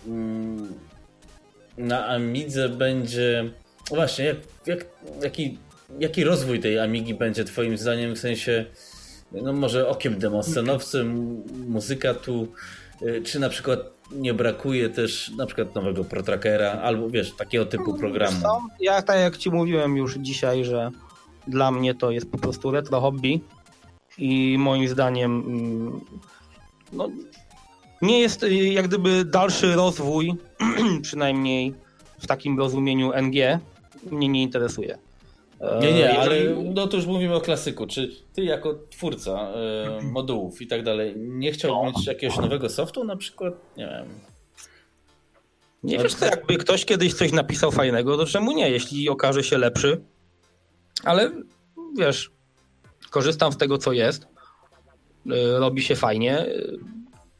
na Amidze będzie... Właśnie, jaki rozwój tej Amigi będzie twoim zdaniem, w sensie, no może okiem demoscenowcem, muzyka tu, czy na przykład nie brakuje też na przykład nowego ProTrackera, albo wiesz, takiego typu programu? Ja tak jak ci mówiłem już dzisiaj, że dla mnie to jest po prostu retro hobby i moim zdaniem no, nie jest jak gdyby dalszy rozwój, przynajmniej w takim rozumieniu NG, mnie nie interesuje. Nie, ale no to już mówimy o klasyku. Czy ty jako twórca modułów i tak dalej nie chciałbyś mieć jakiegoś nowego softu na przykład? Nie wiem. Nie wiesz co, jakby ktoś kiedyś coś napisał fajnego, to czemu nie, jeśli okaże się lepszy. Ale wiesz, korzystam z tego, co jest. Robi się fajnie.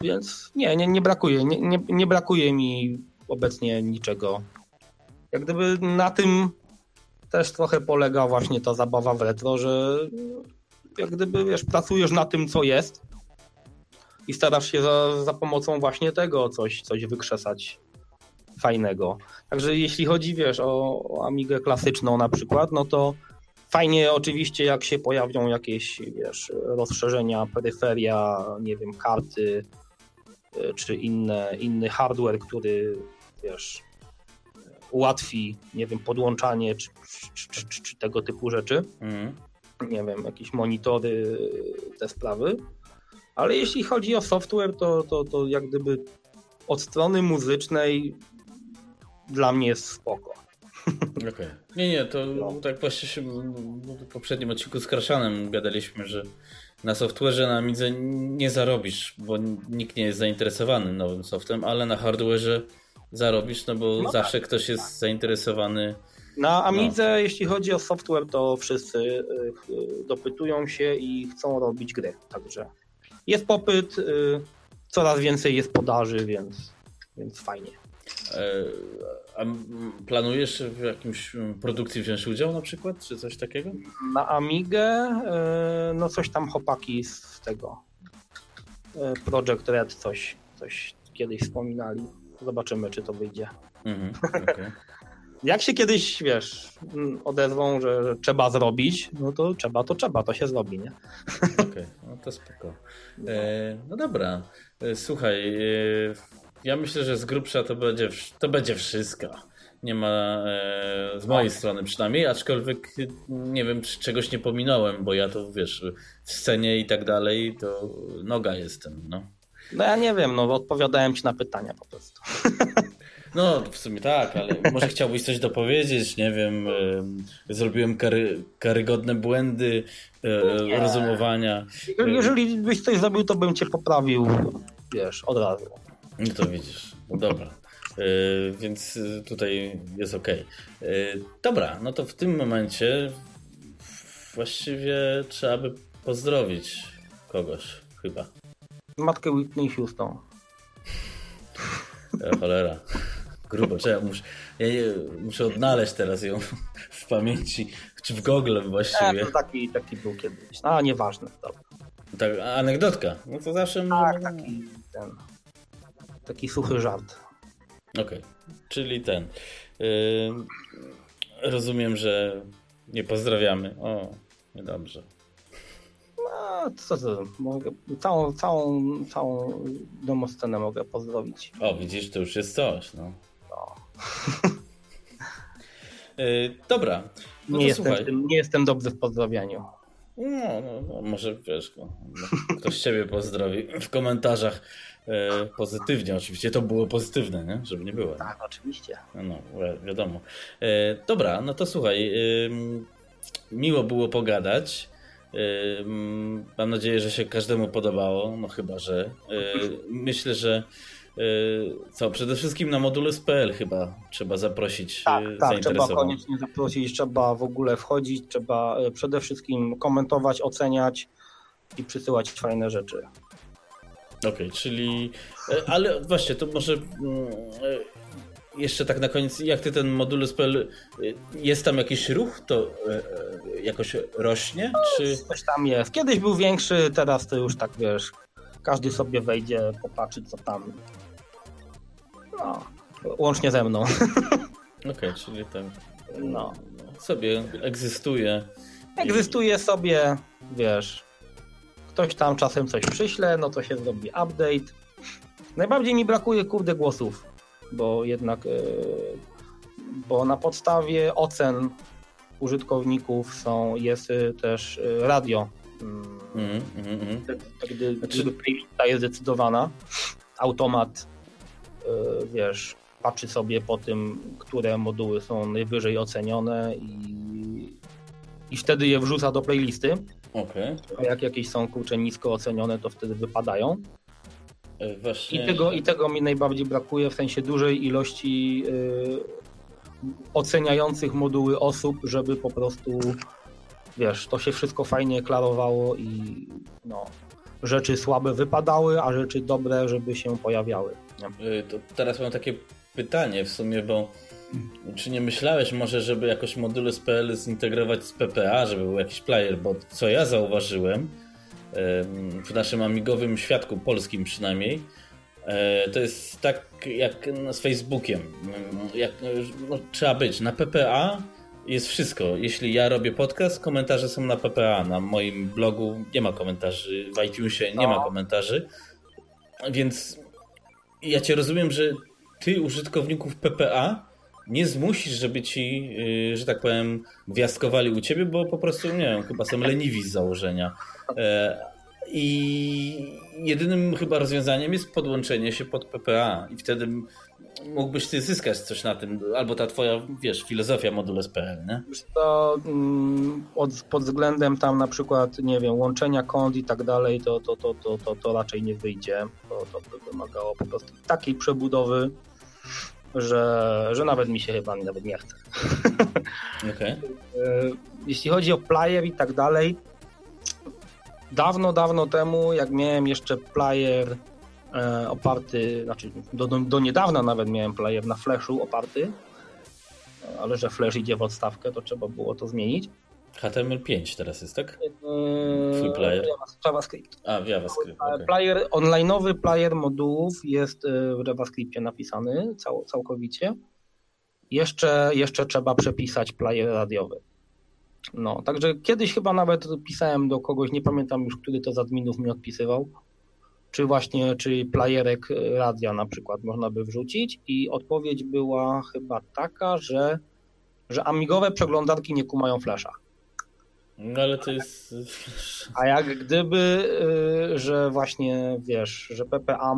Więc nie brakuje. Nie brakuje mi obecnie niczego. Jak gdyby na tym też trochę polega właśnie ta zabawa w retro, że jak gdyby wiesz, pracujesz na tym, co jest i starasz się za pomocą właśnie tego coś wykrzesać fajnego. Także jeśli chodzi, wiesz, o Amigę klasyczną na przykład, no to fajnie oczywiście, jak się pojawią jakieś, wiesz, rozszerzenia, peryferia, nie wiem, karty czy inny hardware, który, wiesz, ułatwi, nie wiem, podłączanie czy tego typu rzeczy. Nie wiem, jakieś monitory, te sprawy. Ale jeśli chodzi o software, to jak gdyby od strony muzycznej dla mnie jest spoko. Okej. Nie, to tak właśnie się w poprzednim odcinku z Kraszanem gadaliśmy, że na software'ze na Amidze nie zarobisz, bo nikt nie jest zainteresowany nowym softem, ale na hardware'ze zarobisz, no bo zawsze ktoś jest zainteresowany. Na Amidze, jeśli chodzi o software, to wszyscy dopytują się i chcą robić gry. Także jest popyt, coraz więcej jest podaży, więc fajnie. A planujesz w jakimś produkcji wziąć udział na przykład, czy coś takiego? Na Amigę, no coś tam chłopaki z tego Project Red coś kiedyś wspominali. Zobaczymy, czy to wyjdzie. Okay. Jak się kiedyś, wiesz, odezwą, że trzeba zrobić, no to trzeba, to się zrobi, nie? Okej, no to spoko. No dobra, słuchaj, ja myślę, że z grubsza to będzie wszystko. Nie ma z mojej strony przynajmniej, aczkolwiek nie wiem, czy czegoś nie pominąłem, bo ja to, wiesz, w scenie i tak dalej, to noga jestem, no. No ja nie wiem, no odpowiadałem ci na pytania po prostu. No, w sumie tak, ale może chciałbyś coś dopowiedzieć, nie wiem, zrobiłem karygodne błędy rozumowania. Jeżeli byś coś zrobił, to bym cię poprawił, wiesz, od razu. No to widzisz, no dobra, więc tutaj jest okej. Dobra, no to w tym momencie właściwie trzeba by pozdrowić kogoś, chyba. Matkę Whitney Houston. Cholera. Grubo, ja muszę odnaleźć teraz ją w pamięci, czy w Google właściwie. To taki był kiedyś. A, nieważne. Dobra. Tak, anegdotka. No to zawsze... Tak, taki suchy żart. Okej, czyli rozumiem, że nie pozdrawiamy. O, niedobrze. No, co mogę, całą domoscenę mogę pozdrowić. O, widzisz, to już jest coś, no. Dobra. No nie jestem dobry w pozdrowieniu. No, może wiesz, ktoś ciebie pozdrowi w komentarzach pozytywnie. Oczywiście to było pozytywne, nie? Żeby nie było. Tak, oczywiście. No, wiadomo. Dobra, no to słuchaj, miło było pogadać. Mam nadzieję, że się każdemu podobało, no chyba, że myślę, że przede wszystkim na modulus.pl chyba trzeba zaprosić Tak, trzeba koniecznie zaprosić, trzeba w ogóle wchodzić, trzeba przede wszystkim komentować, oceniać i przysyłać fajne rzeczy. Okej, czyli, ale właśnie, to może jeszcze tak na koniec, jak ty ten modulus.pl, jest tam jakiś ruch, to jakoś rośnie? Czy... Coś tam jest. Kiedyś był większy, teraz to już tak, wiesz, każdy sobie wejdzie, popatrzy co tam. No, łącznie ze mną. Okej, czyli tak no. sobie egzystuje. Egzystuje sobie, wiesz, ktoś tam czasem coś przyśle, no to się zrobi update. Najbardziej mi brakuje, głosów, bo jednak bo na podstawie ocen użytkowników jest też radio. Gdyby playlista jest zdecydowana, automat, wiesz, patrzy sobie po tym, które moduły są najwyżej ocenione i wtedy je wrzuca do playlisty. Okay. A jak jakieś są nisko ocenione, to wtedy wypadają. Właśnie... I tego mi najbardziej brakuje, w sensie dużej ilości oceniających moduły osób, żeby po prostu, wiesz, to się wszystko fajnie klarowało i no, rzeczy słabe wypadały, a rzeczy dobre, żeby się pojawiały. To teraz mam takie pytanie w sumie, bo czy nie myślałeś może, żeby jakoś Modulus.pl zintegrować z PPA, żeby był jakiś player, bo co ja zauważyłem w naszym amigowym świadku polskim przynajmniej, to jest tak jak z Facebookiem. Trzeba być. Na PPA jest wszystko. Jeśli ja robię podcast, komentarze są na PPA. Na moim blogu nie ma komentarzy, w iTunesie nie ma komentarzy. Więc ja cię rozumiem, że ty użytkowników PPA nie zmusisz, żeby ci, że tak powiem, gwiazdkowali u ciebie, bo po prostu, nie wiem, chyba są leniwi z założenia. I jedynym chyba rozwiązaniem jest podłączenie się pod PPA i wtedy mógłbyś ty zyskać coś na tym, albo ta twoja, wiesz, filozofia Modulus.pl, nie? To pod względem tam na przykład, nie wiem, łączenia kont i tak dalej, to raczej nie wyjdzie. To by wymagało po prostu takiej przebudowy, że nawet mi się chyba nawet nie chce. Okay. Jeśli chodzi o player i tak dalej, dawno temu, jak miałem jeszcze player oparty, znaczy do niedawna nawet miałem player na Flashu oparty, ale że Flash idzie w odstawkę, to trzeba było to zmienić. HTML5 teraz jest, tak? Twój player? JavaScript. W JavaScript. Okay. Player, online'owy player modułów jest w JavaScriptie napisany całkowicie. Jeszcze trzeba przepisać player radiowy. No, także kiedyś chyba nawet pisałem do kogoś, nie pamiętam już, który to z adminów mi odpisywał, czy playerek radia na przykład można by wrzucić i odpowiedź była chyba taka, że amigowe przeglądarki nie kumają Flasha. No ale to jest... A jak gdyby, że właśnie wiesz, że PPA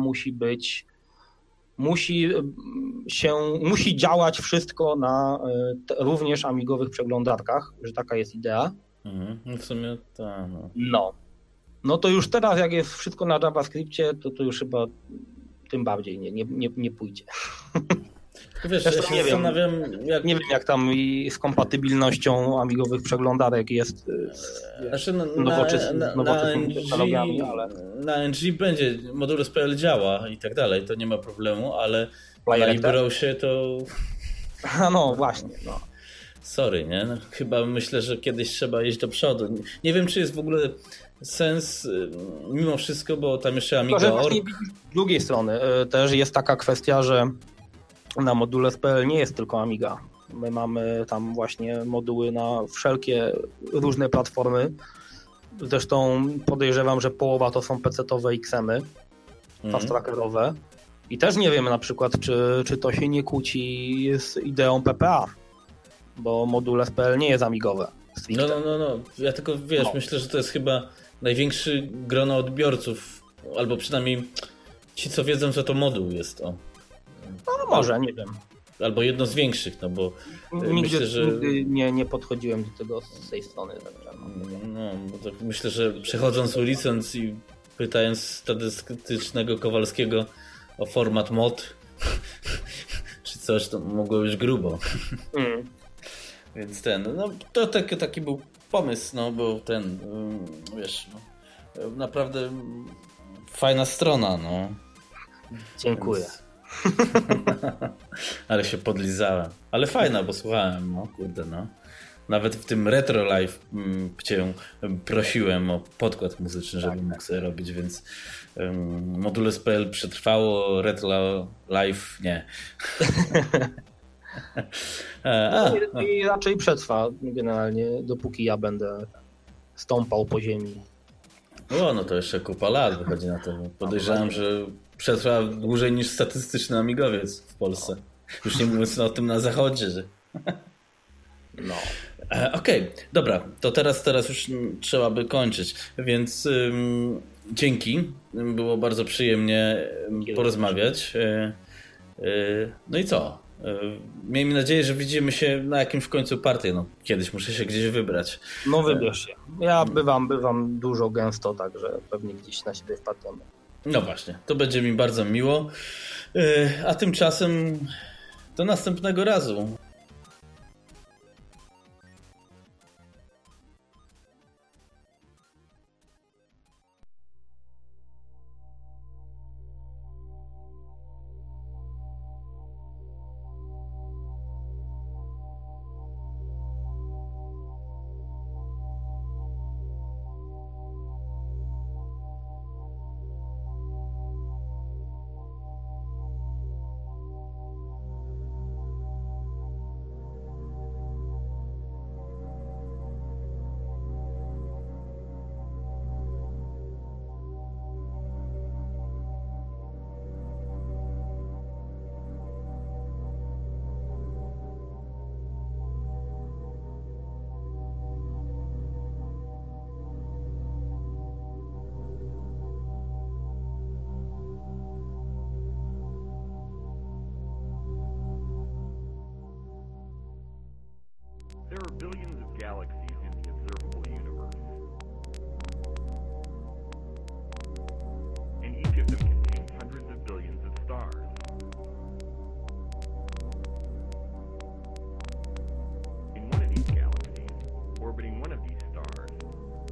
musi działać wszystko na również amigowych przeglądarkach, że taka jest idea. W sumie tak. No to już teraz, jak jest wszystko na JavaScriptie, to już chyba tym bardziej nie pójdzie. Wiesz, ja się zastanawiam, nie wiem, jak tam i z kompatybilnością amigowych przeglądarek jest nowoczesnymi technologiami, ale... Na NG będzie, Modulus.pl działa i tak dalej, to nie ma problemu, ale na LibreOffice to... No właśnie, no. Sorry, nie? No, chyba myślę, że kiedyś trzeba iść do przodu. Nie wiem, czy jest w ogóle sens mimo wszystko, bo tam jeszcze Amiga.org... Z drugiej strony też jest taka kwestia, że na Modulus.pl nie jest tylko Amiga. My mamy tam właśnie moduły na wszelkie różne platformy. Zresztą podejrzewam, że połowa to są PC-towe XM-y, fast-trackerowe. I też nie wiemy na przykład, czy to się nie kłóci z ideą PPA, bo Modulus.pl nie jest amigowe. No. Ja tylko, wiesz, myślę, że to jest chyba największy grono odbiorców, albo przynajmniej ci, co wiedzą, że to moduł jest. No może, nie wiem. Albo jedno z większych, no bo myślę, że... Nigdy nie podchodziłem do tego z tej strony. Bo tak myślę, że przechodząc ulicą i pytając statystycznego Kowalskiego o format mod, czy coś, to mogło być grubo. Więc to taki był pomysł, bo wiesz, naprawdę fajna strona, Dziękuję. Więc... Ale się podlizałem. Ale fajna, bo słuchałem, Nawet w tym Retro Live cię prosiłem o podkład muzyczny, żeby mógł sobie robić, więc Modulus.pl przetrwało, Retro Live nie. I raczej przetrwa generalnie, dopóki ja będę stąpał po ziemi. No to jeszcze kupa lat wychodzi na to. Podejrzewam, że przetrwa dłużej niż statystyczny amigowiec w Polsce. Już nie mówiąc o tym na zachodzie, że... Okej, dobra, to teraz już trzeba by kończyć, więc dzięki, było bardzo przyjemnie porozmawiać. No i co? Miejmy nadzieję, że widzimy się na jakimś w końcu partii. Kiedyś muszę się gdzieś wybrać. Wybierz się. Ja bywam dużo gęsto, także pewnie gdzieś na siebie wpadniemy. No właśnie, to będzie mi bardzo miło. A tymczasem do następnego razu.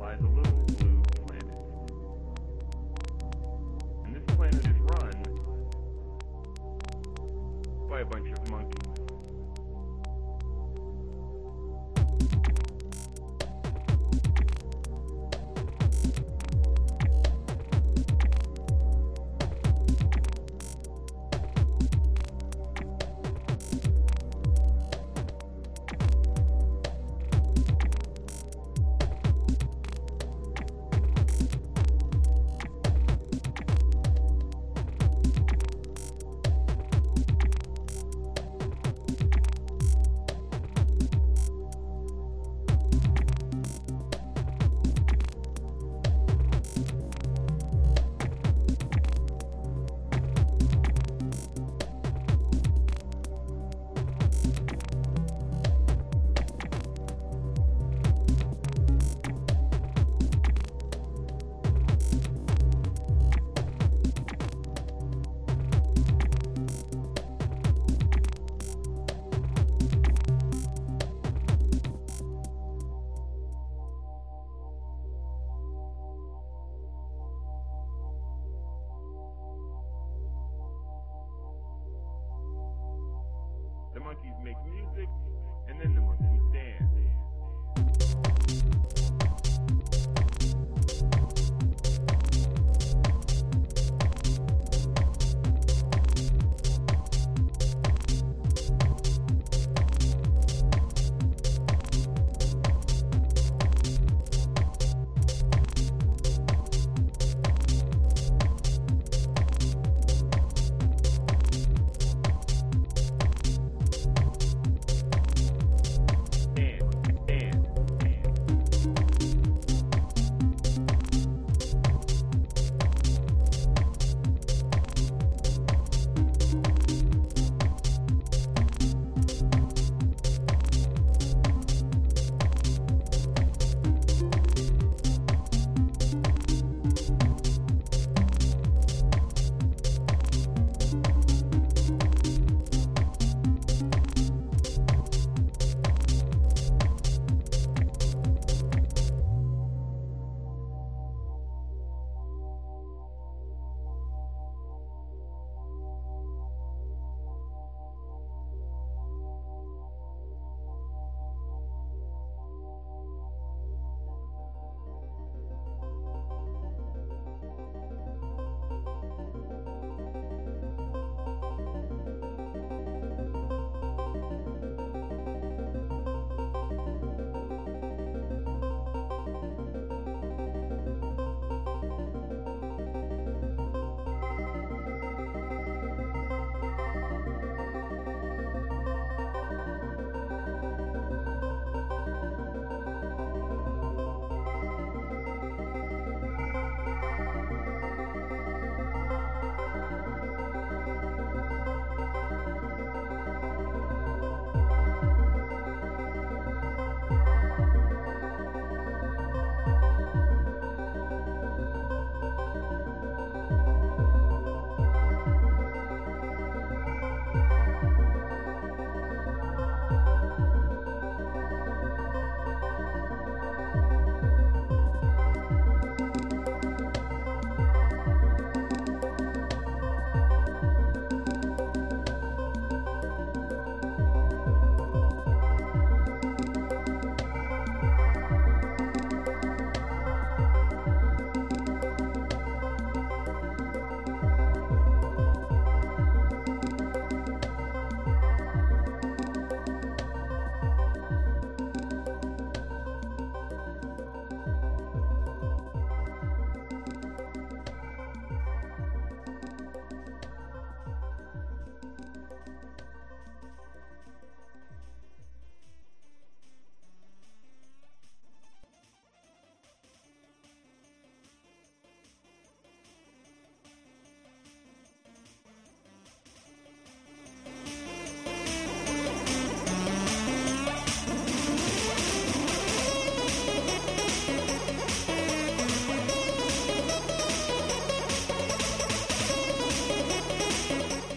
lies a little blue planet. And this planet is run by a bunch of monkeys. The monkeys make music, and then the monkeys dance.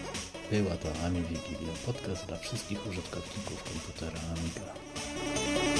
Była to AmiWigilia, podcast dla wszystkich użytkowników komputera Amiga.